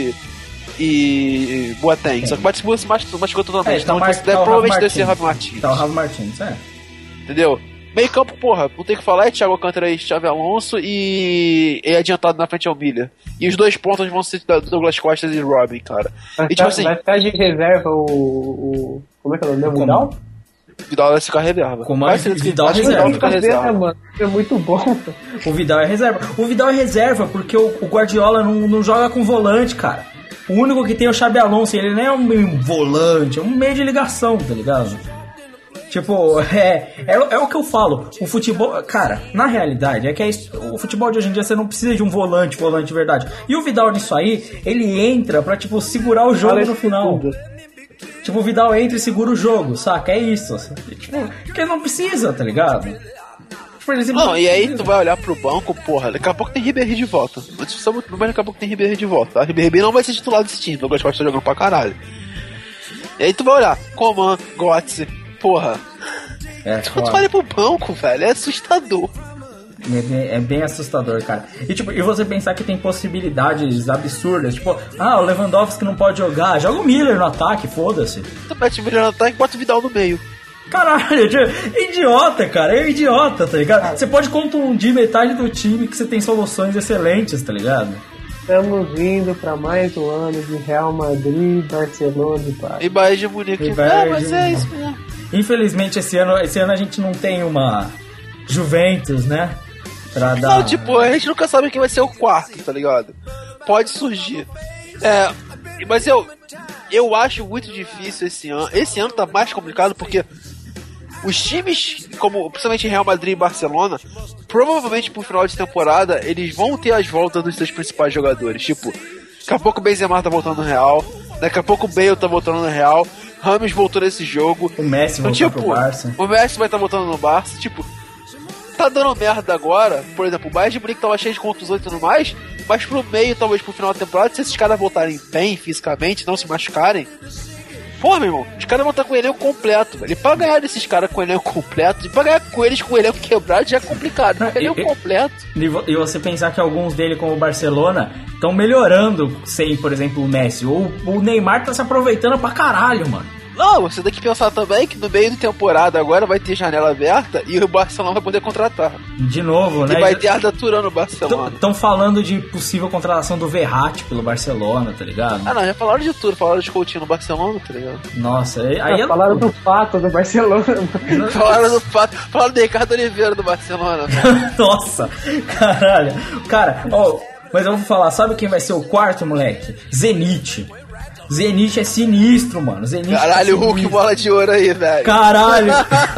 e Boateng. Sim. Só que o Batsturber se machucou totalmente. Então provavelmente deve ser Javi Martins. Tá o Javi Martins, Entendeu? Meio campo, porra, não tem o que falar, é Thiago Alcântara e Xabi Alonso e adiantado na frente é o Miller. E os dois pontos vão ser Douglas Costa e Robin, cara. Vai ficar de reserva o... Como é que é o nome? Vidal? Vidal vai ficar reserva. Vidal é reserva. Mano. É muito bom. O Vidal é reserva. O Vidal é reserva porque o Guardiola não joga com volante, cara. O único que tem é o Xabi Alonso, ele não é um volante, é um meio de ligação, tá ligado? Tipo, é o que eu falo. O futebol, cara, na realidade, o futebol de hoje em dia você não precisa de um volante de verdade. E o Vidal nisso aí, ele entra pra, tipo, segurar o jogo no final. Tipo, o Vidal entra e segura o jogo, saca? É isso. Tipo, porque não precisa, tá ligado? Não, e aí tu vai olhar pro banco, porra, daqui a pouco tem Ribéry de volta. Mas daqui a pouco tem Ribéry de volta. A Ribéry não vai ser titular desse time, Douglas Costa tá jogando pra caralho. E aí tu vai olhar, Coman, Götze, porra. Tu vai pro banco, velho, é assustador. É bem assustador, cara. E você pensar que tem possibilidades absurdas, tipo, o Lewandowski não pode jogar, joga o Miller no ataque, foda-se. Tu mete o Miller no ataque e bota o Vidal no meio. Caralho, é idiota, cara, é idiota, tá ligado? Você pode contundir metade do time que você tem soluções excelentes, tá ligado? Estamos indo pra mais um ano de Real Madrid, Barcelona e Bayern de Munique. Mas é isso mesmo. Infelizmente esse ano a gente não tem uma Juventus, né? Não, tipo, a gente nunca sabe quem vai ser o quarto, tá ligado? Pode surgir. Mas eu acho muito difícil esse ano. Esse ano tá mais complicado porque os times, como principalmente Real Madrid e Barcelona, provavelmente pro final de temporada, eles vão ter as voltas dos seus principais jogadores. Tipo, daqui a pouco o Benzema tá voltando no Real, daqui a pouco o Bale tá voltando no Real, Ramos voltou nesse jogo. O Messi voltou pro Barça. O Messi vai estar voltando no Barça, tipo... Tá dando merda agora, por exemplo, o Bayern de Munique tava cheio de contusões e tudo mais, mas pro meio, talvez pro final da temporada, se esses caras voltarem bem fisicamente, não se machucarem, pô, meu irmão, os caras vão estar com o elenco completo, velho. E pra ganhar desses caras com o elenco completo, e pra ganhar com eles com o elenco quebrado já é complicado, com o elenco completo. E você pensar que alguns dele, como o Barcelona, estão melhorando sem, por exemplo, o Messi. O Neymar tá se aproveitando pra caralho, mano. Não, você tem que pensar também que no meio da temporada agora vai ter janela aberta e o Barcelona vai poder contratar. De novo, né? E vai ter Arda Turan no Barcelona. Estão falando de possível contratação do Verratti pelo Barcelona, tá ligado? Ah, não, já falaram de tudo. Falaram de Coutinho no Barcelona, tá ligado? Nossa, aí falaram do Pato do Barcelona. Falaram do Pato. Falaram do Ricardo Oliveira do Barcelona. Nossa, caralho. Cara, mas eu vou falar, sabe quem vai ser o quarto, moleque? Zenit é sinistro, mano. Caralho, o Hulk bola de ouro aí, velho. Caralho.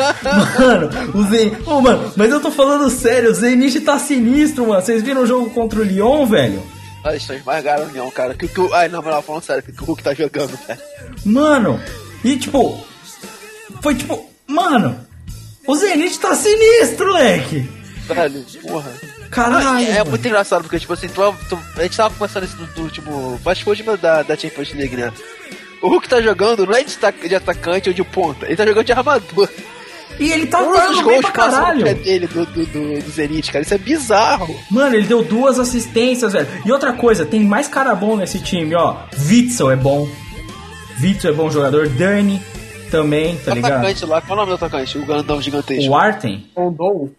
Mano, mano, mas eu tô falando sério, o Zenit tá sinistro, mano. Vocês viram o jogo contra o Lyon, velho? Eles estão esmagaram o Lyon, cara. Ai, na moral, falando sério, que o Hulk tá jogando, velho. Mano, e tipo... Foi tipo... Mano, o Zenit tá sinistro, moleque. Velho, porra. Caralho. É muito engraçado, porque, tipo assim, a gente tava conversando isso do último. Acho que foi o último da Champions League, né? O Hulk tá jogando, não é de atacante ou de ponta, ele tá jogando de armador. E ele tá jogando bem pra caralho. Pé dele do Zenit, cara, isso é bizarro. Mano, ele deu 2 assistências, velho. E outra coisa, tem mais cara bom nesse time, ó. Witzel é bom jogador. Dani também, tá ligado? Atacante lá, qual é o nome do atacante? O grandão gigantesco. O Arten. Rondon.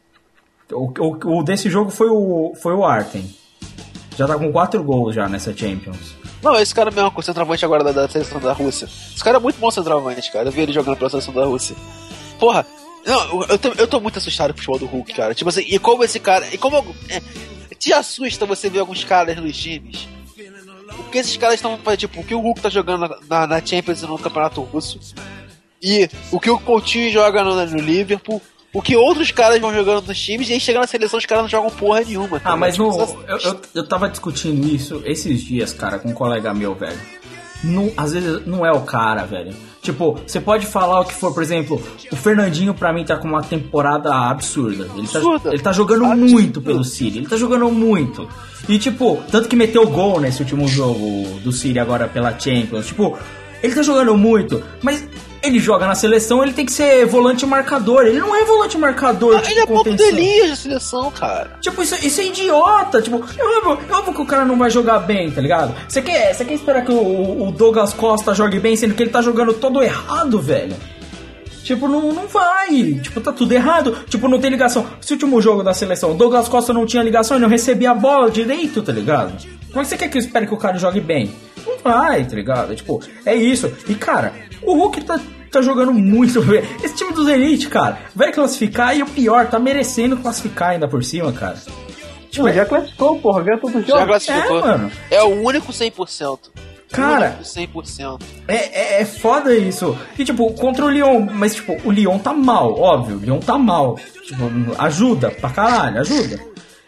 O desse jogo foi o Arten. Já tá com 4 gols já nessa Champions. Não, esse cara mesmo, o centroavante agora da seleção da Rússia. Esse cara é muito bom centroavante, cara. Eu vi ele jogando pela seleção da Rússia. Porra, não, eu tô muito assustado com o futebol do Hulk, cara. Tipo assim, e como esse cara... te assusta você ver alguns caras nos times. Porque esses caras estão... Tipo, o que o Hulk tá jogando na Champions e no Campeonato Russo. E o que o Coutinho joga no Liverpool... O que outros caras vão jogando nos times e aí chegando na seleção os caras não jogam porra nenhuma. Tá? Mas eu tava discutindo isso esses dias, cara, com um colega meu, velho. Às vezes não é o cara, velho. Tipo, você pode falar o que for, por exemplo, o Fernandinho pra mim tá com uma temporada absurda. Ele tá jogando muito pelo City, ele tá jogando muito. E tipo, tanto que meteu gol nesse último jogo do City agora pela Champions. Tipo, ele tá jogando muito, mas... Ele joga na seleção, ele tem que ser volante marcador. Ele não é volante marcador. Ele é ponto de Elias da seleção, cara. Tipo, isso é idiota. Tipo, é óbvio que o cara não vai jogar bem, tá ligado? Você quer esperar que o Douglas Costa jogue bem, sendo que ele tá jogando todo errado, velho? Tipo, não vai. Tipo, tá tudo errado. Tipo, não tem ligação. Esse último jogo da seleção, o Douglas Costa não tinha ligação e não recebia a bola direito, tá ligado? Como é que você quer que eu espere que o cara jogue bem? Não vai, tá ligado? Tipo, é isso. E, cara, o Hulk tá jogando muito bem. Esse time do Zenit, cara, vai classificar e o pior, tá merecendo classificar ainda por cima, cara. Tipo, já classificou, porra, ganhou todo o jogo. Já classificou. Mano. É o único 100%. Cara, 100%. É foda isso. E tipo, contra o Lyon, mas tipo, o Lyon tá mal, óbvio, o Lyon tá mal. Tipo, ajuda pra caralho, ajuda.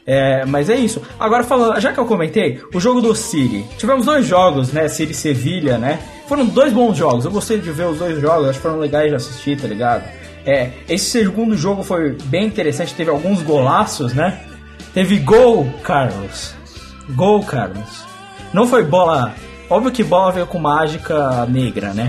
Mas é isso. Agora falando, já que eu comentei, o jogo do City. Tivemos 2 jogos, né? City e Sevilha, né? Foram 2 bons jogos. Eu gostei de ver os 2 jogos, acho que foram legais de assistir, tá ligado? Esse segundo jogo foi bem interessante, teve alguns golaços, né? Teve gol, Carlos. Gol, Carlos. Não foi bola. Óbvio que bola veio com mágica negra, né?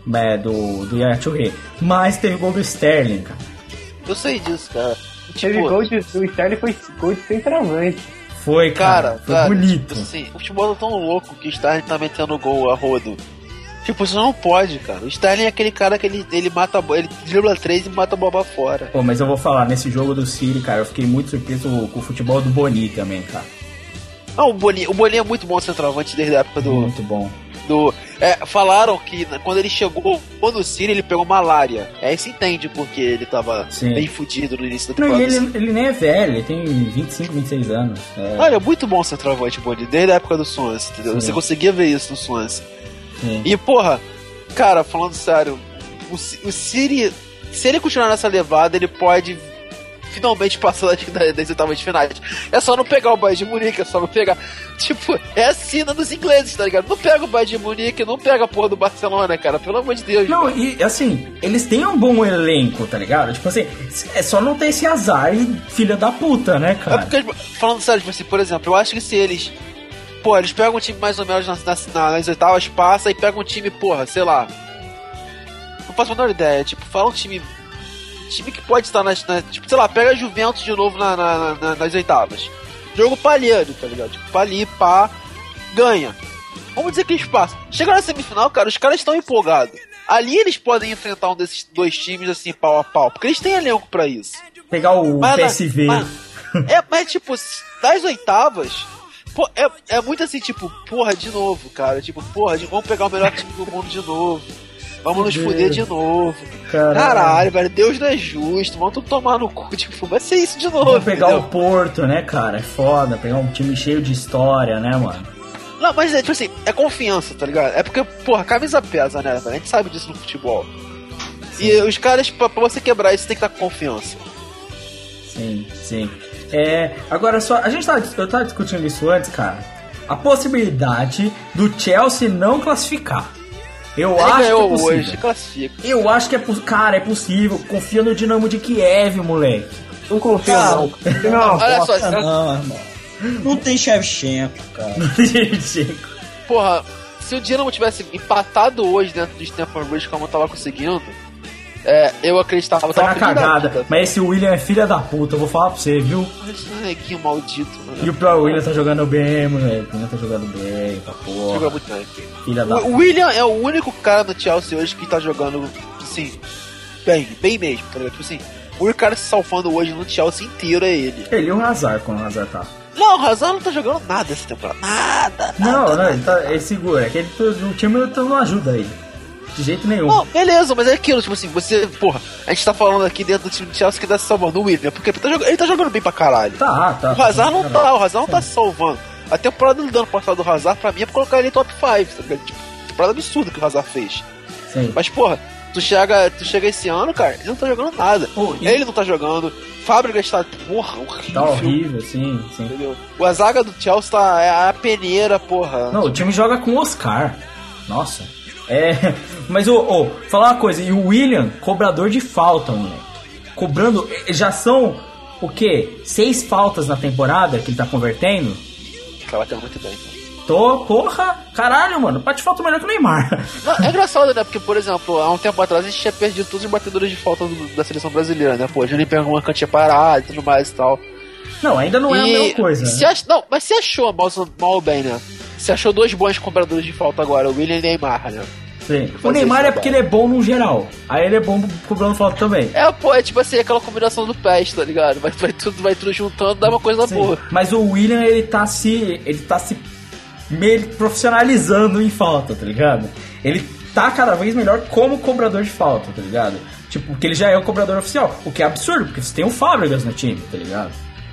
Do Yaya Touré. Mas teve gol do Sterling, cara. Eu sei disso, cara. Teve gol do Sterling, foi gol de centroavante. Foi, cara. Foi bonito. Tipo assim, o futebol é tão louco que o Sterling tá metendo gol a rodo. Tipo, isso não pode, cara. O Sterling é aquele cara que ele mata a bola, ele dribla 3 e mata a bola fora. Pô, mas eu vou falar, nesse jogo do City, cara, eu fiquei muito surpreso com o futebol do Boni também, cara. Não, o Boni é muito bom centroavante desde a época do... Muito bom. Falaram que quando ele chegou no City, ele pegou malária. Aí se entende porque ele tava bem fudido no início da temporada. Não, ele nem é velho, ele tem 25, 26 anos. Olha, muito bom centroavante, Boni, desde a época do Swansea, entendeu? Sim. Você conseguia ver isso no Swansea. Sim. E, porra, cara, falando sério, o City, se ele continuar nessa levada, ele pode finalmente passar das oitavas de finais. É só não pegar o Bayern de Munique, é só não pegar. Tipo, é a sina dos ingleses, tá ligado? Não pega o Bayern de Munique, não pega a porra do Barcelona, cara, pelo amor de Deus. Não, cara. E assim, eles têm um bom elenco, tá ligado? Tipo assim, é só não ter esse azar e filha da puta, né, cara? É porque, falando sério, tipo assim, por exemplo, eu acho que se eles... Pô, eles pegam um time mais ou menos nas oitavas, passa e pegam um time, porra, sei lá. Não faço a menor ideia. Tipo, fala um time que pode estar tipo, sei lá, pega a Juventus de novo nas oitavas. Jogo palheiro, tá ligado? Tipo, pali, pá, ganha. Vamos dizer que eles passam. Chega na semifinal, cara, os caras estão empolgados. Ali eles podem enfrentar um desses 2 times, assim, pau a pau. Porque eles têm elenco pra isso. Pegar o PSV. Mas tipo, das oitavas... Pô, é muito assim, tipo, porra, de novo, cara. Tipo, porra, vamos pegar o melhor time do mundo de novo. Vamos nos fuder de novo. Caralho, velho, Deus não é justo. Vamos tudo tomar no cu. Tipo, vai ser isso de novo. Vamos pegar o Porto, né, cara? É foda. Pegar um time cheio de história, né, mano? Não, mas é tipo assim, é confiança, tá ligado? É porque, porra, a camisa pesa, né? A gente sabe disso no futebol. Sim. E os caras, pra você quebrar isso, tem que estar com confiança. Sim. Agora só, eu tava discutindo isso antes, cara. A possibilidade do Chelsea não classificar. Eu acho que é possível. Hoje, classifica. Eu acho que é possível. Confia no Dinamo de Kiev, moleque. Não confio, não. Olha só, irmão. Não tem Shevchenko, cara. Não tem Shevchenko. Porra, se o Dinamo tivesse empatado hoje dentro do Stamford Bridge como eu tava conseguindo, eu acreditava. Tá na cagada, mas esse William é filha da puta, eu vou falar pra você, viu? Esse neguinho maldito, mano. E o William tá jogando bem, moleque. O William tá jogando bem, tá porra. Joga muito bem. Filha da puta. O William é o único cara no Chelsea hoje que tá jogando, assim, bem mesmo, tá ligado? Tipo assim, o único cara se salvando hoje no Chelsea inteiro é ele. Ele e o Hazard, quando o Hazard tá. Não, o Hazard não tá jogando nada essa temporada. Nada. Ele segura. É que o time não ajuda ele. De jeito nenhum. Não, beleza, mas é aquilo, tipo assim, a gente tá falando aqui dentro do time de Chelsea que tá se salvando o William, porque ele tá jogando bem pra caralho. Tá. O Hazard não tá se salvando. A temporada do ano passado do Hazard, pra mim, é pra colocar ele em top 5, tá ligado? Tipo, temporada absurda que o Hazard fez. Sim. Mas, porra, tu chega esse ano, cara, ele não tá jogando nada. Ele não tá jogando, Fábricas tá, porra, horrível. Tá horrível, sim. Entendeu? A zaga do Chelsea tá a peneira, porra. Não, o time joga com o Oscar. Nossa. Mas, falar uma coisa, e o William, cobrador de falta, moleque. Cobrando, já são, o quê? 6 faltas na temporada que ele tá convertendo? Ela tá muito bem, porra, caralho, mano, bate falta melhor que o Neymar. Não, é engraçado, né, porque, por exemplo, há um tempo atrás a gente tinha perdido todos os batedores de falta da seleção brasileira, né, pô, a gente pegou uma cantinha parada e tudo mais e tal. Não, ainda não é a mesma coisa, né? Mas você achou, mal ou bem, né? Você achou 2 bons cobradores de falta agora, o William e o Neymar, né? Sim. O Neymar é porque ele é bom no geral. Aí ele é bom cobrando falta também. É tipo assim, aquela combinação do PES, tá ligado? Vai tudo juntando, dá uma coisa boa. Mas o William, ele tá se meio profissionalizando em falta, tá ligado? Ele tá cada vez melhor como cobrador de falta, tá ligado? Tipo, porque ele já é o cobrador oficial. O que é absurdo, porque você tem o Fábricas no time, tá ligado?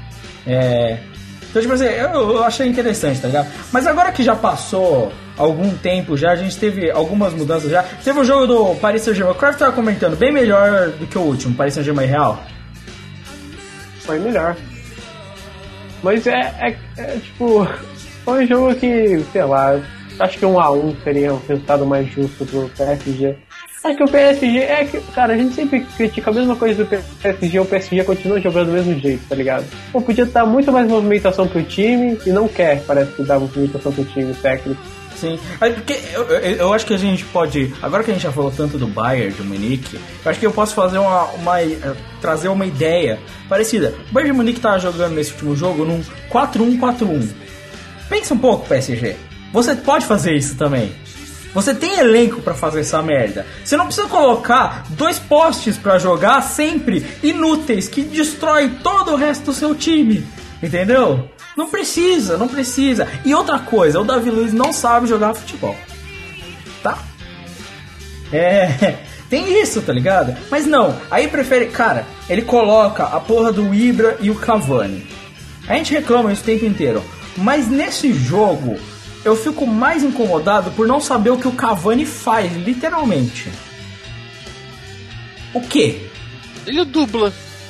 Então, tipo assim, eu achei interessante, tá ligado? Mas agora que já passou algum tempo já, a gente teve algumas mudanças já. Teve o jogo do Paris Saint-Germain, o Craft tava comentando, bem melhor do que o último, Paris Saint-Germain e Real. Foi melhor. Mas tipo, foi um jogo que, sei lá, acho que 1-1 seria o resultado mais justo pro PSG. Acho que o PSG cara, a gente sempre critica a mesma coisa do PSG, o PSG continua jogando do mesmo jeito, tá ligado? Pô, podia dar muito mais movimentação pro time e não quer, parece que dá movimentação pro time técnico. Sim, porque eu acho que a gente pode, agora que a gente já falou tanto do Bayern, do Munique, eu acho que eu posso fazer trazer uma ideia parecida. O Bayern de Munique tava jogando nesse último jogo num 4-1-4-1. Pensa um pouco, PSG. Você pode fazer isso também. Você tem elenco pra fazer essa merda. Você não precisa colocar 2 postes pra jogar sempre inúteis que destrói todo o resto do seu time. Entendeu? Não precisa. E outra coisa, o Davi Luiz não sabe jogar futebol. Tá? Tem isso, tá ligado? Mas não, aí prefere... Cara, ele coloca a porra do Ibra e o Cavani. A gente reclama isso o tempo inteiro. Mas nesse jogo... eu fico mais incomodado por não saber o que o Cavani faz, literalmente. O quê? Ele dubla.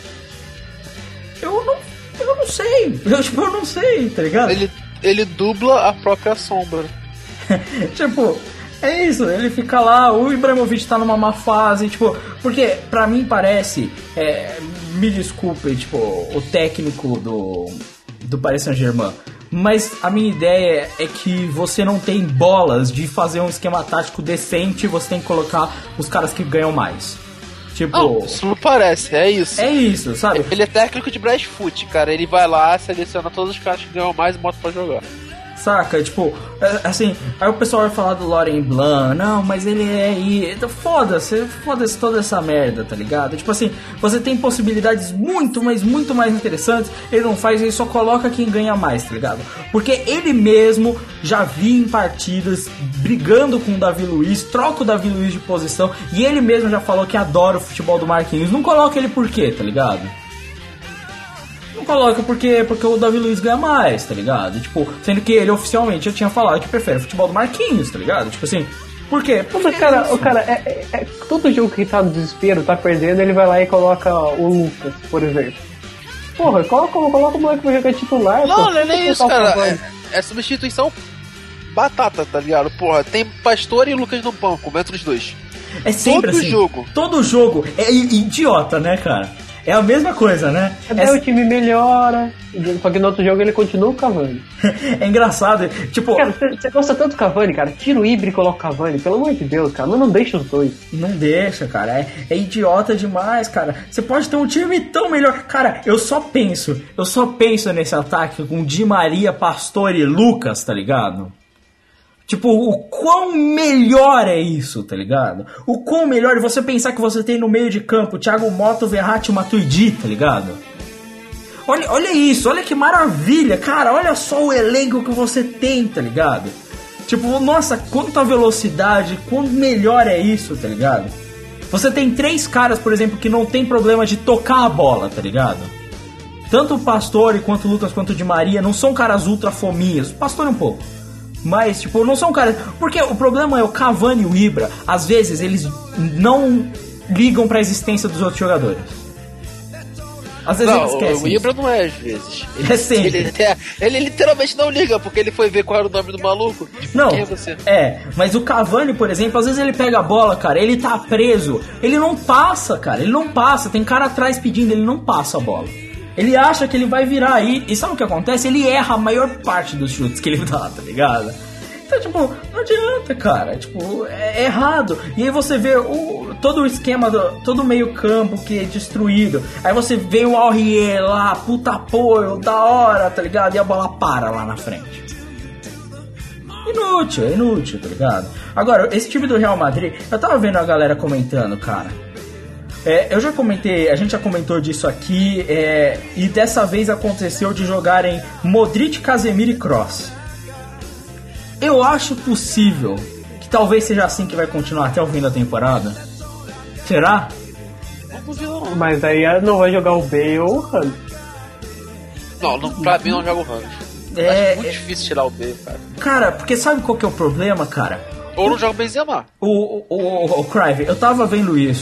Eu não sei. Eu não sei, tá ligado? Ele dubla a própria sombra. Tipo, é isso. Ele fica lá, o Ibrahimovic tá numa má fase, tipo... Porque, pra mim, parece... me desculpe, tipo, o técnico do Paris Saint-Germain... Mas a minha ideia é que você não tem bolas de fazer um esquema tático decente, você tem que colocar os caras que ganham mais. Tipo... isso não parece, é isso. É isso, sabe? Ele é técnico de Brasfoot, cara. Ele vai lá, seleciona todos os caras que ganham mais e bota pra jogar. Saca? Tipo, assim, aí o pessoal vai falar do Laurent Blanc, não, mas ele então foda-se toda essa merda, tá ligado? Tipo assim, você tem possibilidades muito, mas muito mais interessantes, ele não faz, ele só coloca quem ganha mais, tá ligado? Porque ele mesmo já vi em partidas brigando com o Davi Luiz, troca o Davi Luiz de posição, e ele mesmo já falou que adora o futebol do Marquinhos. Não coloca ele por quê, tá ligado? Não coloca porque o Davi Luiz ganha mais, tá ligado? Tipo, sendo que ele oficialmente já tinha falado que prefere o futebol do Marquinhos, tá ligado? Tipo assim, por quê? Porque o cara todo jogo que tá no desespero, tá perdendo, ele vai lá e coloca o Lucas, por exemplo. Porra, coloca o moleque pra jogar titular. Não é isso, cara. É substituição batata, tá ligado? Porra, tem Pastor e Lucas no banco, entre os dois. É sempre todo assim. Jogo. Todo jogo. É idiota, né, cara? É a mesma coisa, né? O time melhora, só que no outro jogo ele continua o Cavani. É engraçado, tipo... Cara, você gosta tanto do Cavani, cara, tira o Ibra e coloca o Cavani, pelo amor de Deus, cara, mas não deixa os dois. Não deixa, cara, é idiota demais, cara. Você pode ter um time tão melhor. Cara, eu só penso nesse ataque com Di Maria, Pastore e Lucas, tá ligado? Tipo, o quão melhor é isso, tá ligado? O quão melhor é você pensar que você tem no meio de campo Thiago Motta, Verratti e Matuidi, tá ligado? Olha isso, olha que maravilha, cara, olha só o elenco que você tem, tá ligado? Tipo, nossa, quanta velocidade, quão melhor é isso, tá ligado? Você tem 3 caras, por exemplo, que não tem problema de tocar a bola, tá ligado? Tanto o Pastore, quanto o Lucas, quanto o Di Maria não são caras ultra fominhas, o Pastore um pouco. Mas, tipo, não são caras... Porque o problema é o Cavani e o Ibra, às vezes, eles não ligam pra existência dos outros jogadores. Às vezes eles esquecem. O Ibra não é às vezes. É sempre. Ele literalmente não liga, porque ele foi ver qual era o nome do maluco. Não, quem é você? Mas o Cavani, por exemplo, às vezes ele pega a bola, cara, ele tá preso. Ele não passa, cara, ele não passa. Tem cara atrás pedindo, ele não passa a bola. Ele acha que ele vai virar aí. E sabe o que acontece? Ele erra a maior parte dos chutes que ele dá, tá ligado? Então, tipo, não adianta, cara. Tipo, é errado. E aí você vê todo o esquema, todo o meio campo que é destruído. Aí você vê o Aurier lá, puta apoio, da hora, tá ligado? E a bola para lá na frente. Inútil, tá ligado? Agora, esse time do Real Madrid, eu tava vendo a galera comentando, cara. Eu já comentei, a gente já comentou disso aqui, e dessa vez aconteceu de jogarem Modric, Casemiro e Kroos. Eu acho possível que talvez seja assim que vai continuar até o fim da temporada. Será? Mas aí não vai jogar o Bale ou o Ramos. Não, pra mim não joga o Ramos. Acho muito difícil tirar o Bale, cara. Cara, porque sabe qual que é o problema, cara? Ou não joga o Benzema. O Crive, eu tava vendo isso.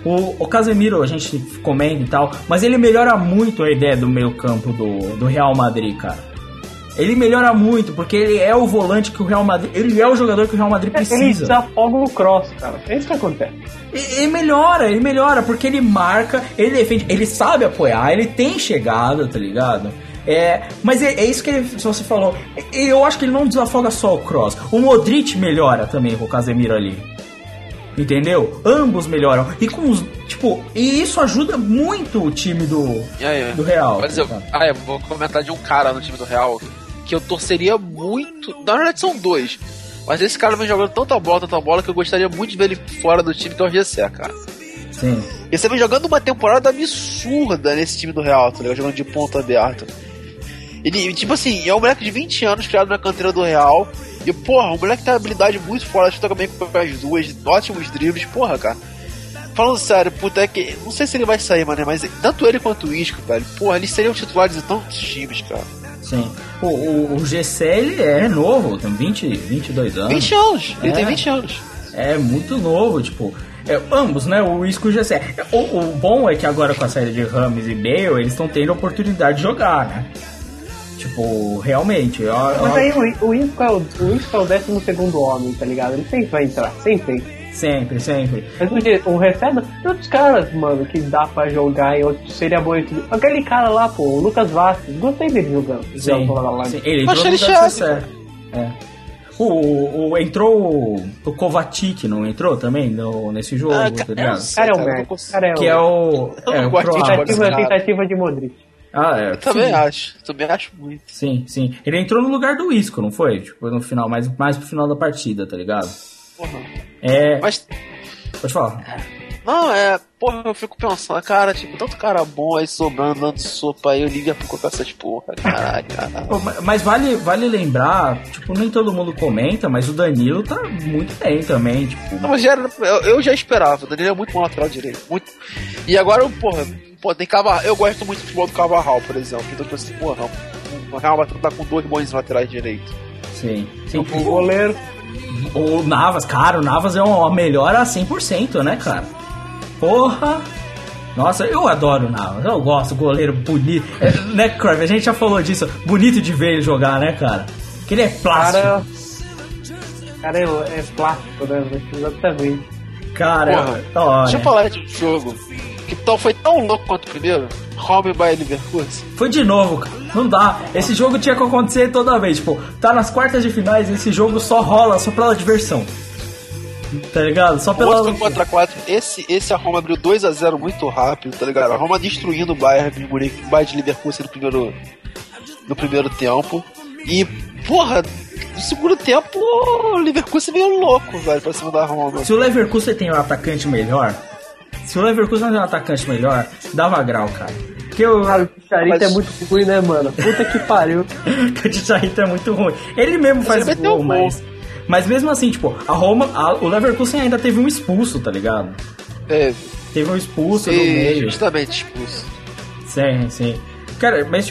O Casemiro a gente comenta e tal, mas ele melhora muito a ideia do meio campo do Real Madrid, cara. Ele melhora muito, porque ele é o volante que o Real Madrid... Ele é o jogador que o Real Madrid precisa. Ele desafoga o cross, cara. É isso que acontece. Ele melhora, porque ele marca, ele defende, ele sabe apoiar, ele tem chegada, tá ligado? Mas é isso que você falou. Eu acho que ele não desafoga só o cross. O Modric melhora também com o Casemiro ali. Entendeu? Ambos melhoram. E com os. E isso ajuda muito o time do Real. Mas eu vou comentar de um cara no time do Real que eu torceria muito. Na verdade são dois. Mas esse cara vem jogando tanta bola que eu gostaria muito de ver ele fora do time, que é o Gessé, cara. Sim. E você vem jogando uma temporada absurda nesse time do Real, tá ligado? Jogando de ponta aberta. Ele, é um moleque de 20 anos criado na canteira do Real. E, porra, o moleque tem uma habilidade muito forte, chuta também com as duas, ótimos dribles, porra, cara. Falando sério, puta, é que. Não sei se ele vai sair, mano, mas tanto ele quanto o Isco, velho, porra, eles seriam titulares de tantos times, cara. Sim. O GC, ele é novo, tem 22 anos. 20 anos, ele tem 20 anos. É muito novo, ambos, né? O Isco e o GC. O bom é que agora com a saída de Rames e Bale, eles estão tendo a oportunidade de jogar, né? Realmente. Mas aí o Isco é o 12º homem, tá ligado? Ele sempre vai entrar, sempre. Mas o Receba tem outros caras, mano, que dá pra jogar em outros. Seria bom. Aquele cara lá, pô, o Lucas Vasquez, gostei dele jogando. Sim. Ele entrou no lugar certo. Entrou o Kovacic, não entrou também nesse jogo? Tá ligado? Cara é o merda. Que é o tentativa de Modric. Eu também acho muito. Sim. Ele entrou no lugar do Isco, não foi? No final, mais pro final da partida, tá ligado? Porra. Mas... Pode falar. Não, porra, eu fico pensando, cara, tanto cara bom aí sobrando, dando sopa aí, o Liverpool com essas porra, caralho. Mas vale lembrar, nem todo mundo comenta, mas o Danilo tá muito bem também, Não, mas eu já esperava, o Danilo é muito bom lateral direito, muito. E agora, tem Cavarral, eu gosto muito do futebol do Cavarral, por exemplo, então assim, porra, o Real vai tá com 2 bons laterais direitos. Sim. O goleiro. O Navas, cara, o Navas é uma melhora a 100%, né, cara? Porra! Nossa, eu adoro o Navas, eu gosto, goleiro bonito. Né, Crave? A gente já falou disso, bonito de ver ele jogar, né, cara? Que ele é plástico. Cara, é plástico, né? Exatamente. Cara, deixa eu falar de um jogo que foi tão louco quanto o primeiro. Home by Leverkusen. Foi de novo, cara. Não dá. Esse jogo tinha que acontecer toda vez. Tá nas quartas de finais, esse jogo só rola, só pela diversão. Tá ligado? Só pela... Outro contra 4. Esse a Roma abriu 2-0 muito rápido, tá ligado? A Roma destruindo o Bayern de Munique, o Bayern de Leverkusen no primeiro tempo. E, porra, no segundo tempo o Leverkusen veio louco, velho, pra cima da Roma. Se o Leverkusen tem um atacante melhor, dava grau, cara. Porque o Tcharita é muito ruim, né, mano? Puta que pariu. O Tcharita é muito ruim. Ele mesmo faz gol, mas mesmo assim, a Roma, o Leverkusen ainda teve um expulso, tá ligado? Teve um expulso no meio. Justamente expulso. Sim. Cara, mas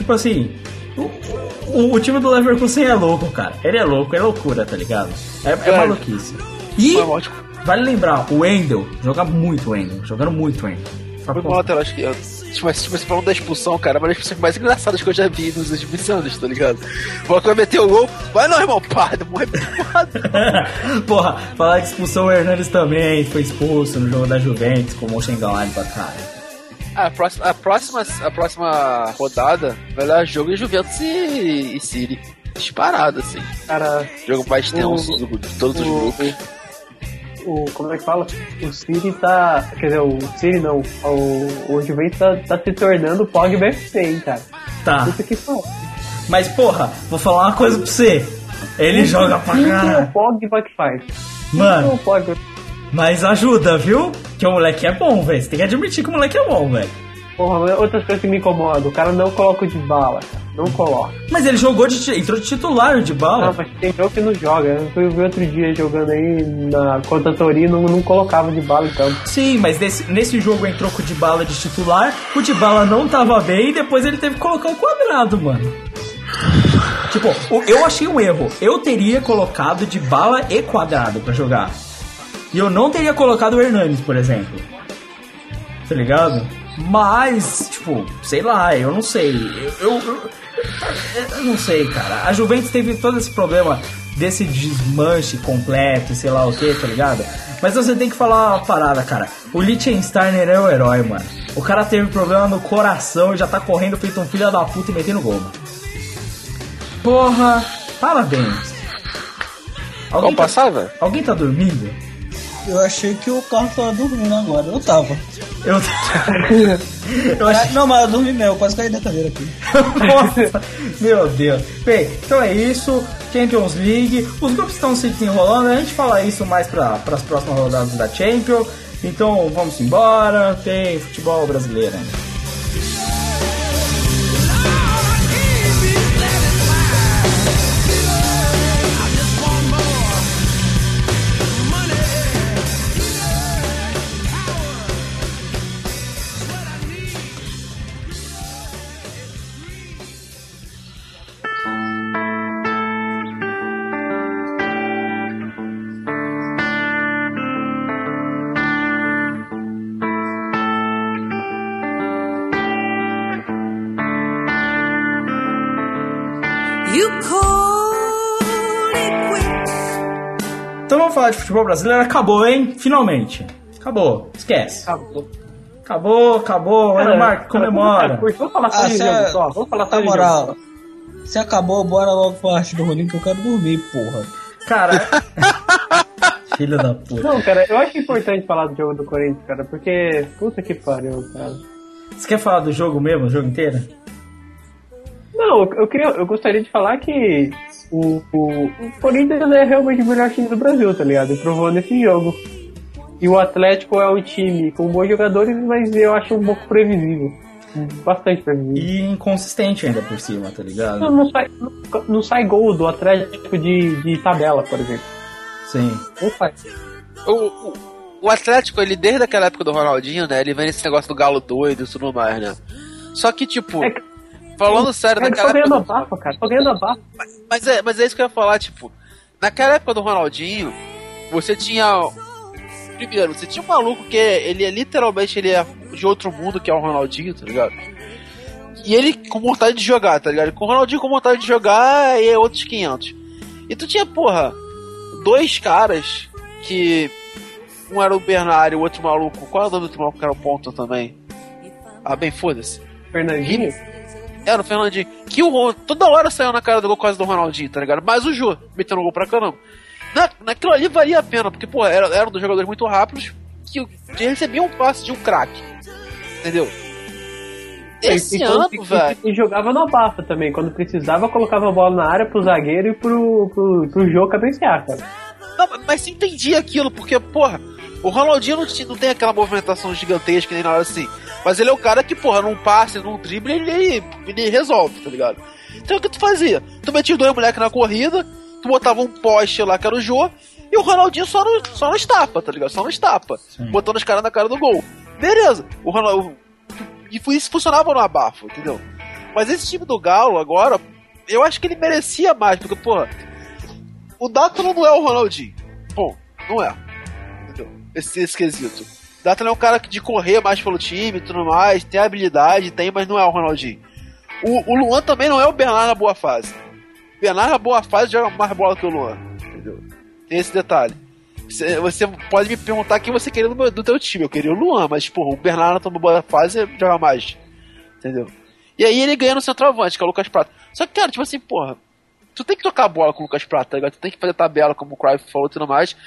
o time do Leverkusen é louco, cara. Ele é louco, é loucura, tá ligado? É maluquice. E vale lembrar, o Wendel jogando muito Wendel. Foi bom lateral esquerdo. Mas você falando da expulsão, cara, uma das expulsões mais engraçadas que eu já vi nos últimos anos, tá ligado? O Volta vai meter o gol, vai não, irmão, morre porrada. Porra, falar de expulsão, o Hernandes também foi expulso no jogo da Juventus com o Mönchengladbach, cara. A próxima rodada vai dar jogo em Juventus e City. Disparado, assim. Cara, jogo mais tenso de todos os grupos. Como é que fala? O City tá... Quer dizer, o City não. O Juventus tá se tornando o Pogba FC, hein, cara. Tá. Isso que fala. Mas, porra, vou falar uma coisa pra você. Ele joga pra caralho. O que o Pogba que faz? Mano, mas ajuda, viu? Que o moleque é bom, velho. Você tem que admitir que o moleque é bom, velho. Porra, outras coisas que me incomodam. O cara não coloca o Dybala, cara. Não coloca. Mas ele entrou de titular o Dybala. Não, mas tem jogo que não joga. Eu fui ver outro dia jogando aí contra a Torino, não colocava o Dybala em campo. Sim, mas nesse jogo entrou com o Dybala de titular, o Dybala não tava bem e depois ele teve que colocar o Quadrado, mano. Eu achei um erro. Eu teria colocado Dybala e Quadrado pra jogar. E eu não teria colocado o Hernandes, por exemplo. tá ligado? Mas, tipo, sei lá, eu não sei. Eu não sei, cara. A Juventus teve todo esse problema desse desmanche completo, sei lá o que, tá ligado? Mas você tem que falar uma parada, cara. O Liechtensteiner é o herói, mano. O cara teve problema no coração e já tá correndo feito um filho da puta e metendo gol, mano. Porra, parabéns. Vamos passar, velho? Alguém tá dormindo? Eu achei que o carro tava dormindo agora. Eu tava. Eu achei... Não, mas eu dormi mesmo. Eu quase caí da cadeira aqui. Nossa, meu Deus. Bem, então é isso. Champions League. Os grupos estão se desenrolando. A gente fala isso mais para as próximas rodadas da Champions. Então vamos embora. Tem futebol brasileiro ainda. Então vamos falar de futebol brasileiro. Acabou, hein? Finalmente. Acabou. Esquece. Acabou. Olha, Marco, comemora. Vamos falar só de jogo só. Vamos falar só de moral, jogo. Se acabou, bora logo pra arte do rolinho que eu quero dormir, porra. Cara... Filho da puta. Não, cara, eu acho importante falar do jogo do Corinthians, cara, porque... Puta que pariu, cara. Você quer falar do jogo mesmo, o jogo inteiro? Não, eu gostaria de falar que o Corinthians é realmente o melhor time do Brasil, tá ligado? E provou nesse jogo. E o Atlético é um time com bons jogadores, mas eu acho um pouco previsível. Bastante previsível. E inconsistente ainda por cima, tá ligado? Não sai gol do Atlético de tabela, por exemplo. Sim. Não sai. O Atlético, ele desde aquela época do Ronaldinho, né? Ele vem nesse negócio do galo doido e tudo mais, né? Só que, tipo... Falando sério, naquela época... Tô ganhando a bafa. Mas é isso que eu ia falar, tipo... Naquela época do Ronaldinho, você tinha... Primeiro, você tinha um maluco que ele é literalmente de outro mundo, que é o Ronaldinho, tá ligado? E ele com vontade de jogar, tá ligado? Com o Ronaldinho com vontade de jogar, e outros 500. E tu tinha, porra, dois caras que... Um era o Bernard e o outro maluco... Qual é o nome do outro maluco que era o ponto também? Ah, bem, foda-se. Fernandinho? Era o Fernandinho. Que toda hora saiu na cara do gol quase do Ronaldinho, tá ligado? Mas o Jô, metendo gol pra caramba. Naquilo ali valia a pena, porque, pô, era um dos jogadores muito rápidos que recebia um passe de um craque. Entendeu? Esse ano, velho. E jogava na bafa também. Quando precisava, colocava a bola na área pro zagueiro e pro Jô cabecear, cara. Não, mas você entendia aquilo, porque, porra, o Ronaldinho não tem aquela movimentação gigantesca nem nada assim. Mas ele é o cara que, porra, num passe, num drible, ele resolve, tá ligado? Então o que tu fazia? Tu metia dois moleques na corrida, tu botava um poste lá, que era o Jô, e o Ronaldinho só no estapa, tá ligado? Só no estapa. Sim. Botando os caras na cara do gol. Beleza. O Ronaldinho... E isso funcionava no abafo, entendeu? Mas esse time do Galo, agora, eu acho que ele merecia mais, porque, porra, o Dátalo não é o Ronaldinho. Bom, não é. Entendeu? Esse quesito. Dátalo é um cara de correr mais pelo time e tudo mais, tem habilidade, mas não é o Ronaldinho. O Luan também não é o Bernard na boa fase. O Bernard na boa fase joga mais bola que o Luan, entendeu? Tem esse detalhe. Você pode me perguntar quem você queria do teu time. Eu queria o Luan, mas, porra, o Bernard na boa fase joga mais, entendeu? E aí ele ganha no centroavante, que é o Lucas Prata. Só que, cara, tipo assim, porra, tu tem que tocar a bola com o Lucas Prata, tá ligado? Tu tem que fazer tabela, como o Cruyff falou e tudo mais.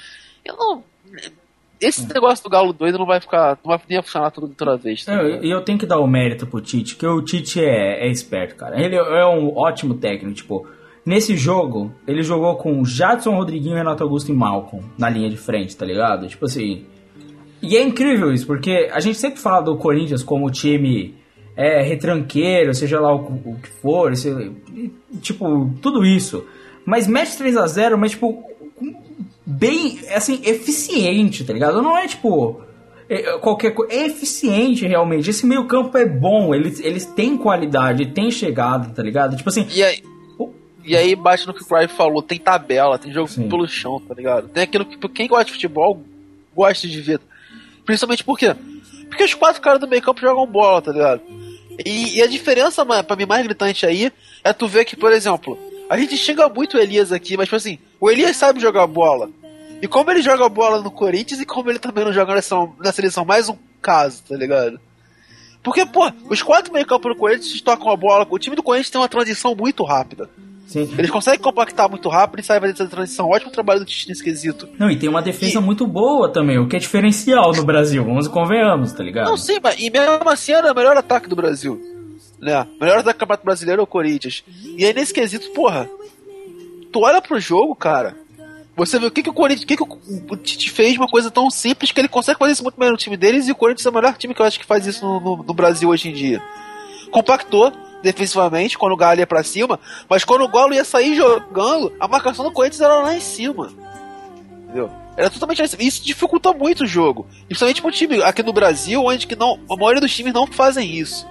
Esse negócio do Galo doido não vai nem funcionar toda vez. Tá? Eu tenho que dar o mérito pro Tite, que o Tite é esperto, cara. Ele é um ótimo técnico, tipo, nesse jogo, ele jogou com Jadson, Rodriguinho, Renato Augusto e Malcom na linha de frente, tá ligado? Tipo assim... E é incrível isso, porque a gente sempre fala do Corinthians como time retranqueiro, seja lá o que for, tipo, tudo isso. Mas mete 3-0, mas tipo... bem, assim, eficiente, tá ligado? Não é, tipo, qualquer coisa. É eficiente, realmente. Esse meio campo é bom. Eles têm qualidade, têm chegada, tá ligado? Tipo assim... E aí bate no que o Cruyff falou. Tem tabela, tem jogo pelo chão, tá ligado? Tem aquilo que quem gosta de futebol gosta de ver. Principalmente por quê? Porque os 4 caras do meio campo jogam bola, tá ligado? E a diferença, pra mim, mais gritante aí, é tu ver que, por exemplo, a gente xinga muito o Elias aqui, mas, tipo assim, o Elias sabe jogar bola. E como ele joga bola no Corinthians e como ele também não joga na seleção, mais um caso, tá ligado? Porque, pô, os 4 meio campo do Corinthians tocam a bola, o time do Corinthians tem uma transição muito rápida. Sim. Eles conseguem compactar muito rápido e saem fazer essa transição. Ótimo trabalho do Tite nesse quesito. Não, e tem uma defesa muito boa também, o que é diferencial no Brasil, vamos e convenhamos, tá ligado? Não, sim, mas e mesmo assim era o melhor ataque do Brasil. Né? O melhor ataque do Campeonato Brasileiro é o Corinthians. E aí nesse quesito, porra, tu olha pro jogo, cara, você vê o que o Corinthians, o Tite fez, uma coisa tão simples que ele consegue fazer isso muito bem no time deles, e o Corinthians é o melhor time que eu acho que faz isso no Brasil hoje em dia. Compactou defensivamente quando o Galo ia pra cima, mas quando o Galo ia sair jogando, a marcação do Corinthians era lá em cima, entendeu? Era totalmente assim. Isso dificulta muito o jogo, principalmente pro time aqui no Brasil, onde que não, a maioria dos times não fazem isso.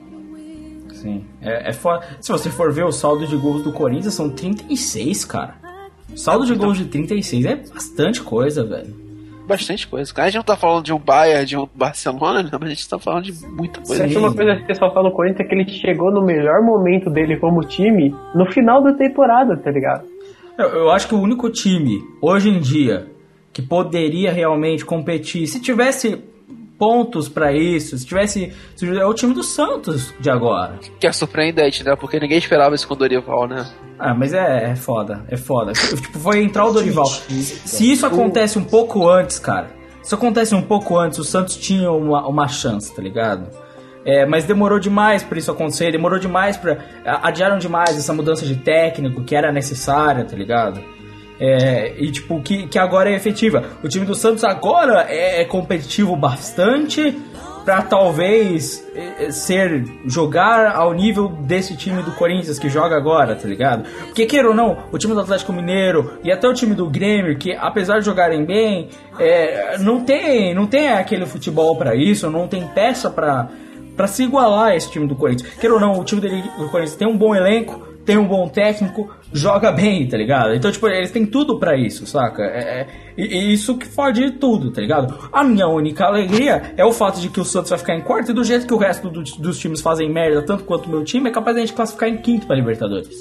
Sim, é foda. Se você for ver o saldo de gols do Corinthians, são 36, cara. O saldo de gols de 36 é bastante coisa, velho. Bastante coisa. A gente não tá falando de um Bayern, de um Barcelona, né? Mas a gente tá falando de muita coisa. Sim. Uma coisa que o pessoal fala no Corinthians é que ele chegou no melhor momento dele como time no final da temporada, tá ligado? Eu acho que o único time, hoje em dia, que poderia realmente competir, se tivesse pontos pra isso, é o time do Santos de agora. Que é surpreendente, né? Porque ninguém esperava isso com o Dorival, né? Ah, mas é foda. Tipo, foi entrar o Dorival. Se isso acontece um pouco antes, cara, o Santos tinha uma chance, tá ligado? Mas demorou demais pra isso acontecer, adiaram demais essa mudança de técnico que era necessária, tá ligado? E tipo, que agora é efetiva. O time do Santos agora é competitivo bastante pra talvez jogar ao nível desse time do Corinthians que joga agora, tá ligado? Porque queira ou não, o time do Atlético Mineiro e até o time do Grêmio, que apesar de jogarem bem, não tem aquele futebol pra isso, não tem peça pra se igualar a esse time do Corinthians. Queira ou não, o time do Corinthians tem um bom elenco, tem um bom técnico, joga bem, tá ligado? Então, tipo, eles têm tudo pra isso, saca? E isso que fode tudo, tá ligado? A minha única alegria é o fato de que o Santos vai ficar em quarto, e do jeito que o resto dos times fazem merda, tanto quanto o meu time, é capaz de a gente classificar em quinto pra Libertadores.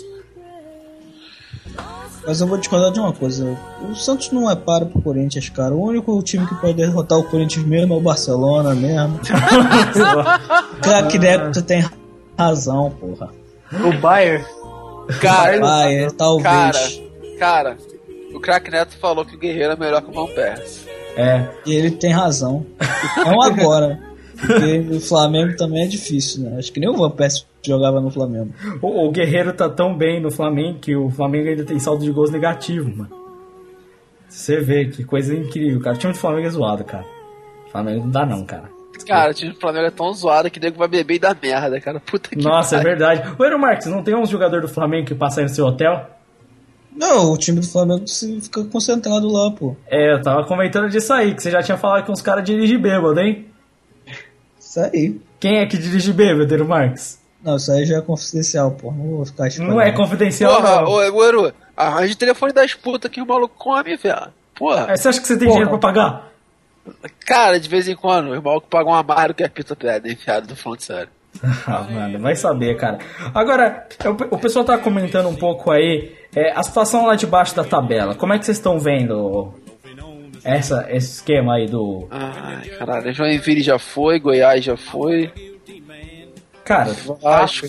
Mas eu vou te contar de uma coisa, o Santos não é para pro Corinthians, cara. O único time que pode derrotar o Corinthians mesmo é o Barcelona mesmo. Craque Neto, tu tem razão, porra. O Bayern. Cara, talvez. Cara, o Craque Neto falou que o Guerreiro é melhor que o Van Persie. E ele tem razão. Não agora. Porque o Flamengo também é difícil, né? Acho que nem o Van Persie jogava no Flamengo. O Guerreiro tá tão bem no Flamengo que o Flamengo ainda tem saldo de gols negativo, mano. Você vê que coisa incrível, cara. O time do Flamengo é zoado, cara. O Flamengo não dá não, cara. Cara, o time do Flamengo é tão zoado que o nego vai beber e dar merda, cara. Puta que Nossa, é verdade. Ô, Eero Marques, não tem uns jogadores do Flamengo que passam aí no seu hotel? Não, o time do Flamengo fica concentrado lá, pô. Eu tava comentando disso aí, que você já tinha falado que uns caras dirigem bêbado, hein? Isso aí. Quem é que dirige bêbado, Eero Marques? Não, isso aí já é confidencial, pô. Não vou ficar espalhando. Não é confidencial, porra, não. Ô, Eero, arranja o telefone das putas que o maluco come, velho. Porra. Você acha que você tem dinheiro pra pagar? Cara, de vez em quando, o irmão que paga um amargo que é pita pedra, enfiado, tô falando sério. Mano, vai saber, cara. Agora, o pessoal tá comentando um pouco aí a situação lá debaixo da tabela. Como é que vocês estão vendo esse esquema aí do... Ai, caralho, Joinville já foi, Goiás já foi. Cara, Vasco.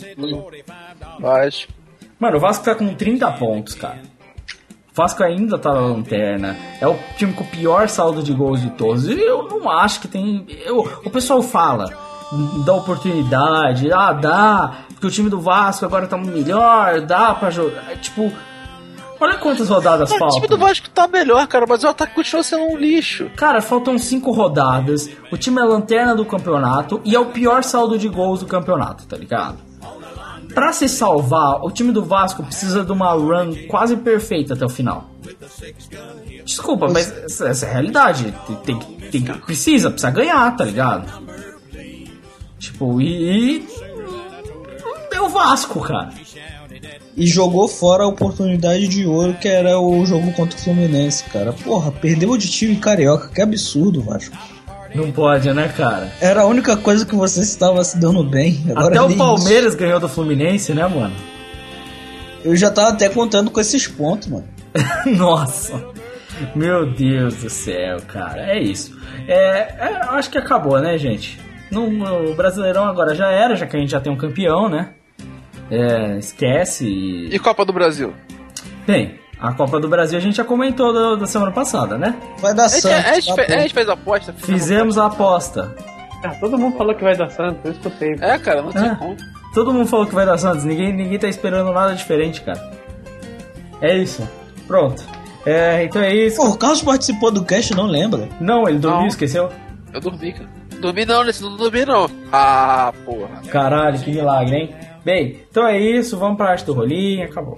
Mano, o Vasco tá com 30 pontos, cara. O Vasco ainda tá na lanterna. É o time com o pior saldo de gols de todos. E eu não acho que tem... O pessoal fala da oportunidade. Dá. Porque o time do Vasco agora tá melhor. Dá pra jogar. Tipo... Olha quantas rodadas faltam. O time do Vasco tá melhor, cara. Mas o ataque continua sendo um lixo. Cara, faltam 5 rodadas. O time é a lanterna do campeonato. E é o pior saldo de gols do campeonato, tá ligado? Pra se salvar, o time do Vasco precisa de uma run quase perfeita até o final. Desculpa, mas essa é a realidade. Precisa ganhar, tá ligado? Tipo, e é o Vasco, cara. E jogou fora a oportunidade de ouro que era o jogo contra o Fluminense, cara. Porra, perdeu de time carioca, que absurdo, Vasco. Não pode, né, cara? Era a única coisa que você estava se dando bem. Agora até o nem Palmeiras ganhou do Fluminense, né, mano? Eu já tava até contando com esses pontos, mano. Nossa. Meu Deus do céu, cara. É isso. Eu acho que acabou, né, gente? O Brasileirão agora já era, já que a gente já tem um campeão, né? Esquece. E Copa do Brasil? Bem, a Copa do Brasil a gente já comentou da semana passada, né? Vai dar Santos. A gente fez a aposta. Fizemos a aposta. Todo mundo falou que vai dar Santos, eu escutei. Cara, não tem como. Todo mundo falou que vai dar Santos, ninguém tá esperando nada diferente, cara. É isso. Pronto. Então é isso. Pô, o Carlos participou do cast, não lembra? Não, ele dormiu, esqueceu? Eu dormi, cara. Dormi não, nesse não dormi não. Ah, porra. Caralho, que milagre, hein? Bem, então é isso, vamos pra arte do rolinho, acabou.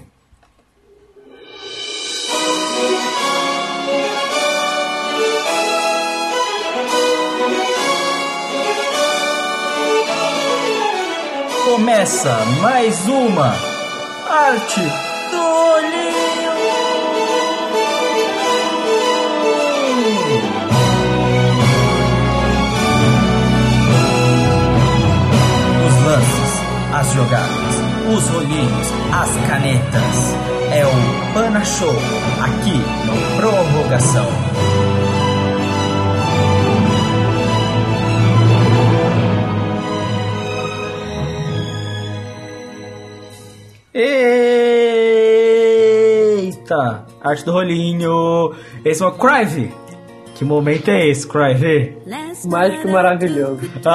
Começa mais uma arte do rolinho. Os lances, as jogadas, os rolinhos, as canetas. É o Pana Show, aqui no Prorrogação. Eita! Arte do rolinho. Esse é o Crive. Que momento é esse, Crive? Mágico e maravilhoso.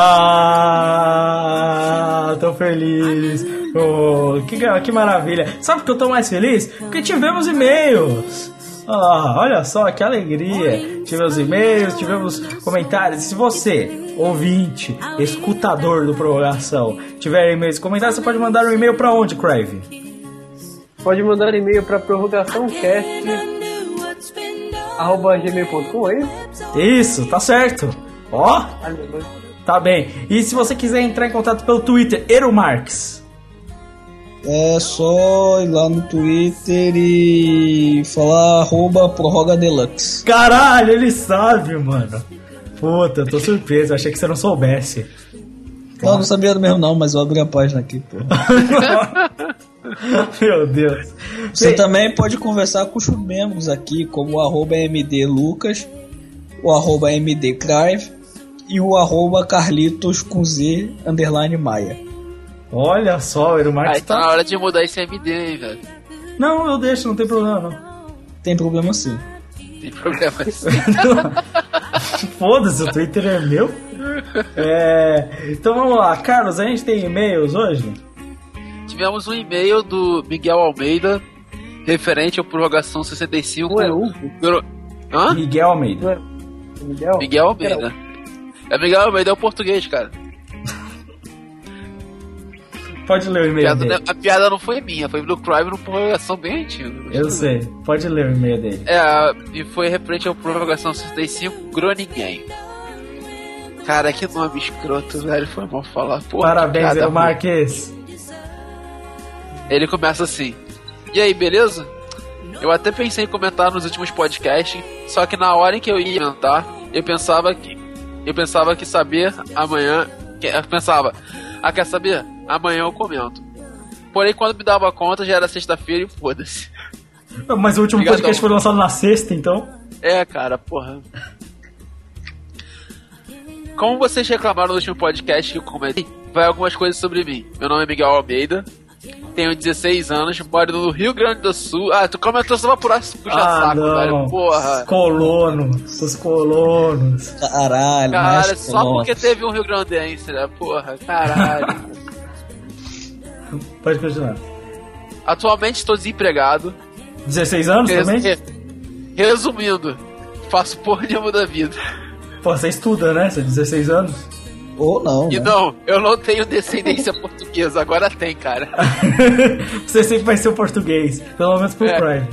Tô feliz. Que maravilha. Sabe por que eu tô mais feliz? Porque tivemos e-mails. Olha só, que alegria. Tivemos e-mails, tivemos comentários. E se você, ouvinte, escutador do Prorrogação, tiver e-mails e comentários, você pode mandar um e-mail pra onde, Crave? Pode mandar e-mail pra prorrogaçãocast@gmail.com, é isso? Isso, tá certo. Tá bem. E se você quiser entrar em contato pelo Twitter, Erumarx. É só ir lá no Twitter e falar @prorrogadeluxe. Caralho, ele sabe, mano. Puta, eu tô surpreso, eu achei que você não soubesse. Não sabia mesmo não, mas eu abri a página aqui, pô. Meu Deus. Você também pode conversar com os membros aqui, como o @mdlucas, o @mdcrive e o @carlitos com Z _Maia. Olha só, o Erumarx tá na hora de mudar esse MD, hein, velho. Não, eu deixo, não tem problema não. Tem problema sim. Tem problema sim. Foda-se, o Twitter é meu. Então vamos lá, Carlos, a gente tem e-mails hoje? Tivemos um e-mail do Miguel Almeida, referente ao Prorrogação 65. Não é Hugo? Hã? Miguel Almeida. Miguel Almeida. Miguel Almeida é o português, cara. Pode ler o e-mail dele. A piada não foi minha, foi do Crive no Prorrogação bem antigo. Eu sei, pode ler o e-mail dele. E foi referente ao Prorrogação 65, Groningen. Cara, que nome escroto, velho, foi mal falar. Porra, parabéns, Erumarx. Ele começa assim: e aí, beleza? Eu até pensei em comentar nos últimos podcasts, só que na hora em que eu ia comentar, eu pensava que saber amanhã... quer saber? Amanhã eu comento. Porém, quando me dava conta, já era sexta-feira e foda-se. Mas o último podcast foi lançado na sexta, então? Cara, porra. Como vocês reclamaram no último podcast que eu comentei, vai algumas coisas sobre mim. Meu nome é Miguel Almeida, tenho 16 anos, moro no Rio Grande do Sul. Tu comentou só pra puxa-saco, velho, porra. Os colonos. Caralho, só porque teve um Rio Grandense, né, porra, caralho. Pode continuar. Atualmente estou desempregado. 16 anos também? Resumindo, faço porra nenhuma da vida. Pô, você estuda, né? Você tem 16 anos? Ou não, E né? não, eu não tenho descendência portuguesa, agora tem, cara. Você sempre vai ser o português, pelo menos pro Prime.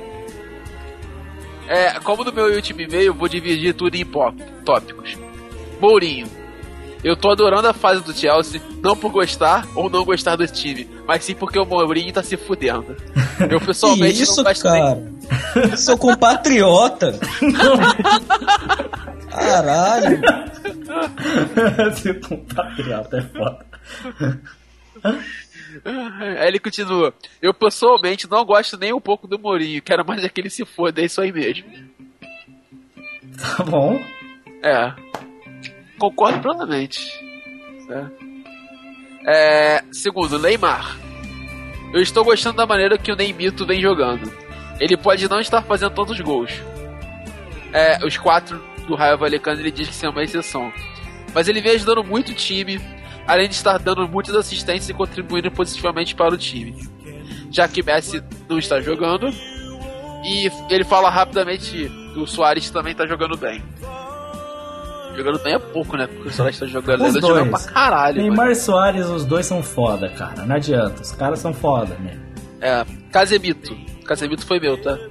Como no meu último e-mail, vou dividir tudo em tópicos. Mourinho. Eu tô adorando a fase do Chelsea, não por gostar ou não gostar do time, mas sim porque o Mourinho tá se fudendo. Eu pessoalmente isso, não gosto cara? Sou compatriota. Caralho. Esse compatriota é foda. Aí ele continua. Eu pessoalmente não gosto nem um pouco do Mourinho. Quero mais é que ele se foda, é isso aí mesmo. Tá bom. Concordo plenamente. Segundo, Neymar. Eu estou gostando da maneira que o Neymito vem jogando. Ele pode não estar fazendo tantos gols. Os 4 do Raio Vallecano ele diz que são uma exceção. Mas ele vem ajudando muito o time, além de estar dando muitas assistências e contribuindo positivamente para o time. Já que Messi não está jogando. E ele fala rapidamente que o Suárez também está jogando bem. Jogando bem é pouco, né? Porque o Suárez está jogando, Os ele tá dois. jogando pra caralho. Neymar e Suárez, os dois são foda, cara. Não adianta, os caras são foda, né? Casemiro. Casemiro foi meu, tá?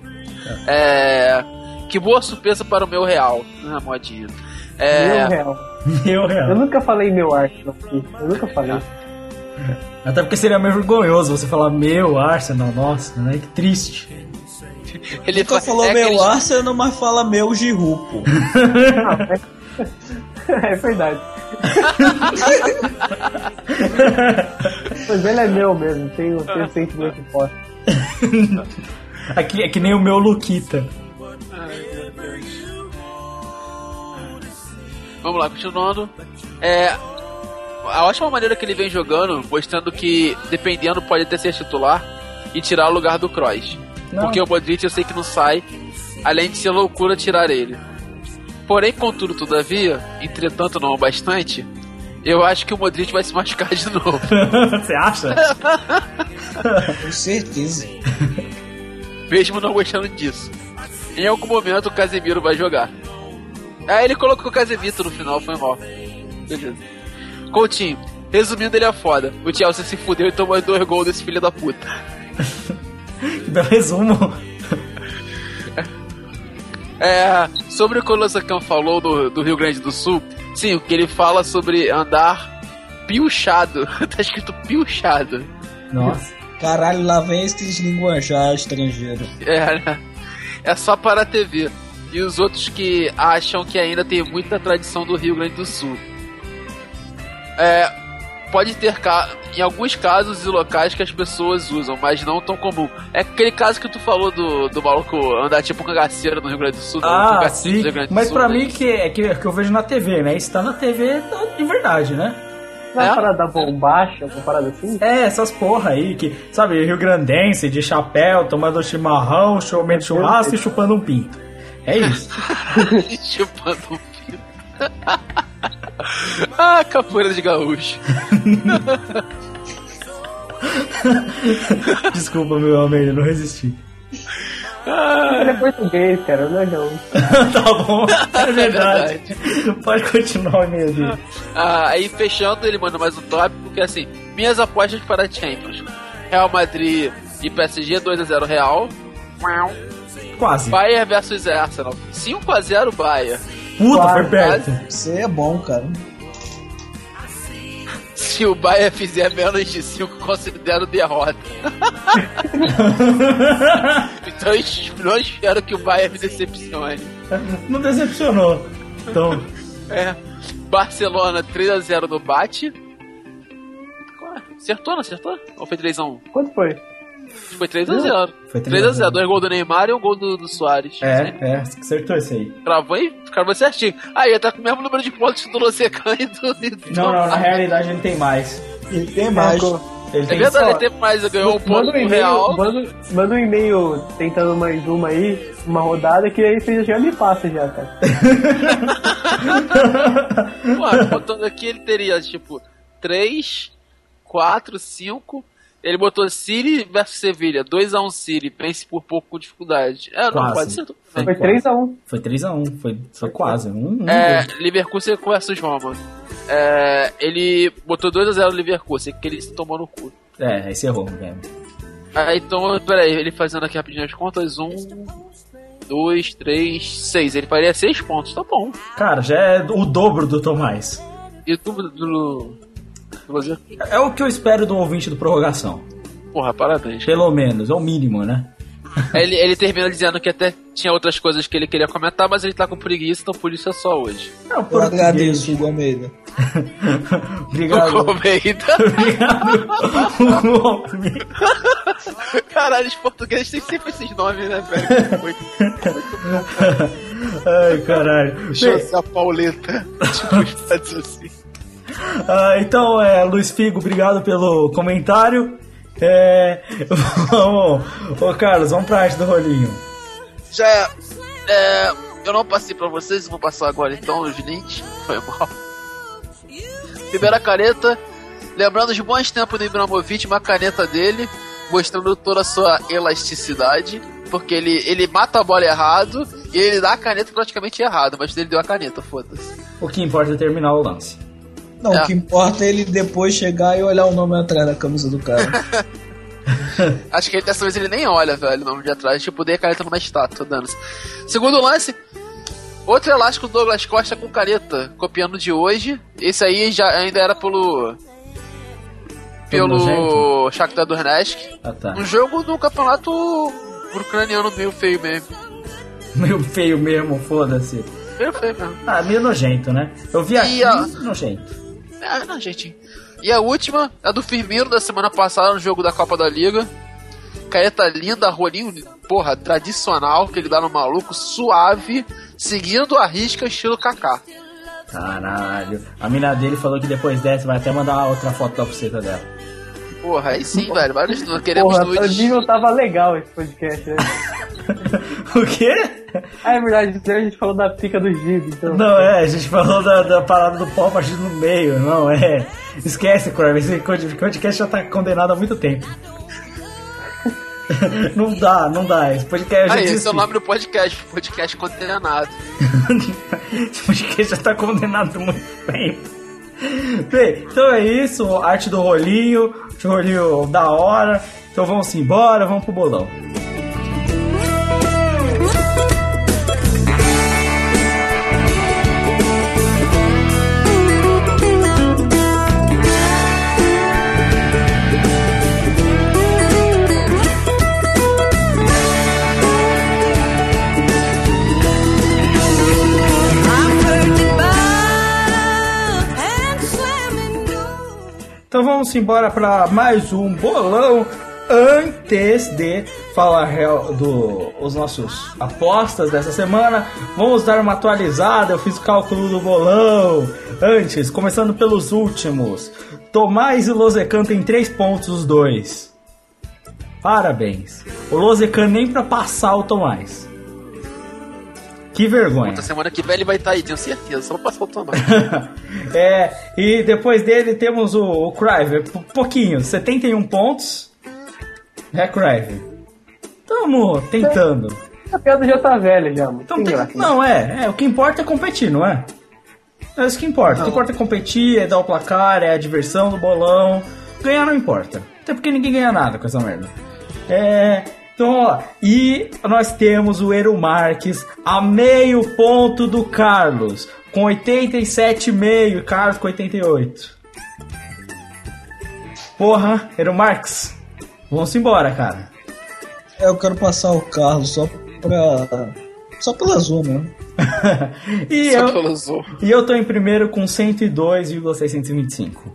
Que boa surpresa para o meu Real. Modinha. Meu real. Meu real. Eu nunca falei meu Arsenal aqui. Eu nunca falei. Até porque seria meio vergonhoso você falar meu Arsenal, nossa, né? Que triste. Ele Nunca falou meu Arsenal, mas fala meu Giroud, pô. É verdade. Mas ele é meu mesmo, tenho sentimento forte. Aqui é que nem o meu Luquita. Vamos lá, continuando. A ótima maneira que ele vem jogando, mostrando que, dependendo, pode até ser titular e tirar o lugar do Kroos. Porque o Modric eu sei que não sai, além de ser loucura tirar ele. Porém, contudo, todavia, entretanto não bastante, eu acho que o Modric vai se machucar de novo. Você acha? Com certeza. Mesmo não gostando disso. Em algum momento o Casemiro vai jogar. Aí ele colocou o Casemiro no final, foi mal. Beleza. Coutinho, resumindo, ele é foda. O Chelsea se fudeu e tomou 2 gols desse filho da puta. Que belo resumo. Sobre o que o Louçacão falou do Rio Grande do Sul, sim, o que ele fala sobre andar piochado. Tá escrito piochado. Nossa. Caralho, lá vem esse linguajar estrangeiro. É só para a TV. E os outros que acham que ainda tem muita tradição do Rio Grande do Sul. Pode ter em alguns casos e locais que as pessoas usam, mas não tão comum. É aquele caso que tu falou do maluco andar tipo cangaceiro no Rio Grande do Sul. Sim. Mas pra mim que eu vejo na TV, né? Isso tá na TV de verdade, né? Não é uma parada bombacha, uma parada assim? Essas porra aí que, sabe, Rio Grandense de chapéu, tomando chimarrão, comendo churrasco e chupando um pinto. É isso. Chupando um pinto. Capoeira de gaúcho. Desculpa, meu amor, eu não resisti. Ele é português, cara, não é gaúcho. Tá bom, é verdade. Pode continuar o e-mail dele. Aí fechando, ele manda mais um tópico que é assim: minhas apostas para a Champions. Real Madrid e PSG 2-0 Real. Quase. Bayern versus Arsenal 5-0 Bayern. Puta, foi perto. Você é bom, cara. Se o Bayern fizer menos de 5, considero derrota. Então eu não espero que o Bayern me decepcione. Não decepcionou. Então. Barcelona 3-0 no Bate. Acertou, não acertou? Ou foi 3-1? Quanto foi? Foi 3-0. Foi 3-0. 2 gols do Neymar e 1 gol do Soares. Acertou esse aí. Cravou certinho. Aí, tá com o mesmo número de pontos do Losecan e do... Não, na realidade ele tem mais. Ele tem mais. Ele tem verdade, só... ele tem mais. Ele ganhou um ponto Manda no Real. Manda um e-mail tentando mais uma aí, uma rodada, que aí você já me passa já, cara. Botando aqui, ele teria, tipo, 3, 4, 5... Ele botou City versus Sevilha, 2-1 City, pense por pouco com dificuldade. Quase. Pode ser. Foi 3-1. Foi 3-1, foi quase. Leverkusen versus Roma. Ele botou 2-0 no Leverkusen, que ele se tomou no cu. Esse errou mesmo. Então, peraí, ele fazendo aqui rapidinho as contas: 1, 2, 3, 6. Ele faria 6 pontos, tá bom. Cara, já é o dobro do Tomás. E o dobro do... É o que eu espero do ouvinte do Prorrogação. Porra, parabéns. Pelo menos, é o mínimo, né? Ele termina dizendo que até tinha outras coisas que ele queria comentar, mas ele tá com preguiça, então por isso é só hoje. Não, Eu agradeço, Hugo Almeida. Obrigado. Almeida. Obrigado, Hugo Almeida. Caralho, os portugueses têm sempre esses nomes, né, velho? Ai, caralho. José Pauleta. Tipo, fazer assim. Então, Luiz Figo, obrigado pelo comentário. Vamos, ô Carlos, vamos pra arte do rolinho. Já eu não passei pra vocês, vou passar agora então, gente. Foi mal. Primeira caneta, lembrando os bons tempos do Ibrahimovic, uma caneta dele, mostrando toda a sua elasticidade, porque ele mata a bola errado e ele dá a caneta praticamente errado, mas ele deu a caneta, foda-se. O que importa é terminar o lance. Não, o que importa é ele depois chegar e olhar o nome atrás da camisa do cara. Acho que dessa vez ele nem olha, velho, o nome de atrás. Tipo, dei a caneta numa estátua, dando-se. Segundo lance, outro elástico do Douglas Costa com caneta, copiando de hoje. Esse aí já ainda era pelo Shakhtar Donetsk. Ah, tá. Um jogo do campeonato ucraniano meio feio mesmo. Meio feio mesmo, foda-se. Meio feio mesmo. Meio nojento, né? Eu vi aqui, nojento. Não, gente. E a última, a do Firmino da semana passada no jogo da Copa da Liga. Caneta linda, rolinho, porra, tradicional, que ele dá no maluco, suave, seguindo a risca estilo Kaká. Caralho. A mina dele falou que depois dessa vai até mandar outra foto da buceta dela. Porra, aí sim, velho. Vários queremos porra, nudes. O nível tava legal esse podcast, né? O quê? É verdade, a gente falou da pica do Giz, então. Não, a gente falou da parada do pau partido no meio, não, esquece, Crave, esse podcast já tá condenado há muito tempo. Não dá, esse podcast esse é o nome do podcast condenado. Esse podcast já tá condenado há muito tempo. Bem, então é isso, arte do rolinho da hora, então vamos embora, vamos pro bolão. Então vamos embora para mais um bolão. Antes de falar dos nossos apostas dessa semana, vamos dar uma atualizada. Eu fiz o cálculo do bolão. Antes, começando pelos últimos. Tomás e Lozecan tem 3 pontos os dois. Parabéns. O Lozecan nem para passar o Tomás. Que vergonha. Outra semana que vem ele vai estar aí, tenho certeza, só passar o Tomás. E depois dele temos o Crive, pouquinho, 71 pontos. Crive? Tamo tentando. A piada já tá velha já, mano. Não, o que importa é competir, não é? É isso que importa. O que importa é competir, é dar o placar, é a diversão do bolão. Ganhar não importa. Até porque ninguém ganha nada com essa merda. Então, e nós temos o Eero Marques a meio ponto do Carlos, com 87,5 e Carlos com 88. Porra, Eero Marques, vamos embora, cara. Eu quero passar o Carlos só pela zona. E eu tô em primeiro com 102,625.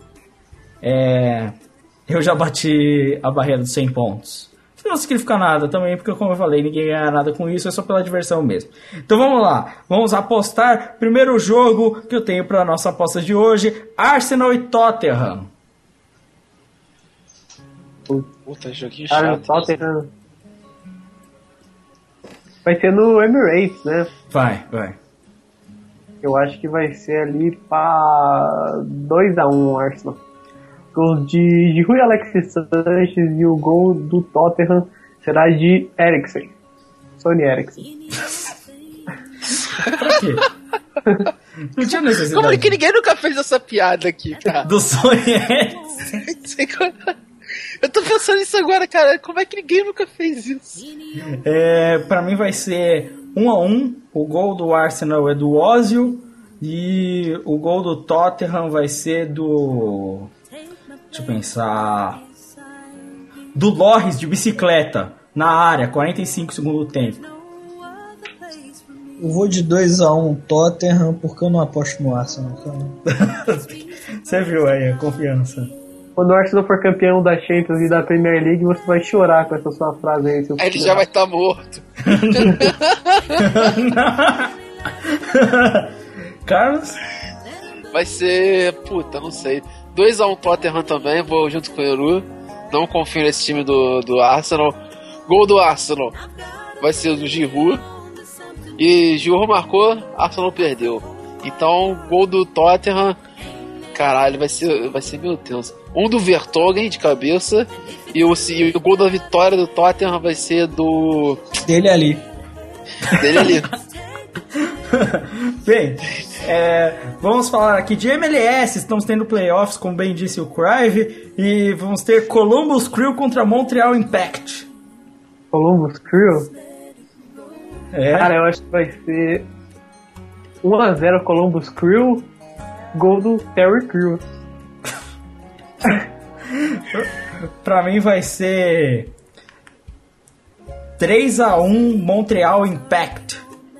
Eu já bati a barreira dos 100 pontos. Não significa nada também, porque como eu falei, ninguém ganha nada com isso, é só pela diversão mesmo. Então vamos lá, vamos apostar. Primeiro jogo que eu tenho para nossa aposta de hoje, Arsenal e Tottenham. Puta, joguinho chato. Tottenham. Vai ser no Emirates, né? Vai. Eu acho que vai ser ali pra 2-1 Arsenal. Gol de Rui Alexis Sanches e o gol do Tottenham será de Eriksen. Sony Eriksen. Pra quê? Não tinha necessidade. Como é que ninguém nunca fez essa piada aqui, cara? Do Sony Eriksen. Eu tô pensando nisso agora, cara. Como é que ninguém nunca fez isso? Pra mim vai ser 1-1. O gol do Arsenal é do Ozil. E o gol do Tottenham vai ser do... Deixa eu pensar... Do Loris de bicicleta. na área, 45 segundo tempo. Eu vou de 2-1 Tottenham, porque eu não aposto no Arsenal. Cara. Você viu aí a confiança. Quando o Arsenal for campeão da Champions e da Premier League, você vai chorar com essa sua frase aí. Seu Ele já vai estar morto. Carlos? Vai ser... Puta, não sei. 2-1 Tottenham também, vou junto com o Eru. Não confio nesse time do Arsenal. Gol do Arsenal vai ser do Giroud. E Giroud marcou, Arsenal perdeu. Então, gol do Tottenham, caralho, vai ser meu Deus. Um do Vertonghen de cabeça e o gol da vitória do Tottenham vai ser do... Dele ali. Bem, vamos falar aqui de MLS. Estamos tendo playoffs, como bem disse o Crive, e vamos ter Columbus Crew contra Montreal Impact. Columbus Crew? Cara, eu acho que vai ser 1-0 Columbus Crew, gol do Terry Crews. Pra mim vai ser 3-1 Montreal Impact.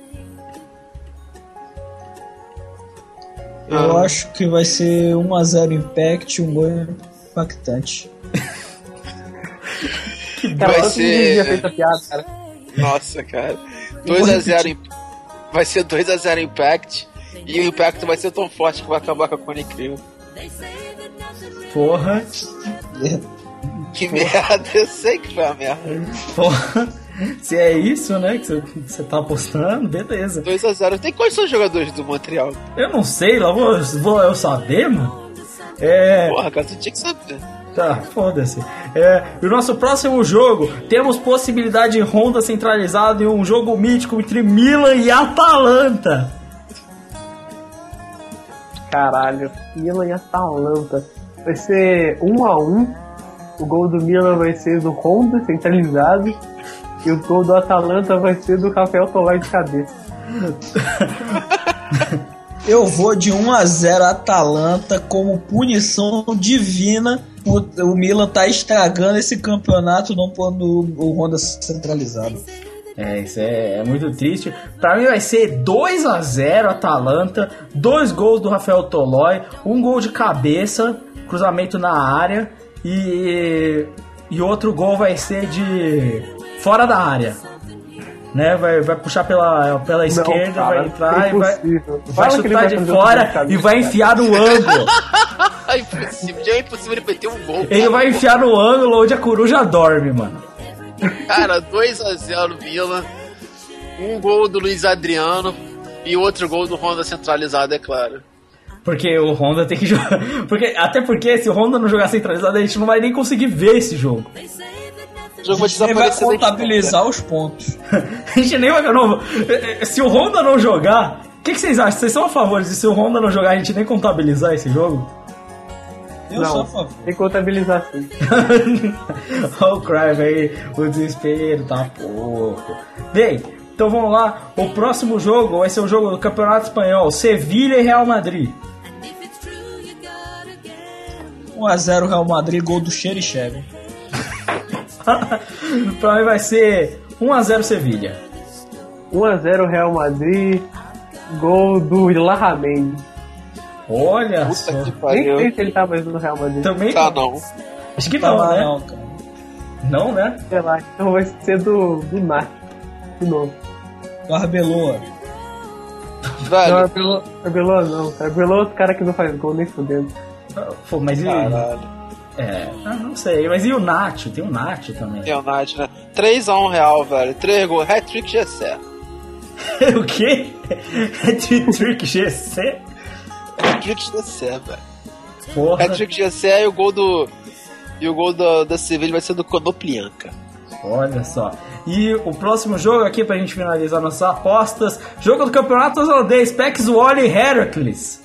Eu acho que vai ser 1-0 Impact, um gol impactante. Cara, vai ser... feito a piada, cara. Nossa, cara. 2-0 vai ser 2-0 Impact. E o Impact vai ser tão forte que vai acabar com a Cone Crew. Porra. Que merda, eu sei que foi a merda. Porra. Se é isso, né, que você tá apostando, beleza. 2-0. Tem quais são os jogadores do Montreal? Eu não sei, lá vou eu saber, mano. Porra, cara, tu tinha que saber. Tá, foda-se. E o nosso próximo jogo, temos possibilidade de ronda centralizada em um jogo mítico entre Milan e Atalanta. Caralho, Milan e Atalanta. Vai ser 1-1. O gol do Milan vai ser do Honda, centralizado. E o gol do Atalanta vai ser do Rafael Tolói de cabeça. Eu vou de 1-0 Atalanta como punição divina. O Milan tá estragando esse campeonato não pondo o Honda centralizado. Isso é muito triste. Pra mim vai ser 2-0 Atalanta, 2 gols do Rafael Tolói, 1 gol de cabeça, cruzamento na área e outro gol vai ser de fora da área. Né? Vai puxar pela esquerda, cara, vai entrar e vai chutar de fora e vai enfiar no ângulo. É impossível, já é impossível ele meter um gol. Ele vai enfiar no ângulo onde a coruja dorme, mano. Cara, 2-0 Milan, um gol do Luiz Adriano e outro gol do Honda centralizado, é claro. Porque o Honda tem que jogar. Até porque se o Honda não jogar centralizado, a gente não vai nem conseguir ver esse jogo. O jogo vai contabilizar os pontos. A gente nem vai. Não, se o Honda não jogar, o que vocês acham? Vocês são a favor de se o Honda não jogar, a gente nem contabilizar esse jogo? Eu sou a favor. Tem que contabilizar sim. Olha o Crive aí, o desespero tá pouco. Bem, então vamos lá. O próximo jogo vai ser o jogo do Campeonato Espanhol, Sevilha e Real Madrid. 1-0 Real Madrid, gol do Xerichev. Pra mim vai ser 1-0 Sevilha. 1-0 Real Madrid, gol do Larramendi. Olha Puta só. Nem sei se ele tá mais no Real Madrid. Também não. Acho que não, né? Não, cara. Não, né? Sei lá, então vai ser do Nath. De novo. Do Arbeloa. Velho. Arbeloa não. Arbeloa é outro cara que não faz gol nem fudendo. Pô, mas e... Caralho. Não sei. Mas e o Nacho? Tem o Nacho também. Tem o Nath, né? 3-1 Real, velho. 3 gols. Hat-trick Gessé. O quê? Hat-trick Gessé? Hat-trick Gessé, velho. Porra. Hat-trick Gessé e o gol do... E o gol da Sevilha vai ser do Konoplyanka. Olha só. E o próximo jogo aqui, pra gente finalizar nossas apostas, jogo do Campeonato Holandês, PEC Zwolle e Heracles.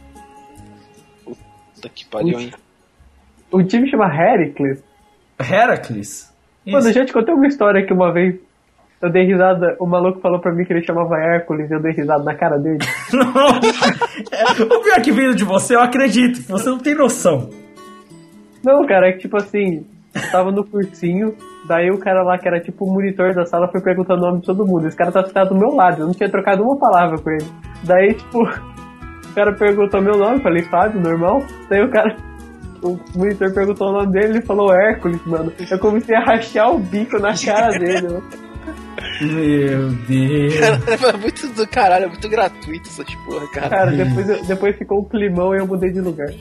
Puta que pariu, hein? O time chama Heracles. Heracles? Mano, eu já te contei uma história que uma vez eu dei risada, o maluco falou pra mim que ele chamava Hércules e eu dei risada na cara dele. Não. O pior que veio de você, eu acredito, você não tem noção. Não, cara, é que tipo assim, eu tava no cursinho Daí o cara lá, que era tipo o monitor da sala, foi perguntando o nome de todo mundo. Esse cara tá sentado do meu lado, eu não tinha trocado uma palavra com ele. Daí, tipo, o cara perguntou meu nome, falei Fábio, normal. Daí o monitor perguntou o nome dele, ele falou Hércules, mano. Eu comecei a rachar o bico na cara dele, mano. Meu Deus. É muito do caralho, é muito gratuito essas porra, cara. Cara, depois ficou um climão e eu mudei de lugar.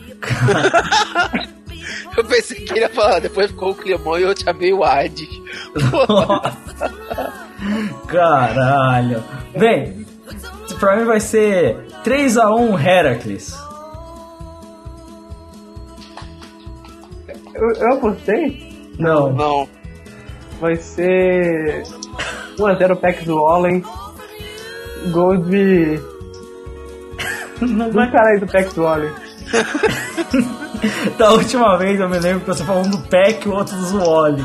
Eu pensei que ele ia falar, depois ficou o climão e eu te chamei o Hades. Caralho. Bem, pra mim vai ser 3-1 Heracles. Eu apostei? Não. Vai ser 1-0 Pax do Wallen. Gol de... do cara aí do Pax do Wallen. Da última vez eu me lembro que você falou um do Peck e o outro do Zuoli.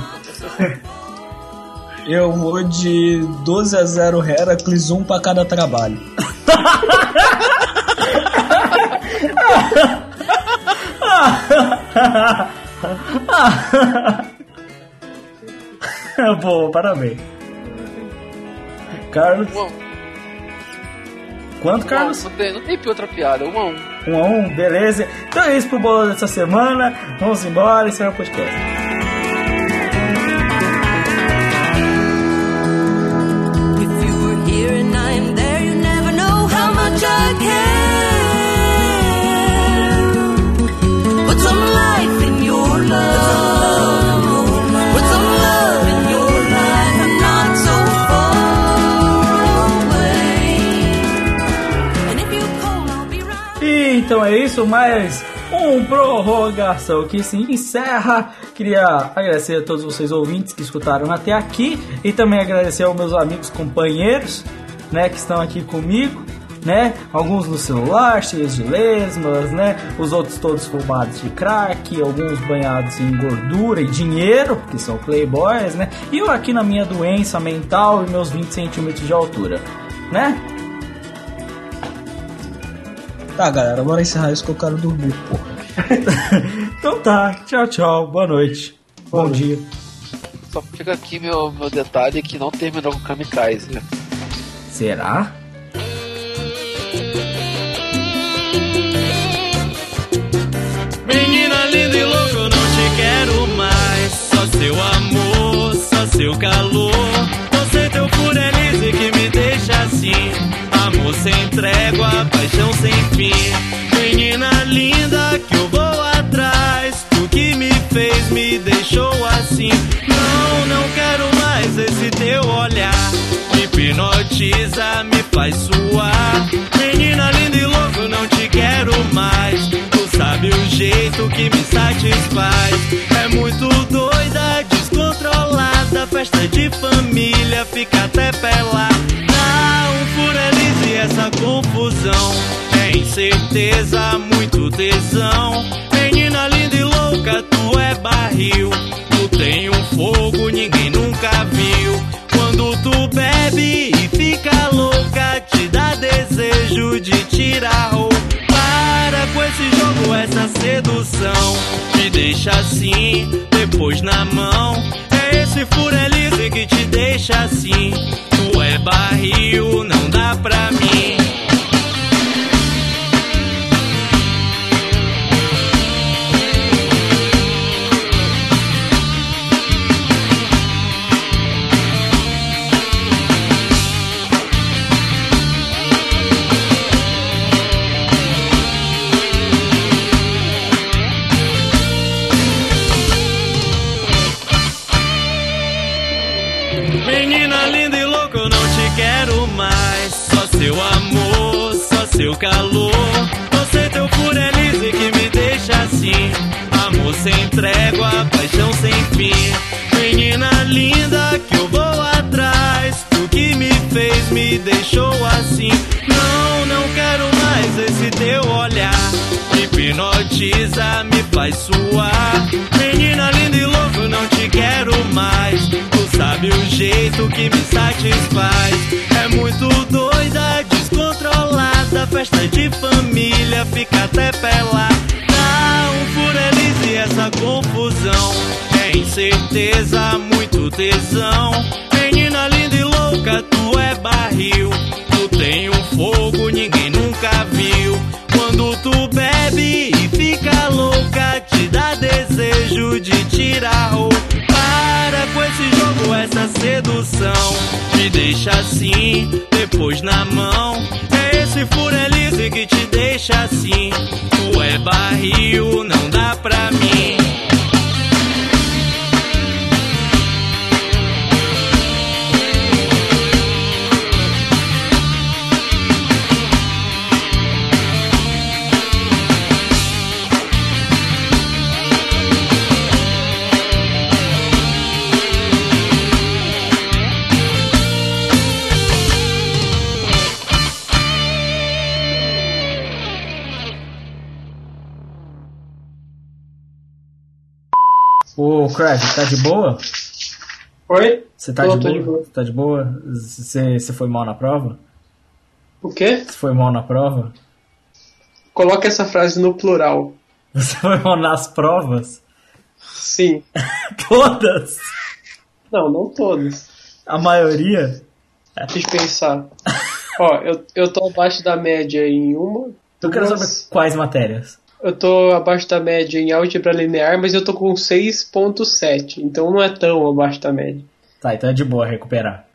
Eu vou de 12-0 Heracles, 1 pra cada trabalho. Boa, parabéns. Carlos. Quanto, Carlos? Não tem outra piada, 1-1. 1-1, beleza. Então é isso pro bolo dessa semana. Vamos embora, esse é o podcast. If you were here and I'm there, you never know how much I care. Put some life in your love. Put some love in your life. I'm not so far away. And if you call, I'll be right. E então é isso, mais um prorrogação que se encerra. Queria agradecer a todos vocês ouvintes que escutaram até aqui e também agradecer aos meus amigos companheiros, né, que estão aqui comigo, né, alguns no celular, cheios de lesmas, né, os outros todos fumados de crack, alguns banhados em gordura e dinheiro, porque são playboys, né, e eu aqui na minha doença mental e meus 20 centímetros de altura, né. Tá, galera, bora encerrar isso que eu quero dormir, porra. Então tá, tchau, boa noite, bom dia. Só fica aqui meu detalhe que não terminou com Kamikaze, né? Será? Menina linda e louca, eu não te quero mais. Só seu amor, só seu calor. Você teu furelize que me deixa assim. Amor sem trégua, paixão sem fim. Menina linda que eu vou atrás. Tu que me fez, me deixou assim. Não quero mais esse teu olhar. Me hipnotiza, me faz suar. Menina linda e louca, eu não te quero mais. Tu sabe o jeito que me satisfaz. É muito doida, descontrolada. Festa de família, fica até pelada. Furelize essa confusão. É incerteza, muito tesão. Menina linda e louca, tu é barril. Tu tem um fogo, ninguém nunca viu. Quando tu bebe e fica louca, te dá desejo de tirar roupa. Para com esse jogo, essa sedução. Me deixa assim, depois na mão. É esse furelize que te deixa assim. Tu é barril, não dá pra mim. Menina linda e louca, eu não te quero mais. Só seu amor, só seu calor. Você teu furelize que me deixa assim. Amor sem trégua, paixão sem fim. Menina linda que eu vou atrás. Tu que me fez, me deixou assim. Não quero mais esse teu olhar. Me hipnotiza, me faz suar. Menina linda e louca, eu não te quero mais. Tu sabe o jeito que me satisfaz. É muito doida, descontrolada. Festa de família, fica até pelada. Dá furelize essa confusão. ilusão. É incerteza, muito tesão. Menina linda e louca, tu é barril. Tu tem um fogo, ninguém nunca viu. Quando tu bebe e fica louca, te dá desejo de tirar roupa. Para com esse jogo, essa sedução. Me deixa assim, depois na mão. É esse furelize que te deixa assim. Tu é barril, não dá pra mim. Ô, Craig, tá de boa? Oi? Você tá Tô de boa? Tá de boa? Você foi mal na prova? O quê? Você foi mal na prova? Coloca essa frase no plural. Você foi mal nas provas? Sim. Todas? Não todas. A maioria? Deixa eu pensar. Ó, eu tô abaixo da média em uma. Eu quero duas. saber quais matérias. Eu tô abaixo da média em álgebra linear, mas eu tô com 6.7, então não é tão abaixo da média. Tá, então é de boa recuperar.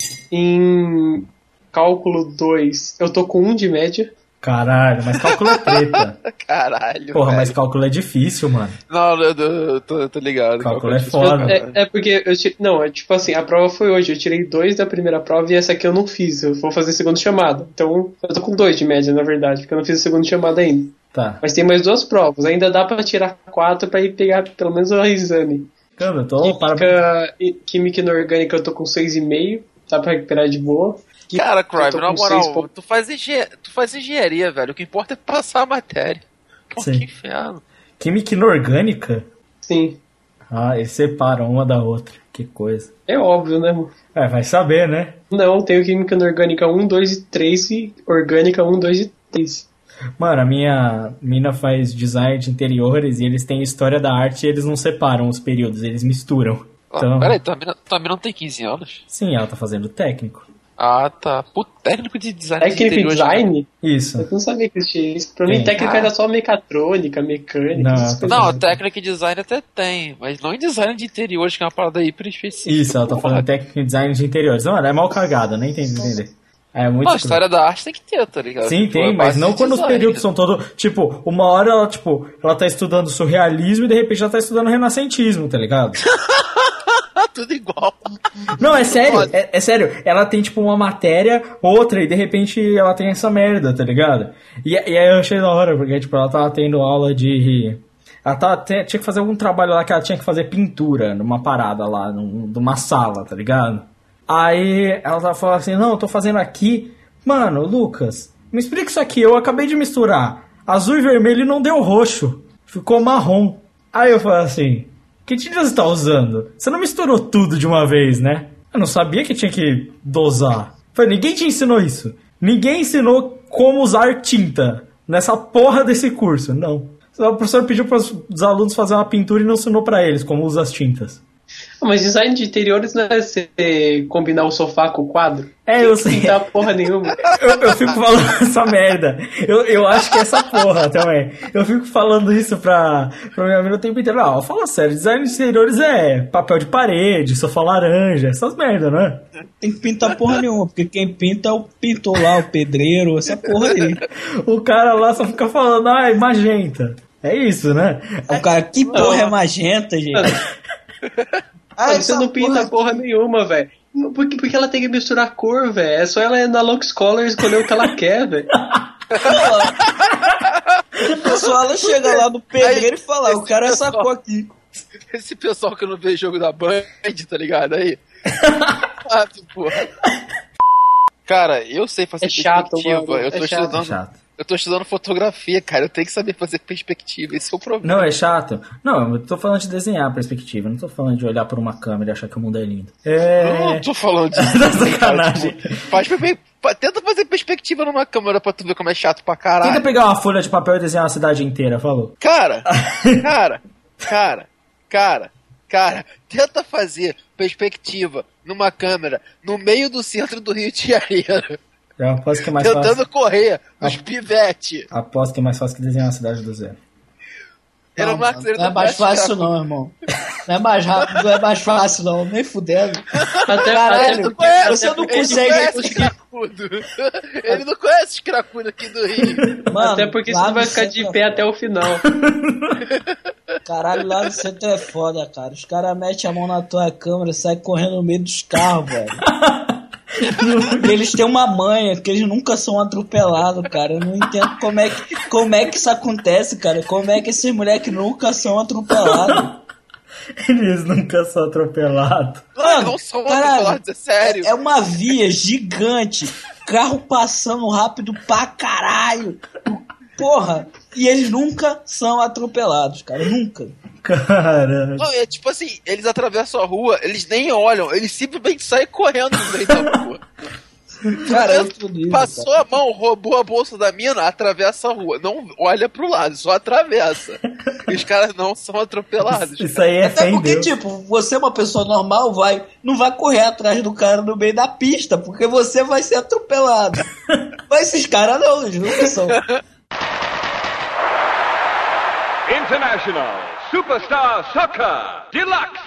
Em cálculo 2, eu tô com 1 de média. Caralho, mas cálculo é treta. Caralho. Porra, velho. mas cálculo é difícil, mano. Não, eu tô ligado. Cálculo é difícil. foda. É porque não, é tipo assim, a prova foi hoje, eu tirei 2 da primeira prova e essa aqui eu não fiz, eu vou fazer segunda chamada. Então, eu tô com 2 de média, na verdade, porque eu não fiz a segunda chamada ainda. Tá. Mas tem mais 2 provas, ainda dá pra tirar 4 pra ir pegar pelo menos o exame. Cara, eu tô... Química inorgânica eu tô com 6,5, dá pra recuperar de boa. Cara, Eu Crive, tô na com moral, 6 tu faz engenharia, velho. O que importa é passar a matéria. Pô, Sim. que inferno. Química inorgânica? Sim, Ah, eles separam uma da outra. Que coisa. é óbvio, né, mano? É, vai saber, né? Não, tenho química inorgânica 1, 2 e 3 e orgânica 1, 2 e 3. Mano, a minha mina faz design de interiores e eles têm história da arte e eles não separam os períodos, eles misturam. Então, Peraí, tua mina não tem 15 anos? sim, ela tá fazendo técnico. Ah, tá. Pô, técnico de design de Técnico em interiores, design? Isso. Eu não sabia que existia isso. Pra mim, Tem. técnica era só mecatrônica, mecânica. Não, essas coisas. Não, técnico em design até tem, mas não em design de interiores, que é uma parada hiper específica. Isso, ela tá Porra. falando técnico em design de interiores. Mano, é mal cagada, nem entendo entender. É muito Não, a escroto. história da arte tem que ter, tá ligado? Sim, Tipo, tem, é mas base não de quando os design. períodos são todos. Tipo, uma hora ela, tipo, ela tá estudando surrealismo e de repente ela tá estudando renascentismo, tá ligado? Tudo igual. Não, é sério, Pode. é sério. Ela tem, tipo, uma matéria, outra, e de repente ela tem essa merda, tá ligado? E aí eu achei da hora, porque, tipo, ela tava tendo aula de... tinha que fazer algum trabalho lá que ela tinha que fazer pintura numa parada lá, numa sala, tá ligado? Aí ela tava falando assim, não, eu tô fazendo aqui... Mano, Lucas, me explica isso aqui, eu acabei de misturar azul e vermelho e não deu roxo, ficou marrom. Aí eu falei assim, que tinta você tá usando? Você não misturou tudo de uma vez, né? Eu não sabia que tinha que dosar. Falei, ninguém te ensinou isso. Ninguém ensinou como usar tinta nessa porra desse curso, não. O professor pediu para os alunos fazer uma pintura e não ensinou pra eles como usar as tintas. Mas design de interiores não é você combinar o sofá com o quadro? É, eu sei. Não dá porra nenhuma. Eu fico falando essa merda. Eu acho que é essa porra também. Eu fico falando isso pra minha amiga o tempo inteiro. Ah, fala sério, design de interiores é papel de parede, sofá laranja, essas merda, não é? Tem que pintar porra nenhuma, porque quem pinta é o pintor lá, o pedreiro, essa porra aí. O cara lá só fica falando, ai, magenta. É isso, né? O cara, que porra é magenta, gente? Ah, Você não pinta porra nenhuma, velho. Porque ela tem que misturar cor, velho. É só ela ir na Lock Scholar e escolher o que ela quer, velho. Só ela chega lá do pedreiro e fala, eu quero essa pessoal- cor aqui. Esse pessoal que não vê jogo da Band, tá ligado aí? Ah, porra. Cara, eu sei fazer É chato, perspectiva. mano, Eu tô é chato. estudando. Chato. Eu tô estudando fotografia, cara. Eu tenho que saber fazer perspectiva. Esse é o problema. Não, é chato. Não, eu tô falando de desenhar a perspectiva. Não tô falando de olhar por uma câmera e achar que o mundo é lindo. Eu não tô falando disso. Tá sacanagem. Tenta fazer perspectiva numa câmera pra tu ver como é chato pra caralho. Tenta pegar uma folha de papel e desenhar a cidade inteira, falou. Cara, Cara, tenta fazer perspectiva numa câmera no meio do centro do Rio de Janeiro. Eu aposto que é mais Tentando fácil. correr, os pivete. Aposto que é mais fácil que desenhar a cidade do zero. Era Não, o Max, mano, ele não é mais fácil não, irmão. Não é mais rápido, não é mais fácil não, nem fudendo. Caralho, você não consegue... Cracudo. Ele não conhece os cracudos aqui do Rio. Mano, Até porque você lá não vai no ficar centro de é pé até o final. Caralho, lá no centro é foda, cara. Os caras metem a mão na tua câmera e saem correndo no meio dos carros, velho. E eles têm uma manha que eles nunca são atropelados, cara. Eu não entendo como é que isso acontece, cara. Como é que esses moleques nunca são atropelados? Eles nunca são atropelados. Não são atropelados, é sério. É uma via gigante, carro passando rápido pra caralho. Porra, e eles nunca são atropelados, cara, nunca. Caralho. Não, é tipo assim, eles atravessam a rua, eles nem olham, eles simplesmente saem correndo no meio da rua. Cara, é outro nível, Passou cara. a mão, roubou a bolsa da mina, atravessa a rua. Não olha pro lado, só atravessa. E os caras não são atropelados. Isso aí é Até fé em porque, Deus. tipo, você é uma pessoa normal, não vai correr atrás do cara no meio da pista, porque você vai ser atropelado. Mas esses caras não, eles nunca são. International Superstar Soccer Deluxe.